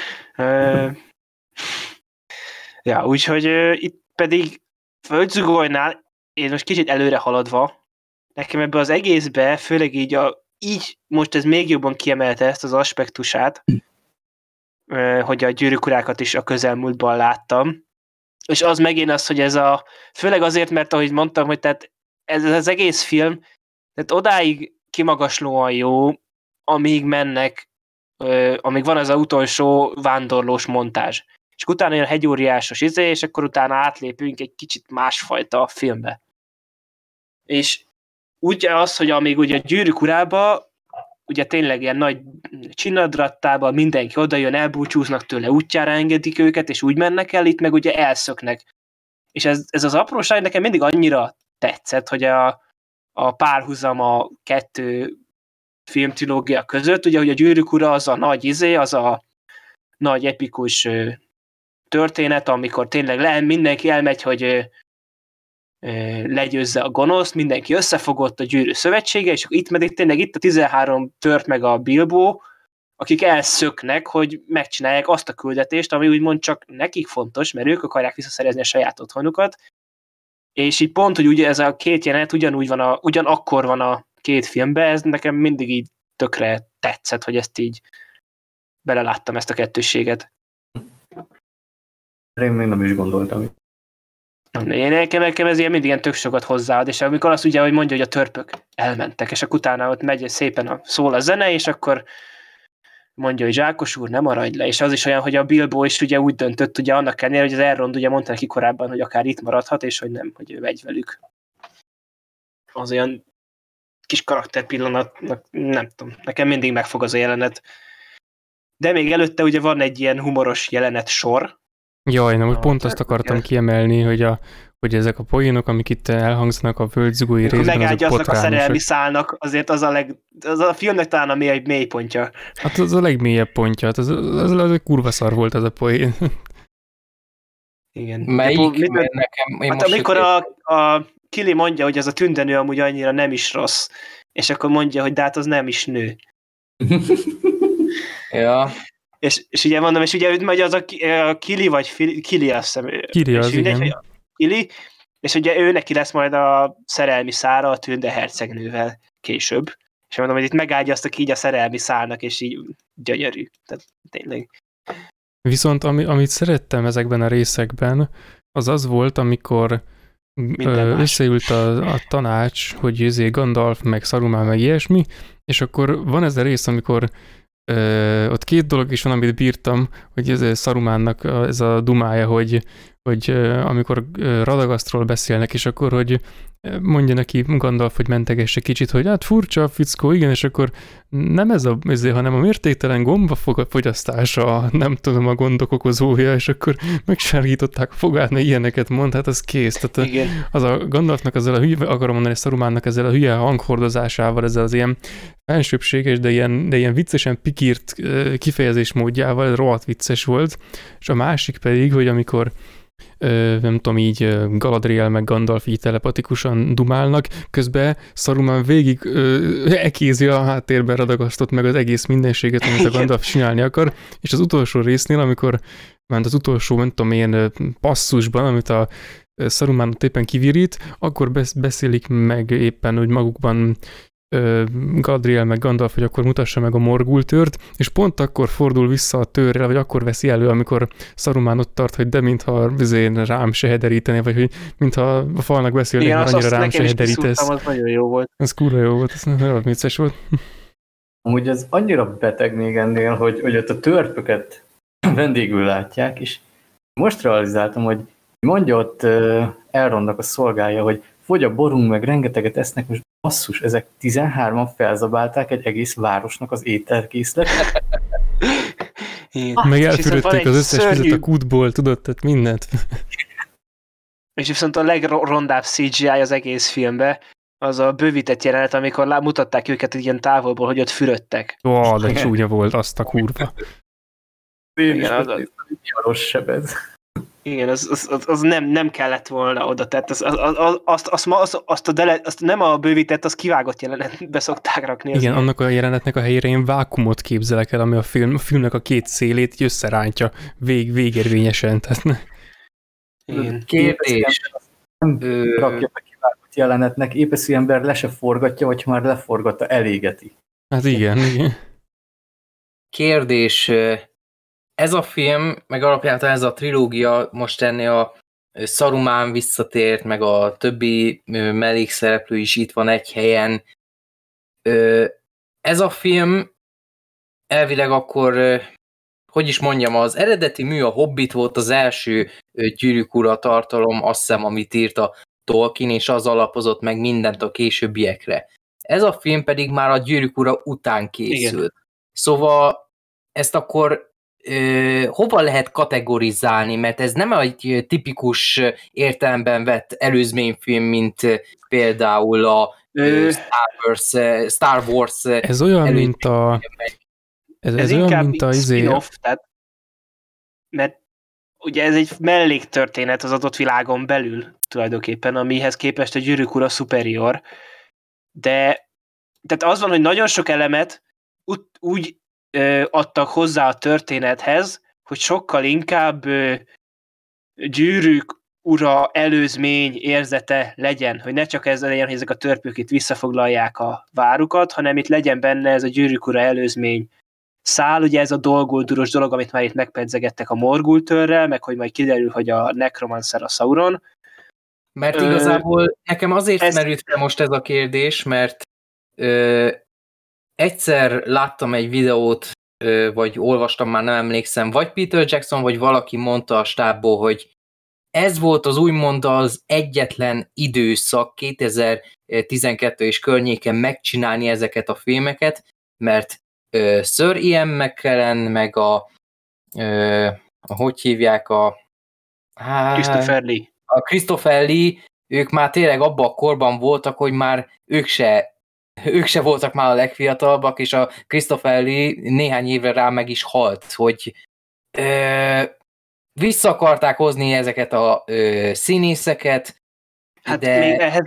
Ja, úgyhogy itt pedig Völgyzugolynál én most kicsit előre haladva, nekem ebbe az egészbe, főleg így most ez még jobban kiemelte ezt az aspektusát, hogy a Gyűrűk urákat is a közelmúltban láttam, és az megint az, hogy főleg azért, mert ahogy mondtam, hogy tehát ez az egész film, tehát odáig kimagaslóan jó, amíg mennek, amíg van az utolsó vándorlós montázs. És utána jön a hegyóriásos és akkor utána átlépünk egy kicsit másfajta filmbe. És ugye az, hogy amíg ugye a Gyűrűk urába, ugye tényleg ilyen nagy csinadrattában mindenki odajön, elbúcsúznak tőle, útjára engedik őket, és úgy mennek el, itt meg ugye elszöknek. És ez az apróság nekem mindig annyira tetszett, hogy a párhuzam a kettő filmtrilógia között, ugye, hogy a Gyűrűk ura az a nagy az a nagy epikus történet, amikor tényleg mindenki elmegy, hogy legyőzze a gonoszt, mindenki összefogott a Gyűrű szövetsége, és itt pedig tényleg itt a 13 tört meg a Bilbo, akik elszöknek, hogy megcsinálják azt a küldetést, ami úgymond csak nekik fontos, mert ők akarják visszaszerezni a saját otthonukat, és így pont, hogy ugye ez a két jelenet ugyanakkor van a két filmben, ez nekem mindig így tökre tetszett, hogy ezt így beleláttam, ezt a kettősséget. Én még nem is gondoltam. Nekem ez ilyen mindig ilyen tök sokat hozzáad, és amikor azt ugye, hogy mondja, hogy a törpök elmentek, és akkor utána ott megy szépen szól a zene, és akkor mondja, hogy Zsákos úr, ne maradj le, és az is olyan, hogy a Bilbo is ugye úgy döntött, ugye annak ellenére, hogy az Elrond ugye mondta neki korábban, hogy akár itt maradhat, és hogy nem, hogy ő megy velük. Az olyan kis karakterpillanatnak, nem tudom, nekem mindig megfog az a jelenet. De még előtte ugye van egy ilyen humoros jelenet sor, Jaj, nem, hogy pont azt akartam kiemelni, hogy ezek a poénok, amik itt elhangzanak a völgyzugói részben, azok megágyaznak a szerelmi botrányosak. szálnak, azért az a filmnek talán a mély pontja. Hát az a legmélyebb pontja, hát az egy kurva szar volt ez a poén. Igen. Melyik? Mert nekem... Hát amikor a Kili mondja, hogy ez a tündenő amúgy annyira nem is rossz, és akkor mondja, hogy de hát az nem is nő. Ja. És ugye mondom, és ugye majd az a Kili vagy Kili, azt hiszem. Kili az, igen. Kili, és ugye ő neki lesz majd a szerelmi szára a Tünde hercegnővel később. És mondom, hogy itt megágyaztak így a szerelmi szálnak, és így gyönyörű. Tehát tényleg. Viszont amit szerettem ezekben a részekben, az volt, amikor összeült a tanács, hogy Gandalf, meg Saruman, meg ilyesmi, és akkor van ez a rész, amikor ott két dolog is van, amit bírtam, hogy ez Sarumannak ez a dumája, hogy amikor Radagasztról beszélnek, és akkor, hogy mondja neki Gandalf, hogy mentegesse kicsit, hogy hát furcsa a fickó, igen, és akkor nem ez hanem a mértéktelen gombafogyasztása, nem tudom, a gondok okozója, és akkor megsárgították a fogát, mert ilyeneket mond, hát az kész. Tehát az a Gandalfnak ezzel a hülye, akarom mondani, Sarumannak ezzel a hülye hanghordozásával, ezzel az ilyen felsőbbséges, de ilyen viccesen pikírt kifejezés módjával, rohadt vicces volt, és a másik pedig, hogy amikor nem tudom, így Galadriel meg Gandalf így telepatikusan dumálnak, közben Saruman végig ekézi a háttérben Radagasztot meg az egész mindenséget, amit a Gandalf csinálni akar, és az utolsó résznél, amikor ment az utolsó, nem tudom, ilyen passzusban, amit a Saruman ott éppen kivirít, akkor beszélik meg éppen, hogy magukban Galadriel meg Gandalf, hogy akkor mutassa meg a morgultőrt, és pont akkor fordul vissza a tőrre, vagy akkor veszi elő, amikor Saruman ott tart, hogy de mintha rám se hederíteni, vagy hogy mintha a falnak beszélnék, mert annyira rám se hederítesz. Az nagyon jó volt. Ez kurva jó volt, ez nagyon vicces volt. Amúgy ez annyira beteg még ennél, hogy ott a törpöket vendégül látják, és most realizáltam, hogy mondja ott Elrondnak a szolgája, hogy fogy a borunk, meg rengeteget esznek, most basszus, ezek 13-an felzabálták egy egész városnak az ételkészletet. Meg elfürödték az összes vizet a kútból, tudod, tehát mindent. És viszont a legrondább CGI az egész filmben, az a bővített jelenet, amikor mutatták őket ilyen távolból, hogy ott fürödtek. Ó, de csúnya volt, azt a kurva. Igen, az sebez. Igen, az nem kellett volna oda, tehát azt nem a bővített, az kivágott jelenetbe szokták rakni. Igen, annak a jelenetnek a helyére én vákumot képzelek el, ami a filmnek a két szélét így összerántja végérvényesen. Tehát... Igen. Kérdés. Nem rakja be kivágott jelenetnek, épeszű ember le se forgatja, vagy már leforgatta, elégeti. Hát igen. Kérdés. Ez a film, meg alapjában ez a trilógia, most ennél a Saruman visszatért, meg a többi mellékszereplő is itt van egy helyen. Ez a film elvileg akkor, hogy is mondjam, az eredeti mű a Hobbit volt, az első Gyűrűk ura tartalom, azt hiszem, amit írt a Tolkien, és az alapozott meg mindent a későbbiekre. Ez a film pedig már a Gyűrűk ura után készült. Igen. Szóval ezt akkor hova lehet kategorizálni, mert ez nem egy tipikus értelemben vett előzményfilm, mint például a Star Wars. Ez olyan, mint a... Ez olyan, mint a spin-off, tehát, mert ugye ez egy melléktörténet az adott világon belül tulajdonképpen, amihez képest a Gyűrűk ura superior, de tehát az van, hogy nagyon sok elemet úgy adtak hozzá a történethez, hogy sokkal inkább Gyűrűk ura előzmény érzete legyen, hogy ne csak ez legyen, hogy ezek a törpök itt visszafoglalják a várukat, hanem itt legyen benne ez a Gyűrűk ura előzmény szál, ugye ez a dolgolduros dolog, amit már itt megpedzegettek a morgultőrrel, meg hogy majd kiderül, hogy a Necromancer a Sauron. Mert igazából nekem azért merült fel most ez a kérdés, mert egyszer láttam egy videót, vagy olvastam, már nem emlékszem, vagy Peter Jackson, vagy valaki mondta a stábból, hogy ez volt az úgymond az egyetlen időszak 2012 és környéken megcsinálni ezeket a filmeket, mert Sir Ian McKellen, meg hogy hívják Christopher Lee. A Christopher Lee, ők már tényleg abban a korban voltak, hogy már ők se voltak már a legfiatalabbak, és a Christopher Lee néhány évre rá meg is halt, hogy vissza akarták hozni ezeket a színészeket, Hát de még ehhez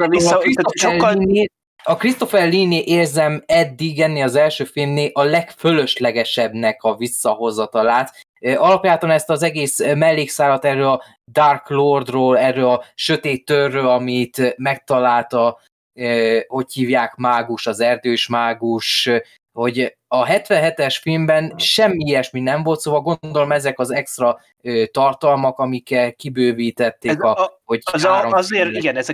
a Christopher Lee-nél érzem eddig ennél az első filmnél a legfölöslegesebbnek a visszahozatalát. Alapjáton ezt az egész mellékszálat erről a Dark Lordról, erről a sötét törről, amit megtalálta, hogy hívják, mágus, az erdős mágus, hogy a 77-es filmben semmi ilyesmi nem volt, szóval gondolom ezek az extra tartalmak, amikkel kibővítették, hogy azért, igen, ezek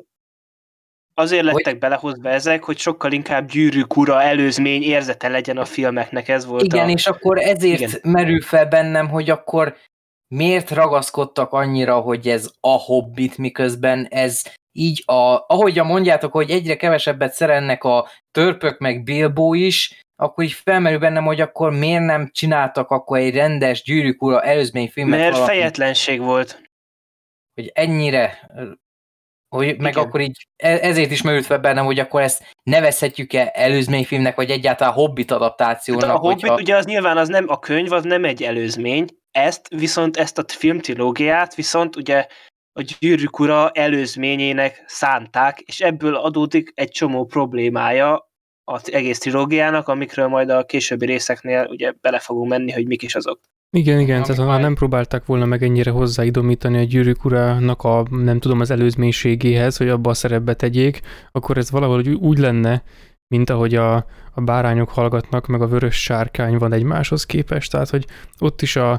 azért lettek belehozva ezek, hogy sokkal inkább Gyűrűk ura előzmény érzete legyen a filmeknek, ez volt. Igen, és akkor ezért merül fel bennem, hogy akkor miért ragaszkodtak annyira, hogy ez a Hobbit, miközben ez így, ahogy mondjátok, hogy egyre kevesebbet szeretnek a törpök meg Bilbo is, akkor így felmerül bennem, hogy akkor miért nem csináltak akkor egy rendes Gyűrűk ura előzményfilmet. Mert fejetlenség volt. Hogy ennyire... Hogy meg akkor így, ezért is merült fel bennem, hogy akkor ezt nevezhetjük-e előzményfilmnek, vagy egyáltalán Hobbit adaptációnak. Hát a Hobbit ugye az nyilván az nem, a könyv az nem egy előzmény, ezt a filmtrilógiát viszont ugye a Gyűrűk ura előzményének szánták, és ebből adódik egy csomó problémája az egész trilógiának, amikről majd a későbbi részeknél ugye bele fogunk menni, hogy mik is azok. Igen, tehát ha nem próbálták volna meg ennyire hozzáidomítani a Gyűrűk urának nem tudom, az előzménységéhez, hogy abba a szerepbe tegyék, akkor ez valahogy úgy lenne, mint ahogy a bárányok hallgatnak, meg a vörös sárkány van egymáshoz képest, tehát hogy ott is a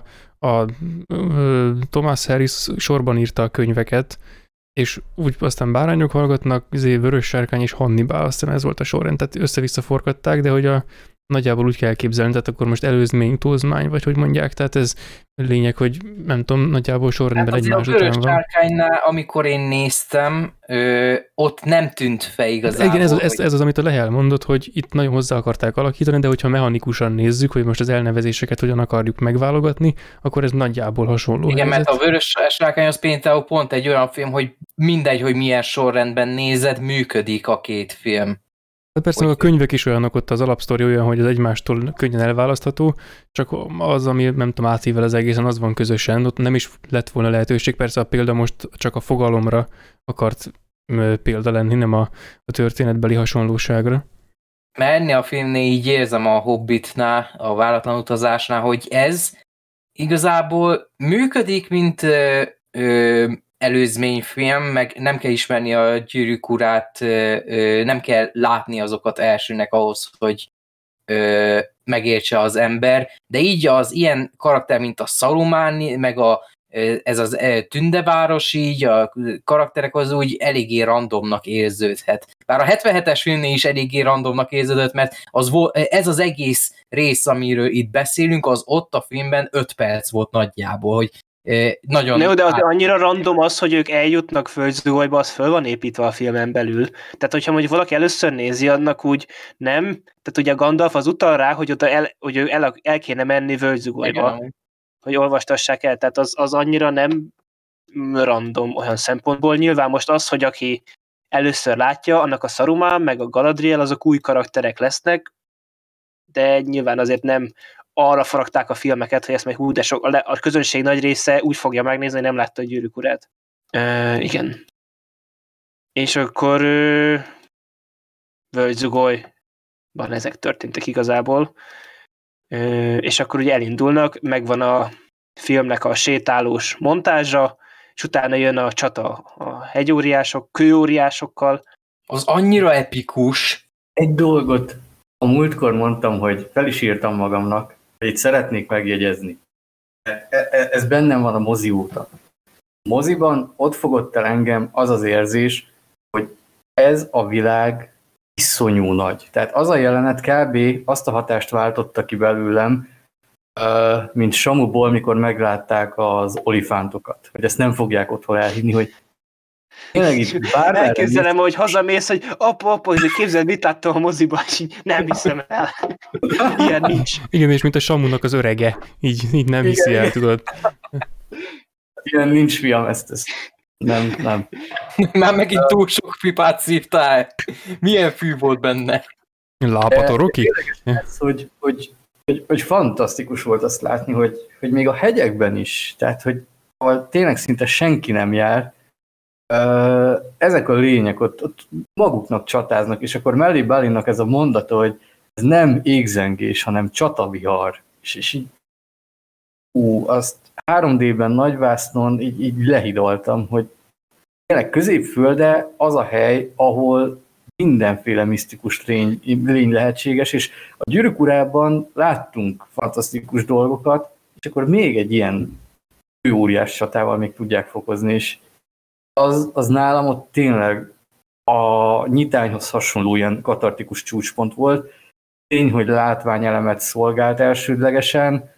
Thomas Harris sorban írta a könyveket, és úgy aztán bárányok hallgatnak, vörös sárkány és Hannibal, aztán ez volt a sorrend, tehát össze-vissza forgatták, de hogy nagyjából úgy kell képzelni, tehát akkor most előzmény, utózmány, vagy hogy mondják, tehát ez lényeg, hogy nem tudom, nagyjából sorrendben hát egymás után van. A vörös sárkánynál, amikor én néztem, ott nem tűnt fel igazából. Igen, ez az, amit a Lehel mondott, hogy itt nagyon hozzá akarták alakítani, de hogyha mechanikusan nézzük, hogy most az elnevezéseket hogyan akarjuk megválogatni, akkor ez nagyjából hasonló. Igen, helyzet. mert a vörös sárkány az például pont egy olyan film, hogy mindegy, hogy milyen sorrendben nézed, működik a két film. Persze a könyvek is olyanok, ott az alapsztori olyan, hogy az egymástól könnyen elválasztható, csak az, ami nem tudom, átível az egészen, az van közösen, ott nem is lett volna lehetőség, persze a példa most csak a fogalomra akart példa lenni, nem a történetbeli hasonlóságra. Mert ennél a filmnél így érzem a Hobbitnál, a váratlan utazásnál, hogy ez igazából működik, mint előzményfilm, meg nem kell ismerni a Gyűrűk urát, nem kell látni azokat elsőnek ahhoz, hogy megértse az ember, de így az ilyen karakter, mint a Saruman, meg ez az tündeváros, így a karakterek az úgy eléggé randomnak érződhet. Bár a 77-es filmnél is eléggé randomnak érződött, mert ez az egész rész, amiről itt beszélünk, az ott a filmben 5 perc volt nagyjából, hogy nagyon... De azért annyira random az, hogy ők eljutnak Földzugolyba, az föl van építve a filmen belül. Tehát, hogyha mondjuk valaki először nézi, annak úgy nem... Tehát ugye a Gandalf az utal rá, hogy ő el kéne menni Földzugolyba, hogy olvastassák el. Tehát az annyira nem random olyan szempontból. Nyilván most az, hogy aki először látja, annak a Saruman, meg a Galadriel, azok új karakterek lesznek, de nyilván azért nem arra faragták a filmeket, hogy ezt meg de a közönség nagy része úgy fogja megnézni, hogy nem látta a Gyűrűk urát. Igen. És akkor Völgyzugolyban ezek történtek igazából. És akkor ugye elindulnak, megvan a filmnek a sétálós montázsa, és utána jön a csata a hegyóriások, kőóriásokkal. Az annyira epikus. Egy dolgot a múltkor mondtam, hogy fel is írtam magamnak, hogy itt szeretnék megjegyezni. Ez bennem van a mozi óta. A moziban ott fogott el engem az az érzés, hogy ez a világ iszonyú nagy. Tehát az a jelenet kb. Azt a hatást váltotta ki belőlem, mint Samuból, mikor meglátták az olifántokat. Hogy ezt nem fogják otthon elhinni, hogy tényleg itt elképzelem, hogy hazamész, hogy apa, hogy képzeld, mit láttam a moziban, és így nem hiszem el. Ilyen nincs. Igen, és mint a Samunak az örege, így nem hiszi el, tudod. ilyen nincs fiam, ezt nem. Már megint túl sok pipát szívtál. Milyen fű volt benne? Lápatoroki? Ez, hogy fantasztikus volt azt látni, hogy még a hegyekben is, tehát hogy tényleg szinte senki nem jár, ezek a lények ott maguknak csatáznak, és akkor Melly Balinnak ez a mondata, hogy ez nem égzengés, hanem csatavihar, és így azt 3D-ben nagyvásznon így lehidaltam, hogy tényleg Középfölde az a hely, ahol mindenféle misztikus lény lehetséges, és a Gyűrűk Urában láttunk fantasztikus dolgokat, és akkor még egy ilyen óriás csatával még tudják fokozni, és az nálam ott tényleg a nyitányhoz hasonló ilyen katartikus csúcspont volt. Tény, hogy látványelemet szolgált elsődlegesen,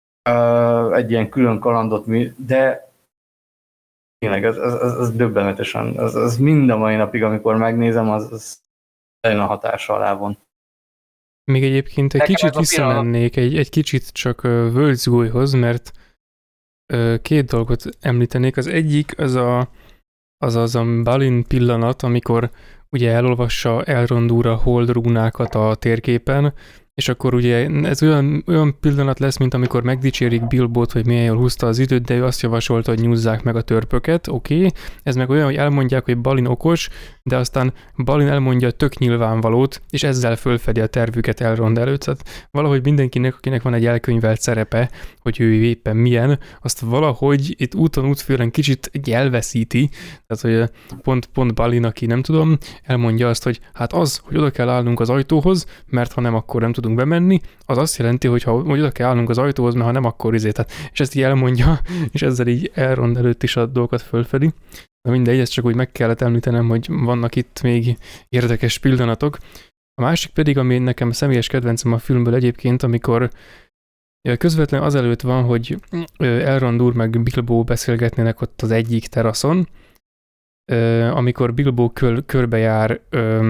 egy ilyen külön kalandot, de tényleg az döbbenetesen, az mind a mai napig, amikor megnézem, az nagyon a hatása alá van. Még egyébként egy kicsit visszamennék, egy kicsit csak Völgyzgolyhoz, mert két dolgot említenék. Az egyik az a Balin pillanat, amikor ugye elolvassa Elrond úr a hold rúnákat a térképen, és akkor ugye ez olyan pillanat lesz, mint amikor megdicsérik Bilbót, hogy milyen jól húzta az időt, de ő azt javasolta, hogy nyúzzák meg a törpöket, oké. Ez meg olyan, hogy elmondják, hogy Balin okos, de aztán Balin elmondja a tök nyilvánvalót, és ezzel fölfedi a tervüket Elrond előtt. Tehát valahogy mindenkinek, akinek van egy elkönyvelt szerepe, hogy ő éppen milyen, azt valahogy itt útfőren kicsit elveszíti. Tehát, hogy pont Balin, aki nem tudom, elmondja azt, hogy hát az, hogy oda kell állnunk az ajtóhoz, mert ha nem, akkor nem tudunk bemenni, az azt jelenti, hogy oda kell állnunk az ajtóhoz, mert ha nem, akkor tehát, és ezt így elmondja, és ezzel így Elrond előtt is a dolgokat fölfedi. De mindegy, ezt csak úgy meg kellett említenem, hogy vannak itt még érdekes pillanatok. A másik pedig, ami nekem személyes kedvencem a filmből egyébként, amikor közvetlenül azelőtt van, hogy Elrond úr meg Bilbo beszélgetnének ott az egyik teraszon, amikor Bilbo körbejár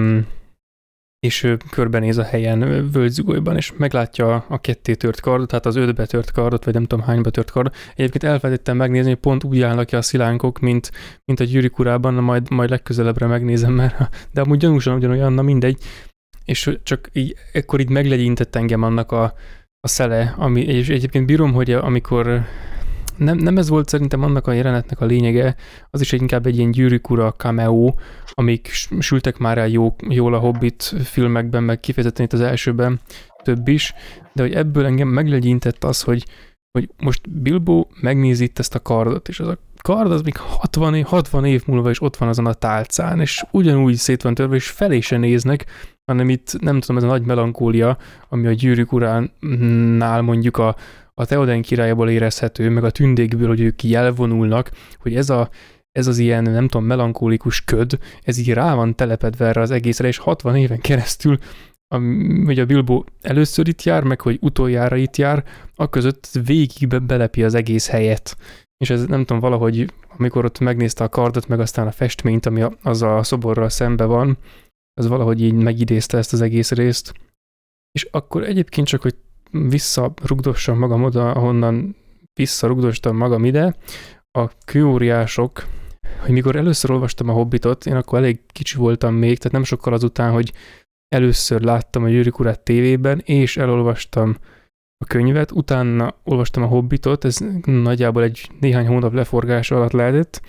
és ő körbenéz a helyen Völgyzgolyban, és meglátja a ketté tört kardot, tehát az 5-be tört kardot, vagy nem tudom hányba tört kardot. Egyébként elfelejtettem megnézni, hogy pont úgy állnak ki a szilánkok, mint a Gyűrűk Urában, majd legközelebbre megnézem, de amúgy gyanúsan ugyanolyan, na mindegy. És csak ekkor így meglegyintett engem annak a szele, és egyébként bírom, hogy amikor nem ez volt szerintem annak a jelenetnek a lényege, az is inkább egy ilyen Gyűrűk Ura cameo, amik sültek már el jól a Hobbit filmekben, meg kifejezetten itt az elsőben több is, de hogy ebből engem meglegyintett az, hogy most Bilbo megnézi itt ezt a kardot, és az a kard az még 60 év múlva is ott van azon a tálcán, és ugyanúgy szét van törve, és felé se néznek, hanem itt nem tudom, ez a nagy melankólia, ami a Gyűrűk Uránál mondjuk a Theoden királyából érezhető, meg a tündékből, hogy ők elvonulnak, hogy ez az ilyen, nem tudom, melankólikus köd, ez így rá van telepedve erre az egészre, és 60 éven keresztül, hogy a Bilbo először itt jár, meg hogy utoljára itt jár, aközött végig belepi az egész helyet. És ez nem tudom, valahogy, amikor ott megnézte a kardot, meg aztán a festményt, ami az a szoborral szembe van, az valahogy így megidézte ezt az egész részt. És akkor egyébként csak, hogy visszarugdossam magam oda, ahonnan visszarugdostam magam ide, a kőóriások, hogy mikor először olvastam a Hobbitot, én akkor elég kicsi voltam még, tehát nem sokkal azután, hogy először láttam a Gyűrűk Urát tévében, és elolvastam a könyvet, utána olvastam a Hobbitot, ez nagyjából egy néhány hónap leforgása alatt lehetett,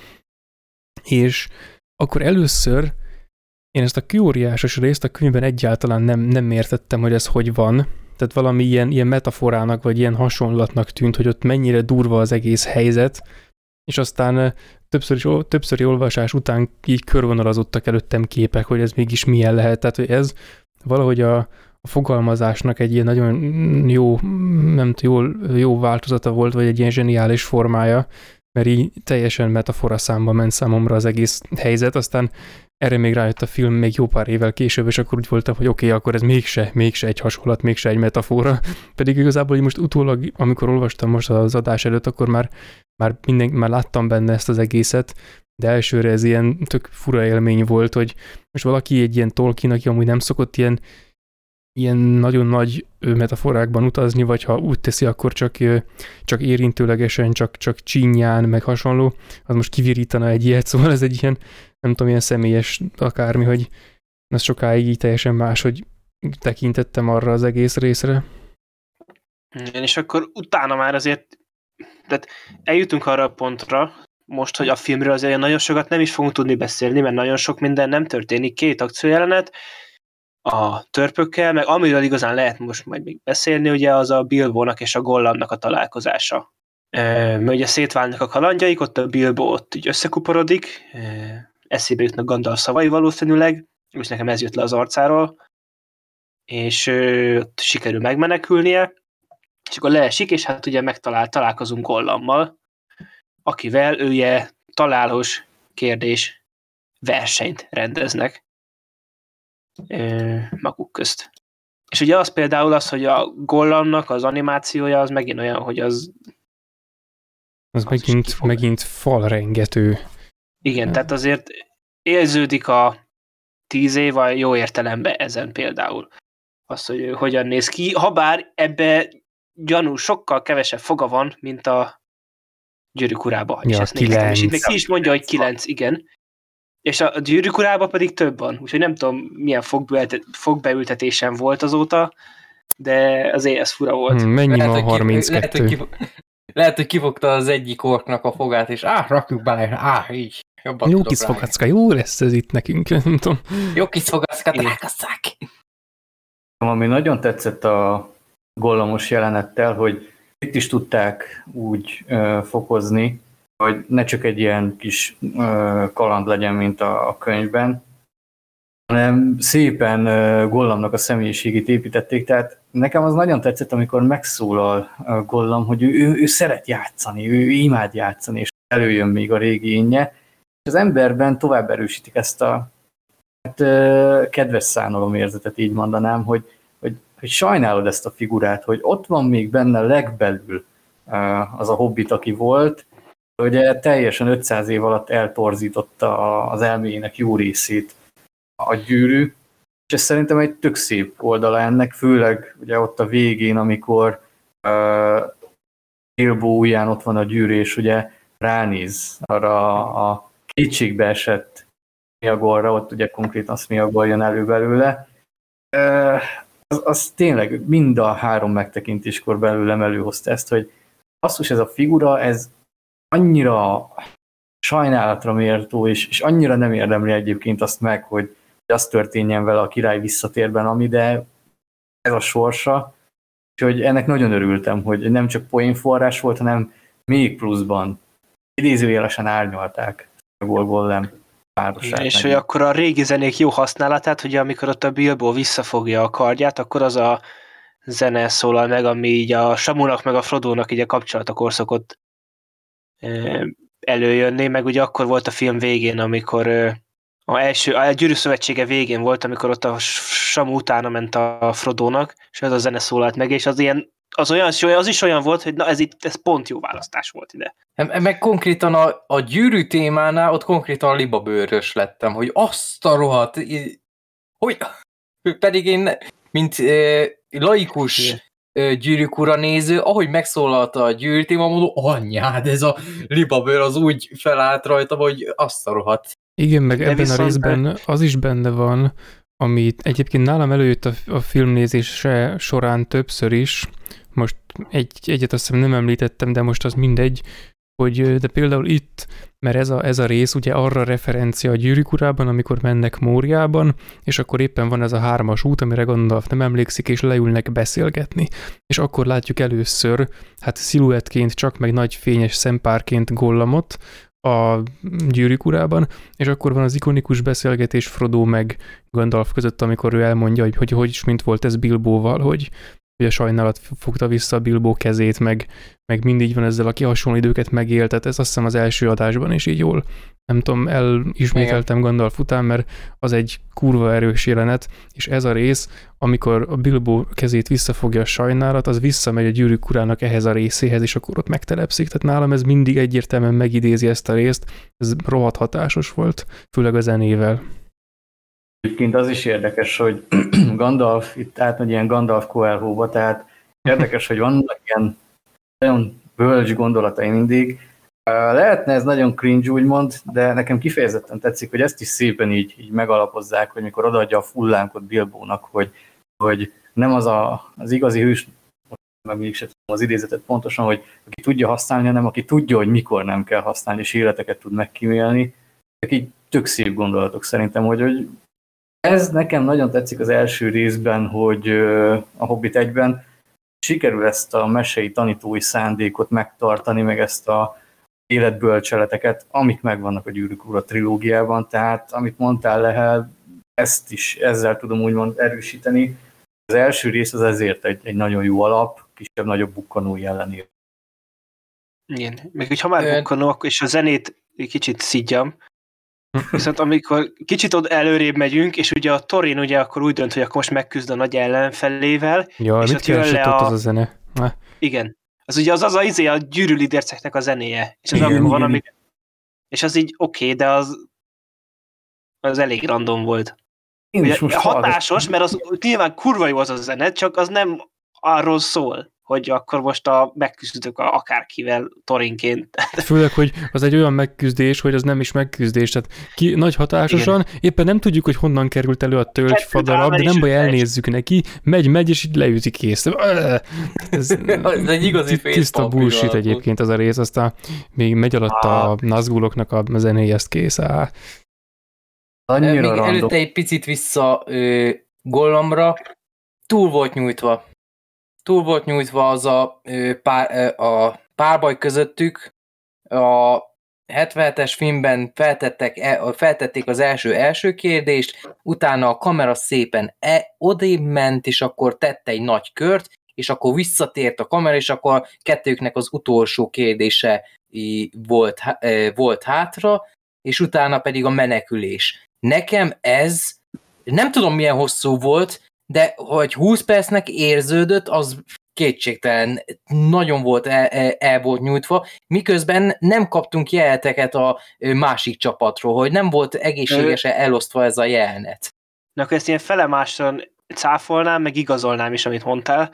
és akkor először én ezt a kőóriásos részt a könyvben egyáltalán nem értettem, hogy ez hogy van. Tehát valami ilyen metaforának, vagy ilyen hasonlatnak tűnt, hogy ott mennyire durva az egész helyzet, és aztán többszöri olvasás után így körvonalazottak előttem képek, hogy ez mégis milyen lehet. Tehát, hogy ez valahogy a fogalmazásnak egy ilyen nagyon jó változata volt, vagy egy ilyen zseniális formája, mert így teljesen metafora számba ment számomra az egész helyzet, aztán erre még rájött a film még jó pár évvel később, és akkor úgy voltam, hogy oké, akkor ez mégse egy hasonlat, mégse egy metafora. Pedig igazából így most utólag, amikor olvastam most az adás előtt, akkor már láttam benne ezt az egészet, de elsőre ez ilyen tök fura élmény volt, hogy most valaki egy ilyen Tolkien, aki amúgy nem szokott ilyen ilyen nagyon nagy metaforákban utazni, vagy ha úgy teszi, akkor csak érintőlegesen, csak csínyán, meg hasonló, az most kivirítana egy ilyet, szóval ez egy ilyen, nem tudom, ilyen személyes akármi, hogy ez sokáig így teljesen máshogy tekintettem arra az egész részre. Igen, és akkor utána már azért, tehát eljutunk arra a pontra, most, hogy a filmről azért nagyon sokat nem is fogunk tudni beszélni, mert nagyon sok minden nem történik. 2 akciójelenet a törpökkel, meg amiről igazán lehet most majd még beszélni, ugye az a Bilbónak és a Gollamnak a találkozása. Mert ugye szétválnak a kalandjaik, ott a Bilbo ott így összekuporodik, eszébe jutnak Gandalf szavai valószínűleg, és nekem ez jött le az arcáról, és ott sikerül megmenekülnie, és akkor leesik, és hát ugye találkozunk Gollammal, akivel ugye találós kérdés versenyt rendeznek maguk közt. És ugye az például az, hogy a Gollamnak az animációja az megint olyan, hogy az megint falrengető. Igen, tehát azért érződik a 10 év a jó értelemben ezen például. Az, hogy hogyan néz ki, habár ebbe gyanús sokkal kevesebb foga van, mint a Gyűrűk Urába. Ja, és ezt néztem, és itt még ki is mondja, hogy 9, igen. És a Gyűrűk Urába pedig több van, úgyhogy nem tudom, milyen fogbeültetésen volt azóta, de azért ez fura volt. Mennyi van 32? Lehet, hogy kifogta az egyik orknak a fogát, és rakjuk bele, így. Jó kis fogacka, jó lesz ez itt nekünk, nem tudom. Jó kis fogacka, drágasszák! Ami nagyon tetszett a Gollamos jelenettel, hogy itt is tudták úgy fokozni, hogy ne csak egy ilyen kis kaland legyen, mint a könyvben, hanem szépen Gollamnak a személyiségét építették, tehát nekem az nagyon tetszett, amikor megszólal Gollam, hogy ő szeret játszani, ő imád játszani, és előjön még a régi énje, és az emberben tovább erősítik ezt a kedves szánalom érzetet, így mondanám, hogy sajnálod ezt a figurát, hogy ott van még benne legbelül az a hobbit, aki volt, ugye teljesen 500 év alatt eltorzította az elméjének jó részét a gyűrű, és ez szerintem egy tök szép oldala ennek, főleg ugye ott a végén, amikor Bilbo ujján ott van a gyűrű, és ugye ránéz arra a kétségbe esett Sméagolra, ott ugye konkrétan Sméagol jön elő belőle. Az tényleg mind a 3 megtekintéskor belőlem előhozta ezt, hogy basszus, ez a figura, ez annyira sajnálatra méltó, és annyira nem érdemli egyébként azt meg, hogy az történjen vele a király visszatérben, ami, de ez a sorsa. Úgyhogy ennek nagyon örültem, hogy nem csak poénforrás volt, hanem még pluszban idézőjelesen árnyalták a Gollum párosát. És hogy akkor a régi zenék jó használatát, hogy amikor ott a Bilbo visszafogja a kardját, akkor az a zene szólal meg, ami így a Samunak meg a Frodónak így a kapcsolatakor szokott előjönni, meg ugye akkor volt a film végén, amikor a Gyűrű Szövetsége végén volt, amikor ott a Samu utána ment a Frodónak, és ez a zene szólalt meg, és az is olyan volt, hogy na ez pont jó választás volt ide. Meg konkrétan a gyűrű témánál ott konkrétan libabőrös lettem, hogy azt a rohadt, hogy pedig én, mint laikus Gyűrűk Ura néző, ahogy megszólalta a gyűrű téma, mondom, anyád, ez a libabőr az úgy felállt rajta, hogy azt a rohadt. Igen, meg ebben a részben az is benne van, ami egyébként nálam előjött a filmnézése során többször is, most egyet azt hiszem nem említettem, de most az mindegy, hogy de például itt, mert ez a rész ugye arra referencia a Gyűrűk Urában, amikor mennek Móriában, és akkor éppen van ez a 3-as út, amire Gandalf nem emlékszik, és leülnek beszélgetni. És akkor látjuk először, hát sziluettként csak, meg nagy fényes szempárként Gollamot a Gyűrűk Urában, és akkor van az ikonikus beszélgetés Frodo meg Gandalf között, amikor ő elmondja, hogy is mint volt ez Bilbóval, hogy a sajnálat fogta vissza a Bilbo kezét, meg mindig van ezzel, aki hasonló időket megélt, tehát ez azt hiszem az első adásban is így jól, nem tudom, elismételtem Gandalf után, mert az egy kurva erős jelenet, és ez a rész, amikor a Bilbo kezét visszafogja a sajnálat, az visszamegy a Gyűrűk Urának ehhez a részéhez, és akkor ott megtelepszik, tehát nálam ez mindig egyértelműen megidézi ezt a részt, ez rohadt hatásos volt, főleg a zenével. Egyébként az is érdekes, hogy Gandalf itt átmegy ilyen Gandalf Coelho-ba, tehát érdekes, hogy vannak ilyen nagyon bölcs gondolatai mindig. Lehetne ez nagyon cringe, úgymond, de nekem kifejezetten tetszik, hogy ezt is szépen így megalapozzák, hogy mikor odaadja a fullánkot Bilbónak, hogy nem az igazi hős, meg mindig sem tudom az idézetet pontosan, hogy aki tudja használni, hanem aki tudja, hogy mikor nem kell használni, és életeket tud megkímélni. Ezek így tök szép gondolatok szerintem, hogy ez nekem nagyon tetszik az első részben, hogy a Hobbit 1-ben sikerül ezt a mesei tanítói szándékot megtartani, meg ezt a életbölcseleteket, amik megvannak a Gyűrűk Ura trilógiában, tehát amit mondtál, Lehel, ezt is ezzel tudom úgymond erősíteni. Az első rész az ezért egy nagyon jó alap, kisebb-nagyobb bukkanói ellenére. Igen, meg hogy ha már bukkanó, és a zenét kicsit szidjam, viszont amikor kicsit ott előrébb megyünk, és ugye a Thorin ugye akkor úgy dönt, hogy akkor most megküzd a nagy ellenfelével. Ja, és mit keresett ott az a zene? Igen. Az ugye az a Gyűrű Liderceknek a zenéje. És az amikor van, amik... És az így oké, de az elég random volt. Ugye, hatásos, mert az nyilván kurva jó az a zene, csak az nem arról szól, hogy akkor most megküzdök akárkivel Thorinként. Főleg, hogy az egy olyan megküzdés, hogy az nem is megküzdés, tehát nagy hatásosan, igen. Éppen nem tudjuk, hogy honnan került elő a tölgyfadarab, de nem baj, elnézzük neki, megy, és így leüti kész. Ez egy igazi tiszta bullshit egyébként az a rész, aztán még megy alatt a Nazguloknak a zenéje, ezt kész. Még előtte egy picit vissza Gollumra, túl volt nyújtva az a párbaj közöttük. A 77-es filmben feltették az első kérdést, utána a kamera szépen odébb ment, és akkor tette egy nagy kört, és akkor visszatért a kamera, és akkor kettőknek az utolsó kérdése volt hátra, és utána pedig a menekülés. Nekem ez, nem tudom milyen hosszú volt, de hogy 20 percnek érződött, az kétségtelen nagyon volt el volt nyújtva, miközben nem kaptunk jeleneteket a másik csapatról, hogy nem volt egészségesen elosztva ez a jelenet. Na akkor ezt ilyen felemáson cáfolnám, meg igazolnám is, amit mondtál.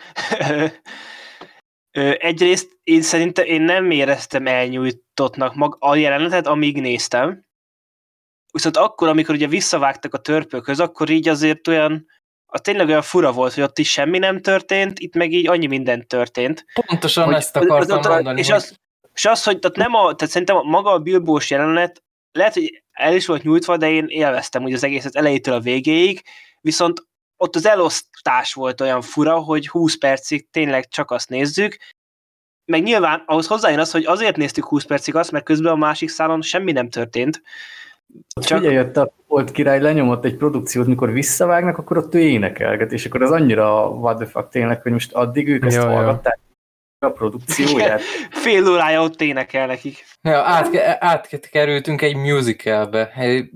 Egyrészt én nem éreztem elnyújtottnak a jelenetet, amíg néztem. Viszont akkor, amikor ugye visszavágtak a törpökhöz, akkor így azért tényleg olyan fura volt, hogy ott is semmi nem történt, itt meg így annyi minden történt. Pontosan ezt akartam mondani. És az, hogy tehát szerintem maga a Bilbós jelenet lehet, hogy el is volt nyújtva, de én élveztem úgy az egészet elejétől a végéig, viszont ott az elosztás volt olyan fura, hogy 20 percig tényleg csak azt nézzük, meg nyilván ahhoz hozzájön az, hogy azért néztük 20 percig azt, mert közben a másik szálon semmi nem történt. Csak... Ugye jött a Volt király, lenyomott egy produkciót, mikor visszavágnak, akkor ott ő énekelget, és akkor az annyira what the fuck tényleg, hogy most addig ők ezt hallgatták a produkcióját. Fél órája ott énekel nekik. Ja, átkerültünk egy musicalbe.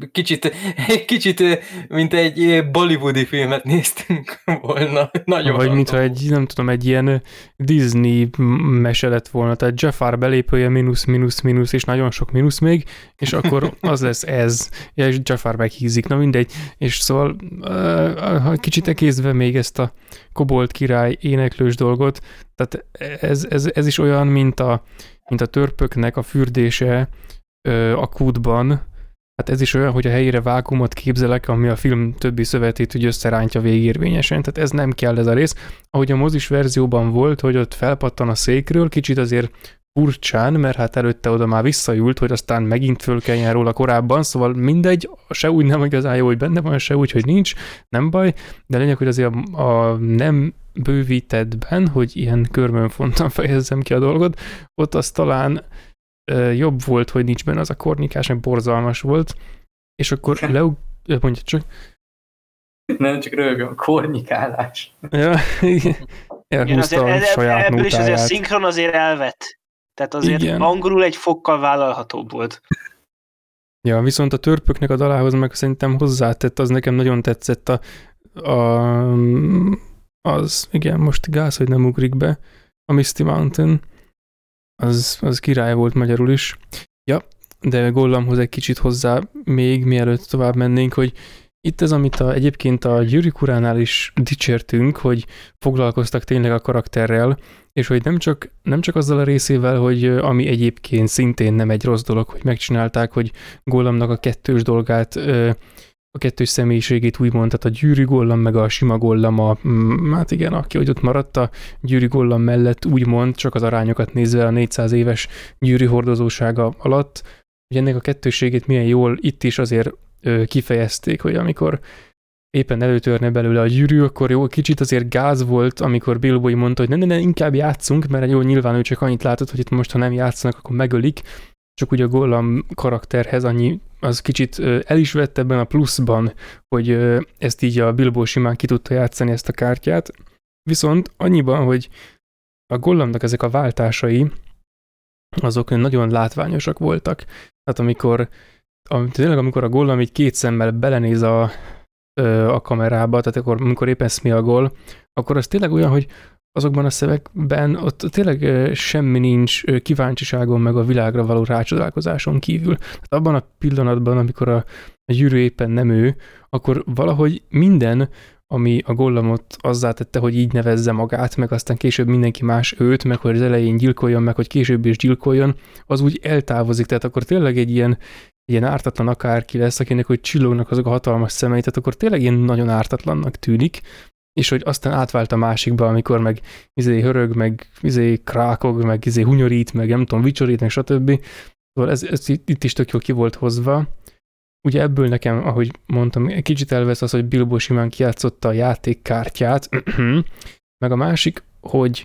Kicsit mint egy bollywoodi filmet néztünk volna. Nagyon vagy mintha egy ilyen Disney mese lett volna, tehát Jafar belépője mínusz, és nagyon sok mínusz még, és akkor az lesz ez, és Jafar meghízik, na mindegy. És szóval kicsit ekészve még ezt a Kobold király éneklős dolgot, tehát ez is olyan, mint a törpöknek a fürdése a kútban. Hát ez is olyan, hogy a helyére vákuumot képzelek, ami a film többi szövetét úgy összerántja végérvényesen. Tehát ez nem kell ez a rész. Ahogy a mozis verzióban volt, hogy ott felpattan a székről, kicsit azért furcsán, mert hát előtte oda már visszajult, hogy aztán megint föl kelljen róla korábban, szóval mindegy, se úgy nem igazán jó, hogy benne van, se úgy, hogy nincs, nem baj, de lényeg, hogy azért a nem bővítettben, hogy ilyen körmönfontan fejezzem ki a dolgot, ott az talán jobb volt, hogy nincs benne az a kornikás, meg borzalmas volt, és akkor mondja csak. Nem, csak rögöm, a kornikálás. Ja, elhúzta a saját ebből nótáját. is azért a szinkron azért elvett. Tehát azért igen. Angolul egy fokkal vállalhatóbb volt. Ja, viszont a törpöknek a dalához meg szerintem hozzátett, az nekem nagyon tetszett igen, most gáz, hogy nem ugrik be, a Misty Mountain, az király volt magyarul is. Ja, de Gollumhoz egy kicsit hozzá még mielőtt tovább mennénk, hogy Itt ez, amit egyébként a Gyűrűk uránál is dicsértünk, hogy foglalkoztak tényleg a karakterrel, és hogy nem csak azzal a részével, hogy ami egyébként szintén nem egy rossz dolog, hogy megcsinálták, hogy Gollamnak a kettős dolgát, a kettős személyiségét úgymond, tehát a gyűrű Gollam meg a sima Gollam, hát igen, aki hogy ott maradt a gyűrű Gollam mellett úgymond, csak az arányokat nézve a 400 éves gyűrű hordozósága alatt, hogy ennek a kettősségét milyen jól itt is azért kifejezték, hogy amikor éppen előtörne belőle a gyűrű, akkor jó, kicsit azért gáz volt, amikor Bilbo mondta, hogy ne, inkább játszunk, mert jó, nyilván ő csak annyit látott, hogy itt most, ha nem játszanak, akkor megölik, csak ugye a Gollam karakterhez annyi, az kicsit el is vett ebben a pluszban, hogy ezt így a Bilbo simán ki tudta játszani ezt a kártyát, viszont annyiban, hogy a Gollamnak ezek a váltásai, azok nagyon látványosak voltak. Tehát amikor a Gollam így két szemmel belenéz a kamerába, tehát akkor, amikor éppen Sméagol, akkor az tényleg olyan, hogy azokban a szövegben ott tényleg semmi nincs kíváncsiságon meg a világra való rácsodálkozáson kívül. Tehát abban a pillanatban, amikor a gyűrű éppen nem ő, akkor valahogy minden, ami a Gollamot azzá tette, hogy így nevezze magát, meg aztán később mindenki más őt, meg hogy az elején gyilkoljon, meg hogy később is gyilkoljon, az úgy eltávozik. Tehát akkor tényleg egy ilyen ártatlan akárki lesz, akinek hogy csillognak azok a hatalmas szemei, tehát akkor tényleg ilyen nagyon ártatlannak tűnik, és hogy aztán átvált a másikba, amikor meg hörög, meg krákog, meg hunyorít, meg nem tudom, vicsorít, meg stb. Szóval ez itt is tök jól ki volt hozva. Ugye ebből nekem, ahogy mondtam, kicsit elvesz az, hogy Bilbo simán kijátszotta a játékkártyát, meg a másik, hogy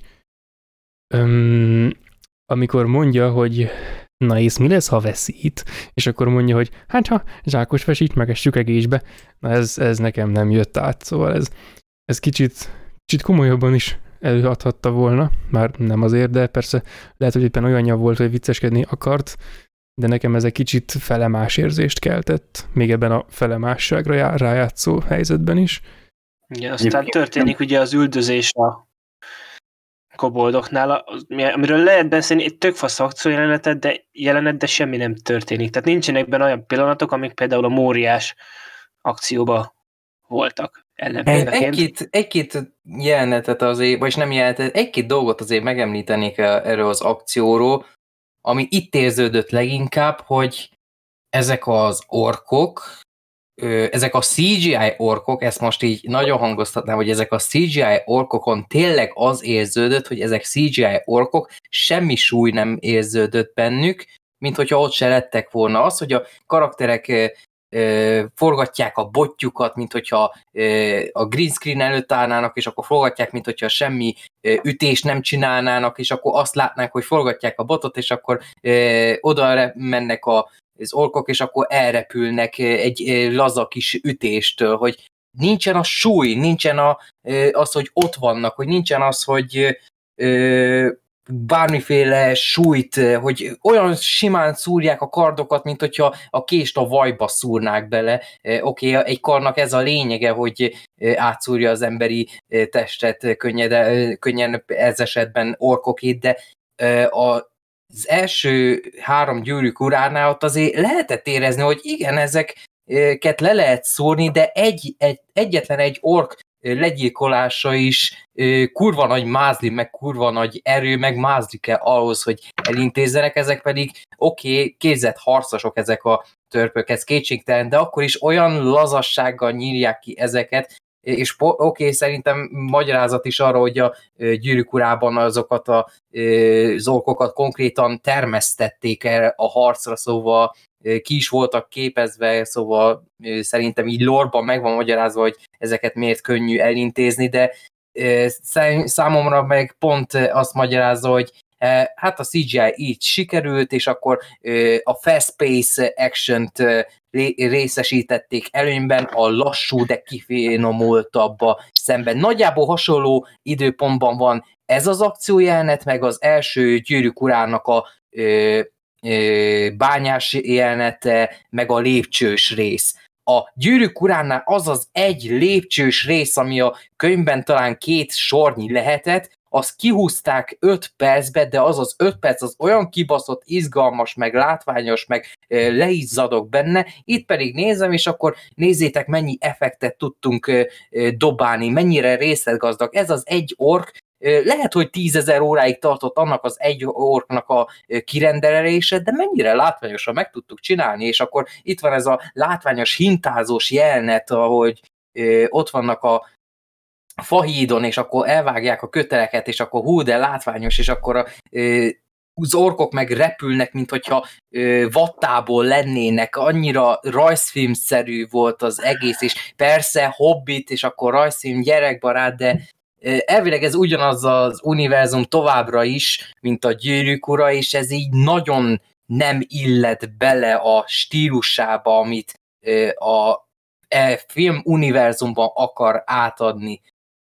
amikor mondja, hogy na és mi lesz, ha veszít? És akkor mondja, hogy hát ha zsákos vesít, megessük egésbe. Na ez nekem nem jött át, szóval ez kicsit komolyabban is előadhatta volna, már nem azért, de persze lehet, hogy éppen olyanja volt, hogy vicceskedni akart, de nekem ez egy kicsit felemás érzést keltett, még ebben a felemásságra rájátszó helyzetben is. Ja, aztán történik ugye az üldözés a koboldoknál, amiről lehet beszélni, egy tök fasz jelenet, de semmi nem történik. Tehát nincsenek benne olyan pillanatok, amik például a Móriás akcióban voltak ellenpéldaként. Egy-két jelenetet azért, vagy nem jelenetet, egy-két dolgot azért megemlítenék erről az akcióról, ami itt érződött leginkább, hogy ezek az orkok, ezek a CGI orkok, ezt most így nagyon hangoztatnám, hogy ezek a CGI orkokon tényleg az érződött, hogy ezek CGI orkok, semmi súly nem érződött bennük, mint hogyha ott se lettek volna. Az, hogy a karakterek forgatják a botjukat, mint hogyha a green screen előtt állnának, és akkor forgatják, mint hogyha semmi ütést nem csinálnának, és akkor azt látnák, hogy forgatják a botot, és akkor oda mennek az orkok, és akkor elrepülnek egy laza kis ütéstől, hogy nincsen a súly, nincsen az, hogy ott vannak, hogy nincsen az, hogy bármiféle súlyt, hogy olyan simán szúrják a kardokat, mint hogyha a kést a vajba szúrnák bele. Oké, egy karnak ez a lényege, hogy átszúrja az emberi testet könnyen ez esetben orkokét, de az első 3 gyűrűk uránál ott azért lehetett érezni, hogy igen, ezeket le lehet szúrni, de egyetlen egy ork legyilkolása is kurva nagy mázli, meg kurva nagy erő, meg mázli kell ahhoz, hogy elintézzenek, ezek pedig képzett harcosok ezek a törpök, ez kétségtelen, de akkor is olyan lazassággal nyírják ki ezeket, és szerintem magyarázat is arra, hogy a Gyűrűk urában azokat az orkokat konkrétan termesztették erre a harcra, szóval ki is voltak képezve, szóval szerintem így lore-ban meg van magyarázva, hogy ezeket miért könnyű elintézni, de számomra meg pont azt magyarázza, hogy hát a CGI így sikerült, és akkor a fast pace action-t részesítették előnyben a lassú, de kifinomultabba szemben. Nagyjából hasonló időpontban van ez az akciójelenet, meg az első Gyűrűk urának a bányás jelenete, meg a lépcsős rész. A Gyűrűk uránál az egy lépcsős rész, ami a könyvben talán 2 sornyi lehetett, azt kihúzták 5 percbe, de az 5 perc az olyan kibaszott, izgalmas, meg látványos, meg leizzadok benne, itt pedig nézem, és akkor nézzétek, mennyi effektet tudtunk dobálni, mennyire részletgazdag. Ez az egy ork, lehet, hogy 10 000 óráig tartott annak az egy orknak a kirendelése, de mennyire látványosan meg tudtuk csinálni, és akkor itt van ez a látványos hintázós jelenet, ahogy ott vannak a fahídon, és akkor elvágják a köteleket, és akkor hú, de látványos, és akkor az orkok meg repülnek, mint hogyha vattából lennének, annyira rajzfilmszerű volt az egész, és persze Hobbit, és akkor rajzfilm gyerekbarát, de elvileg ez ugyanaz az univerzum továbbra is, mint a Gyűrűk ura, és ez így nagyon nem illet bele a stílusába, amit a film univerzumban akar átadni.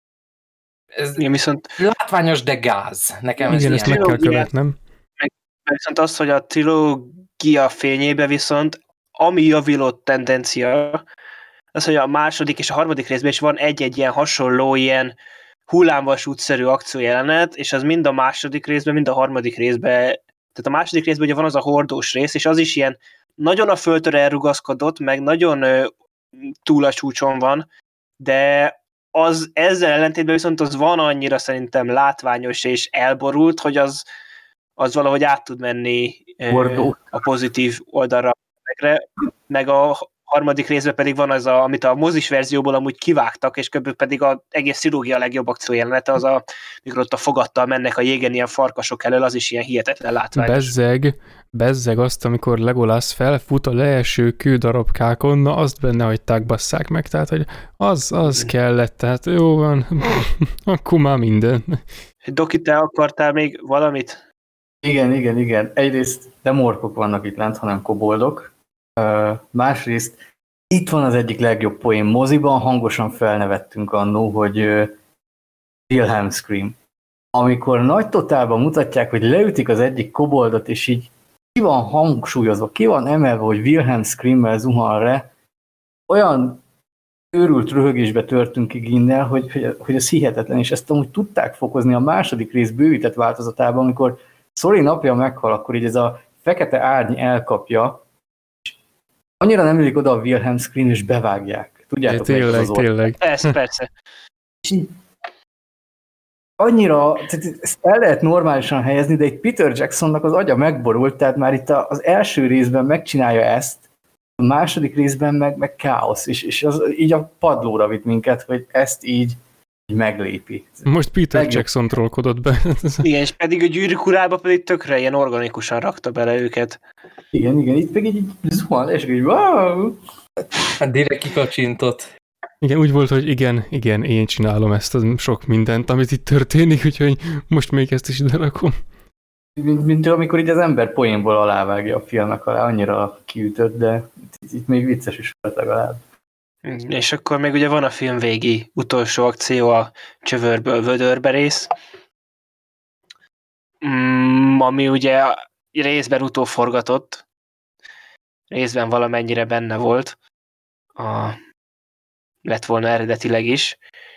Ez igen, viszont látványos, de gáz. Nekem Igen, ez ezt meg kell követnem. viszont az, hogy a trilógia fényébe viszont ami javulott tendencia, az, hogy a második és a harmadik részben is van egy-egy ilyen hasonló, ilyen hullámvasútszerű akciójelenet, és az mind a második részben, mind a harmadik részben, tehát a második részben ugye van az a hordós rész, és az is ilyen nagyon a földre elrugaszkodott, meg nagyon túl a csúcson van, de az ezzel ellentétben viszont az van annyira szerintem látványos és elborult, hogy az valahogy át tud menni a pozitív oldalra, meg a harmadik részben pedig van az, amit a mozis verzióból amúgy kivágtak, és kb. Pedig az egész trilógia a legjobb akciójelenete, az mikor ott a fogattal mennek a jégen ilyen farkasok elől, az is ilyen hihetetlen látványos. Bezzeg azt, amikor Legolas felfut a leeső kődarabkákon, na azt benne hagyták, basszák meg, tehát hogy az kellett, tehát jó van, akkor már minden. Doki, te akartál még valamit? Igen. Egyrészt nem orkok vannak itt lent, hanem koboldok. Másrészt itt van az egyik legjobb poén moziban, hangosan felnevettünk annó, hogy Wilhelm Scream. Amikor nagy totálban mutatják, hogy leütik az egyik koboldot, és így ki van hangsúlyozva, ki van emelve, hogy Wilhelm Scream-mel zuhan le, olyan őrült röhögésbe törtünk Ginnel, hogy ez hihetetlen, és ezt amúgy tudták fokozni a második rész bővített változatában, amikor Sorry napja meghal, akkor így ez a fekete árny elkapja, és annyira nem ülik oda a Wilhelm Scream, és bevágják. Tudjátok, tényleg. Persze. Annyira, ezt el lehet normálisan helyezni, de itt Peter Jacksonnak az agya megborult, tehát már itt az első részben megcsinálja ezt, a második részben meg káosz, és az így a padlóra vitt minket, hogy ezt így meglépi. Most Peter Jackson trollkodott be. Igen, és pedig a Gyűrűk urába pedig tökre ilyen organikusan rakta bele őket. Igen, itt pedig így zuhan, és így wow! Hát direkt kikacsintott. Igen, úgy volt, hogy igen, én csinálom ezt a sok mindent, amit itt történik, úgyhogy most még ezt is ide rakom. Mint amikor így az ember poénból alávágja a filmek alá, annyira kiütött, de itt még vicces is volt legalább. És akkor még ugye van a film végi utolsó akció, a csövörből vödörbe rész, ami ugye részben utóforgatott, részben valamennyire benne volt, lett volna eredetileg is.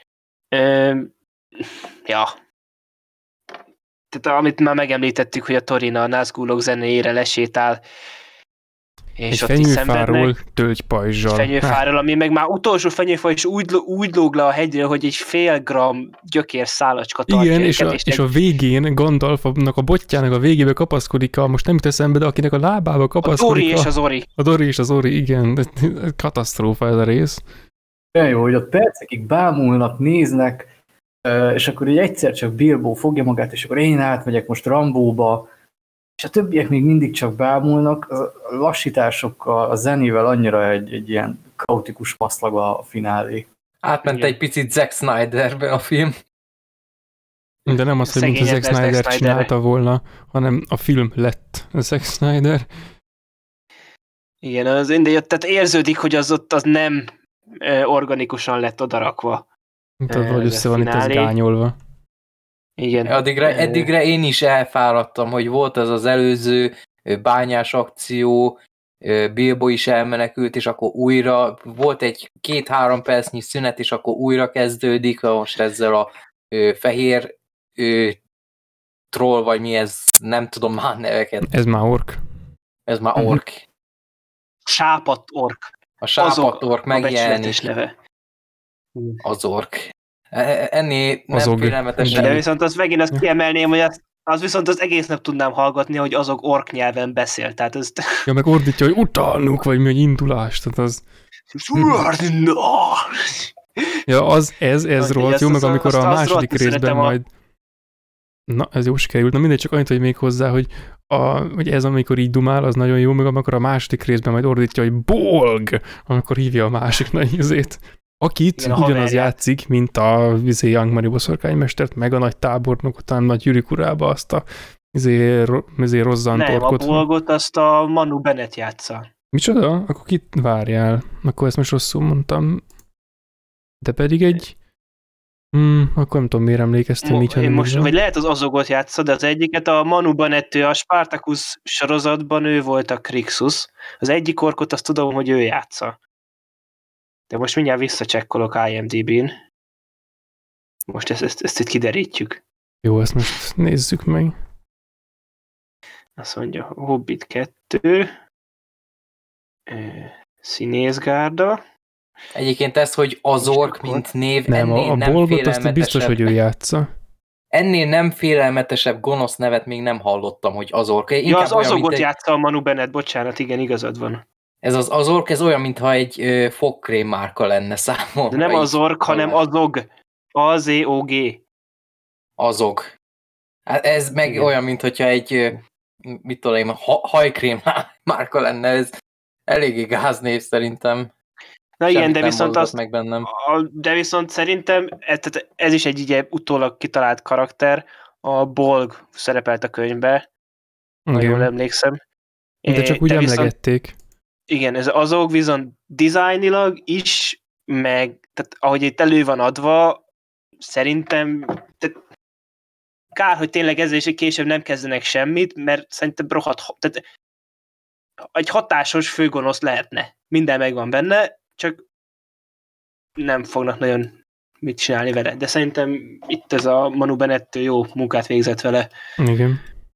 Ja. Tehát amit már megemlítettük, hogy a Torina a Nazgûlok zenéjére lesétál, és egy ott is fenyőfáról tölgypajzsal. Fenyőfáról, ami meg már utolsó fenyőfa, és úgy lóg le a hegyről, hogy egy fél gram gyökér szálacska tartja. Igen, és a végén Gandalfnak a botjának a végébe kapaszkodik most nem jut eszembe, de akinek a lábába kapaszkodik. A Dori és az Ori. A Dori és az Ori, igen. Katasztrófa ez a rész. Olyan jó, hogy ott percekig bámulnak, néznek, és akkor így egyszer csak Bilbo fogja magát, és akkor én átmegyek most Rambóba, és a többiek még mindig csak bámulnak, a lassításokkal, a zenével annyira egy ilyen kaotikus maszlag a finálé. Átment Igen. egy picit Zack Snyderbe a film. De nem az, hogy mint a Zack Snyder csinálta volna, hanem a film lett a Zack Snyder. Igen, tehát érződik, hogy az ott az nem organikusan lett odarakva. Tehát vagy össze van itt ez gányolva. Igen. Eddigre én is elfáradtam, hogy volt ez az előző bányás akció, Bilbo is elmenekült, és akkor újra volt egy 2-3 percnyi szünet, és akkor újra kezdődik, most ezzel a fehér troll, vagy mi ez, nem tudom már neveket. Ez már ork. Ez már ork. sápadt ork. A sápadt ork A becsületes megjelenik. neve. Az ork. Ennél nem Azog. félelmetesebb. De viszont azt megint azt kiemelném, hogy az viszont az egész nap tudnám hallgatni, hogy azok ork nyelven beszél. Tehát ezt... Ja, meg ordítja, hogy utálnunk, vagy mi, hogy indulás. Tehát az... Ja, ez rohadt jó, meg amikor a második részben majd... Na, ez jó sikerült. Na mindegy, csak annyit, hogy még hozzá, hogy ez, amikor így dumál, az nagyon jó, meg amikor a második részben majd ordítja, hogy bolg, amikor hívja a másik nagy izét. Akit igen, ugyanaz játszik, mint a Young Mari boszorkánymestert, meg a nagy tábornokot, a nagy Gyűrűk urába azt a rozzantorkot. Nem, a bolgot azt a Manu Bennett játsza. Micsoda? Akkor kit várjál? Akkor ezt most rosszul mondtam. De pedig egy... akkor nem tudom, miért emlékeztem így. Én most, vagy lehet az Azogot játsza, de az egyiket a Manu Bennett, a Spartacus sorozatban ő volt a Crixus. Az egyik orkot azt tudom, hogy ő játsza. De most mindjárt visszacsekkolok IMDb-n. Most ezt itt kiderítjük. Jó, ezt most nézzük meg. Azt mondja, Hobbit 2, színészgárda. Egyébként ez, hogy az ork, mint név, Nem, ennél a nem bolgot azt biztos, hogy ő játsza. Ennél nem félelmetesebb gonosz nevet még nem hallottam, hogy az ork. Ja, az Azogot játsza a Manu Bennett, bocsánat, igen, igazad van. Ez az ork, ez olyan, mintha egy fogkrém márka lenne számomra. De nem az ork, hanem azog. A-Z-O-G. Azog. Hát ez meg igen. Olyan, mintha egy, mit tudom én, hajkrém márka lenne, ez eléggé gáznév szerintem. Na igen, de viszont azt, meg bennem. De viszont szerintem ez is egy így utólag kitalált karakter, a Bolg szerepelt a könyvbe, ha jól emlékszem. De csak úgy emlegették. Igen, ez azok viszont dizájnilag is, meg tehát ahogy itt elő van adva, szerintem kár, hogy tényleg ezzel is később nem kezdenek semmit, mert szerintem tehát egy hatásos főgonosz lehetne. Minden megvan benne, csak nem fognak nagyon mit csinálni vele. De szerintem itt ez a Manu Bennett jó munkát végzett vele. Igen.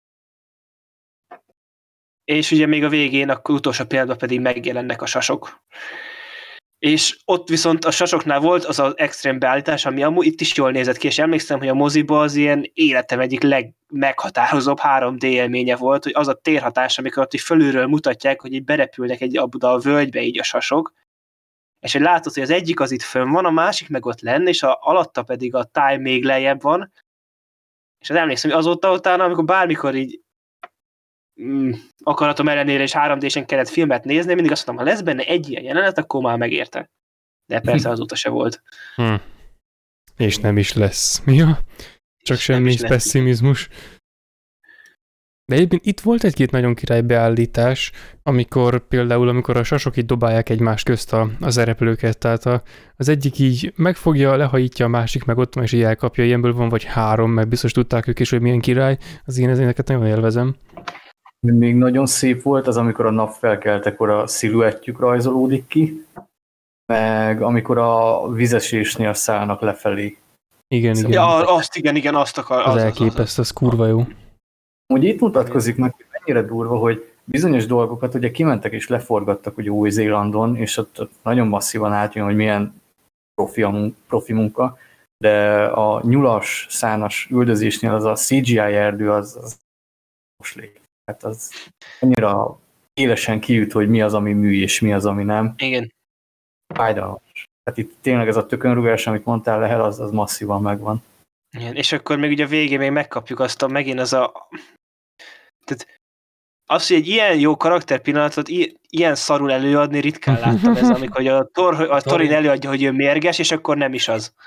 És ugye még a végén, akkor utolsó példában pedig megjelennek a sasok. És ott viszont a sasoknál volt az az extrém beállítás, ami amúgy itt is jól nézett ki, és emlékszem, hogy a moziba az ilyen életem egyik legmeghatározóbb 3D élménye volt, hogy az a térhatás, amikor ott így fölülről mutatják, hogy így berepülnek egy abba a völgybe így a sasok, és hogy látod, hogy az egyik az itt fönn van, a másik meg ott lenn, és alatta pedig a táj még lejjebb van, és az emlékszem, hogy azóta utána, amikor bármikor így akaratom ellenére és 3D-sen kellett filmet nézni, mindig azt mondtam, ha lesz benne egy ilyen jelenet, akkor már megérte. De persze azóta se volt. És nem is lesz. Ja, csak semmi pessimizmus. De egyébként itt volt egy-két nagyon király beállítás, amikor a sasok így dobálják egymás közt a szereplőket, tehát az egyik így megfogja, lehajítja, a másik meg ott van, és így elkapja, ilyenből van vagy 3, mert biztos tudták ők is, hogy milyen király, az én ezeket nagyon élvezem. Még nagyon szép volt az, amikor a nap felkeltekor a sziluettjük rajzolódik ki, meg amikor a vizesésnél szállnak lefelé. Igen. Ja, azt akar. Az elképesztő, az kurva jó. Úgy itt mutatkozik meg, hogy mennyire durva, hogy bizonyos dolgokat ugye kimentek és leforgattak ugye Új-Zélandon, és ott nagyon masszívan átjön, hogy milyen profi munka, de a nyulas, szánas üldözésnél az a CGI erdő az moslék. Hát az annyira élesen kiüt, hogy mi az, ami mű, és mi az, ami nem. Igen. Fájdalmas. Tehát itt tényleg ez a tökönrugás, amit mondtál, Lehel, az masszívan megvan. Igen, és akkor még ugye a végén még megkapjuk azt megint az a... Tehát az, hogy egy ilyen jó karakterpillanatot ilyen szarul előadni, ritkán láttam ez, amikor a Thorin előadja, hogy ő mérges, és akkor nem is az.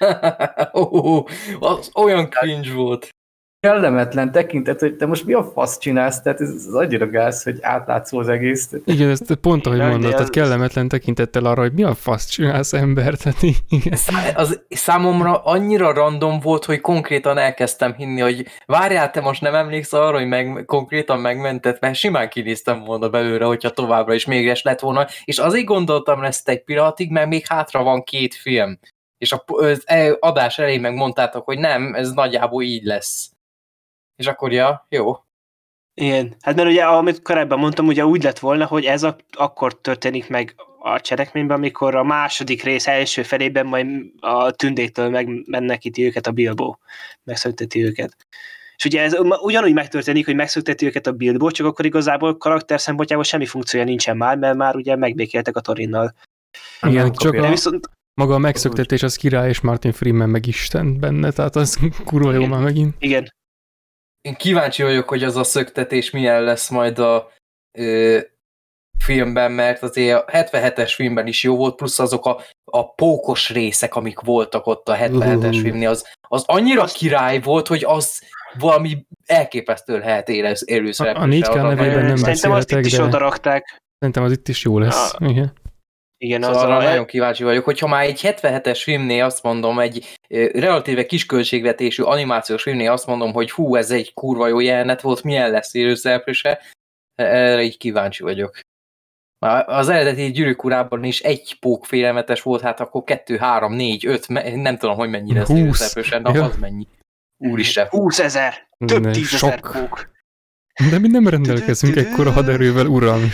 Az olyan cringe volt. Kellemetlen tekintet, hogy te most mi a fasz csinálsz, tehát ez annyira gáz, hogy átlátszó az egész. Igen, ezt pont ahogy mondod, tehát kellemetlen tekintettel arra, hogy mi a fasz csinálsz ember, tehát igen. Az számomra annyira random volt, hogy konkrétan elkezdtem hinni, hogy várjál, te most nem emlékszel arra, hogy konkrétan megmentett, mert simán kinéztem volna belőle, hogyha továbbra is mégis lett volna, és azért gondoltam ezt egy pillanatig, mert még hátra van 2 film, és az adás elején megmondtátok, hogy nem, ez nagyjából így lesz. És akkor ja, jó. Igen, hát mert ugye, amit korábban mondtam, ugye úgy lett volna, hogy ez akkor történik meg a cselekményben, amikor a második rész első felében majd a tündéktől megmenekíti őket a Bilbo, megszönteti őket. És ugye ez ugyanúgy megtörténik, hogy megszönteti őket a Bilbo, csak akkor igazából karakter szempontjából semmi funkciója nincsen már, mert már ugye megbékéltek a Torinnal. Igen, csak viszont maga a megszöktetés az király, és Martin Freeman meg Isten benne, tehát az kurva jó már megint. Igen. Én kíváncsi vagyok, hogy az a szöktetés milyen lesz majd a filmben, mert azért a 77-es filmben is jó volt, plusz azok a pókos részek, amik voltak ott a 77-es filmnél, az annyira király volt, hogy az valami elképesztő lehet élőszereplőse. A 4K nevében nem szerintem azt itt beszéltek, is de odarakták. szerintem az itt is jó lesz. Igen. Igen, szóval nagyon kíváncsi vagyok, hogyha már egy 77-es filmnél azt mondom, egy relatíve kis költségvetésű animációs filmnél azt mondom, hogy hú, ez egy kurva jó jelenet volt, milyen lesz élőszereplőse, erre így kíváncsi vagyok. Az eredeti Gyűrűk urában is egy pók félelmetes volt, hát akkor 2, 3, 4, 5, nem tudom, hogy mennyi lesz élőszereplőse, de az mennyi. Úristen. 20 000, több 10 000 sok. pók. De mi nem rendelkezünk ekkora haderővel, uram.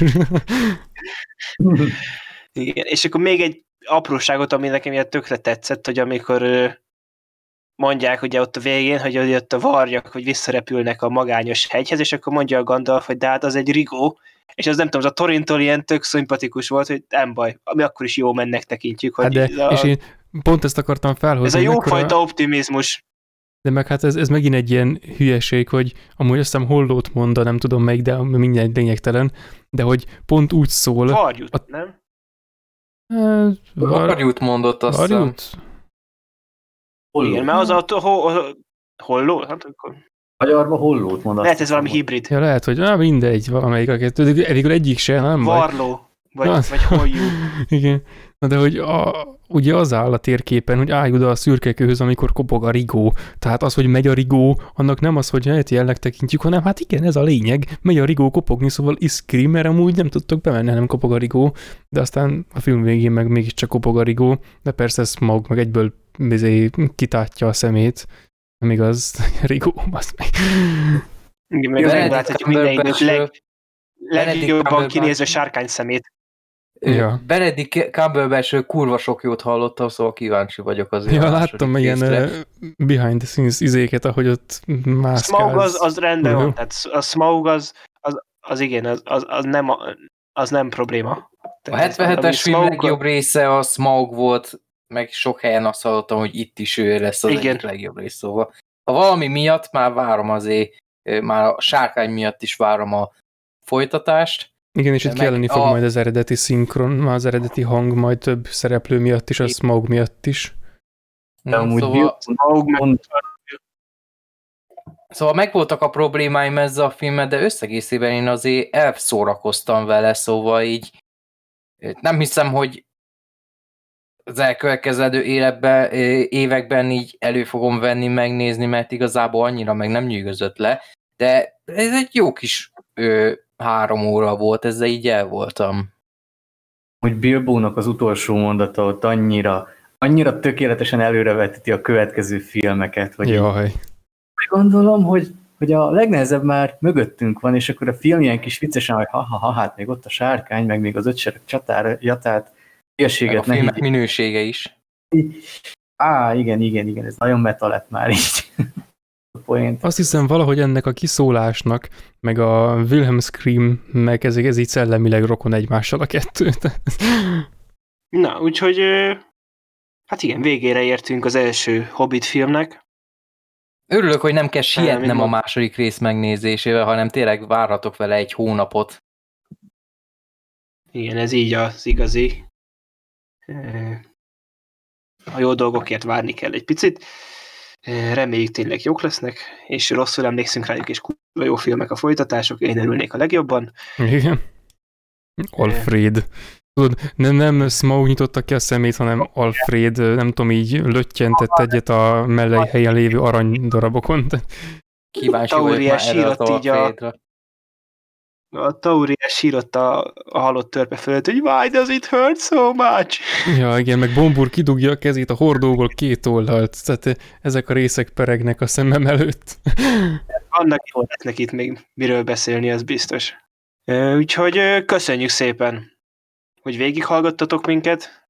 Igen, és akkor még egy apróságot, ami nekem ilyen tökre tetszett, hogy amikor mondják ugye ott a végén, hogy ott a varjak, hogy visszarepülnek a magányos hegyhez, és akkor mondja a Gandalf, hogy de hát az egy rigó, és az nem tudom, az a Torintól ilyen tök szimpatikus volt, hogy nem baj, ami akkor is jó mennek tekintjük. Hogy hát de, és én pont ezt akartam felhozni. Ez a jófajta optimizmus. De meg hát ez megint egy ilyen hülyeség, hogy amúgy azt hiszem Hollót mondta, nem tudom meg, de mindjárt lényegtelen, de hogy pont úgy szól. Varjút, nem? Varjút mondott azt. Varjút? Igen, mert az a Holló? Hát akkor... Magyarban Hollót mondott. Lehet ez valami hibrid. Ja, lehet, hogy mindegy, valamelyik a kettő. Végül egyik se, nem? Varló, vagy Holló. Igen. Na de hogy ugye az áll a térképen, hogy állj oda a szürke kőhöz, amikor kopog a rigó. Tehát az, hogy megy a rigó, annak nem az, hogy jelnek tekintjük, hanem hát igen, ez a lényeg. Megy a rigó kopogni, szóval iszkri, mert amúgy nem tudtok bemenni, nem kopog a rigó. De aztán a film végén meg mégiscsak kopog a rigó. De persze Smaug meg egyből kitátja a szemét. Nem igaz, rigó, az meg. Igen, meg megláthatjuk minden idők legjobban kinéző sárkány szemét. Ja. Benedict Cumberbatch kurva sok jót hallottam, szóval kíváncsi vagyok azért. Ja, láttam ilyen behind the scenes izéket, ahogy ott mászkál. Smaug az rendben van, tehát a Smaug az igen, az nem probléma. A 77-es film legjobb része a Smaug volt, meg sok helyen azt hallottam, hogy itt is ő lesz az egyik legjobb rész, szóval. Ha valami miatt már várom azért, már a sárkány miatt is várom a folytatást. Igen, és itt kelleni fog majd az eredeti szinkron, már az eredeti hang, majd több szereplő miatt is, a Smaug miatt is. De amúgy szóval megvoltak a problémáim ezzel a filmmel, de összegészében én azért elszórakoztam vele, szóval így nem hiszem, hogy az elkövetkező években így elő fogom venni, megnézni, mert igazából annyira meg nem nyűgözött le, de ez egy jó kis 3 óra volt, ezzel így el voltam. Hogy Bilbónak az utolsó mondata ott annyira tökéletesen előrevetíti a következő filmeket. Vagy jaj. Gondolom, hogy a legnehezebb már mögöttünk van, és akkor a film ilyen kis viccesen, hogy hát még ott a sárkány, meg még az ötsereg jatát, hülyeséget. A filmek minősége is. Igen, ez nagyon meta lett már így. Azt hiszem valahogy ennek a kiszólásnak, meg a Wilhelm Scream-meg ez így szellemileg rokon egymással a kettő. Na, úgyhogy hát igen, végére értünk az első Hobbit filmnek. Örülök, hogy nem kell sietnem a második rész megnézésével, hanem tényleg várhatok vele egy hónapot. Igen, ez így az igazi. A jó dolgokért várni kell egy picit. Reméljük tényleg jók lesznek, és rosszul emlékszünk rájuk, és kurva jó filmek a folytatások, én örülnék a legjobban. Igen. Alfred. Tudod, nem Smaug nyitotta ki a szemét, hanem Alfred, nem tudom, így löttyentett egyet a mellei helyen lévő aranydarabokon. Kíváncsi vagyok már erre az Alfredra. A Tauriel sírott a halott törpe fölött, hogy why does it hurt so much? Ja, igen, meg Bombur kidugja a kezét a hordóból 2 oldalt, tehát ezek a részek peregnek a szemem előtt. Annak jó lesznek itt még miről beszélni, az biztos. Úgyhogy köszönjük szépen, hogy végighallgattatok minket.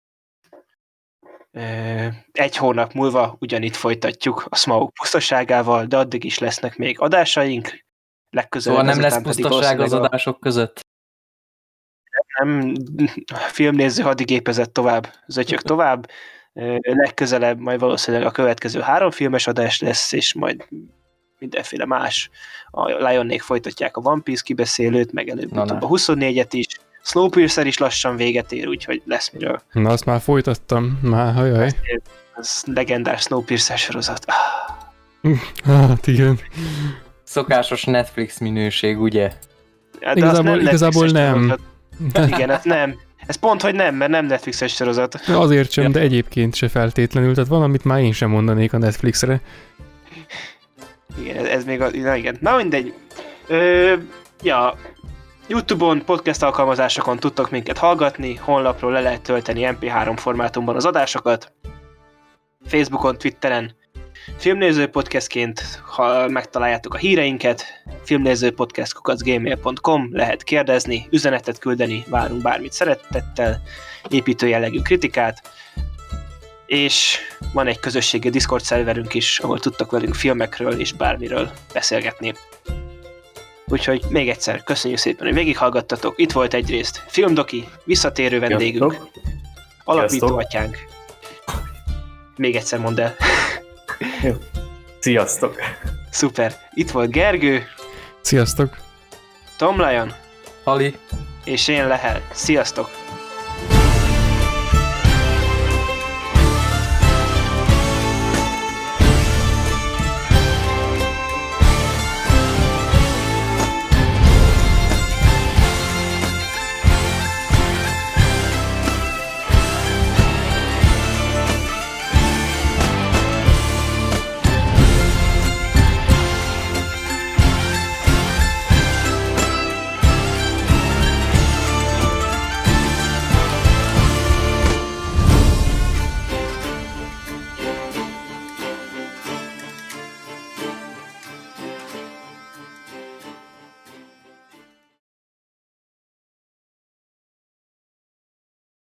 1 hónap múlva ugyanitt folytatjuk a Smaug pusztaságával, de addig is lesznek még adásaink. Legközelebb Szóval nem lesz pusztaság az adások között? Nem, filmnéző hadigépezett tovább, zötyög tovább. Legközelebb majd valószínűleg a következő 3 filmes adás lesz, és majd mindenféle más. A Lionnék folytatják a One Piece kibeszélőt, meg előbb-utóbb a 24-et is. Snowpiercer is lassan véget ér, úgyhogy lesz miről. Na, azt már folytattam, már hajaj. Ez legendás Snowpiercer sorozat. Hát igen. Szokásos Netflix minőség, ugye? De igazából nem. Igen, hát nem. Ez pont, hogy nem, mert nem Netflixes sorozat. Azért sem, de egyébként se feltétlenül, tehát valamit már én sem mondanék a Netflixre. Igen, ez még na igen. Na mindegy. Ja, YouTube-on, podcast alkalmazásokon tudtok minket hallgatni, honlapról le lehet tölteni MP3 formátumban az adásokat. Facebookon, Twitteren Filmnéző podcastként, ha megtaláljátok a híreinket, filmnézőpodcast@gmail.com, lehet kérdezni, üzenetet küldeni, várunk bármit szeretettel, építő jellegű kritikát, és van egy közösségi Discord szerverünk is, ahol tudtok velünk filmekről és bármiről beszélgetni. Úgyhogy még egyszer köszönjük szépen, hogy végighallgattatok. Itt volt egyrészt Filmdoki, visszatérő vendégünk, alapító atyánk. Még egyszer mondd el. Jó. Sziasztok! Szuper. Itt volt Gergő. Sziasztok! Tom Lion. Ali. És én Lehel. Sziasztok!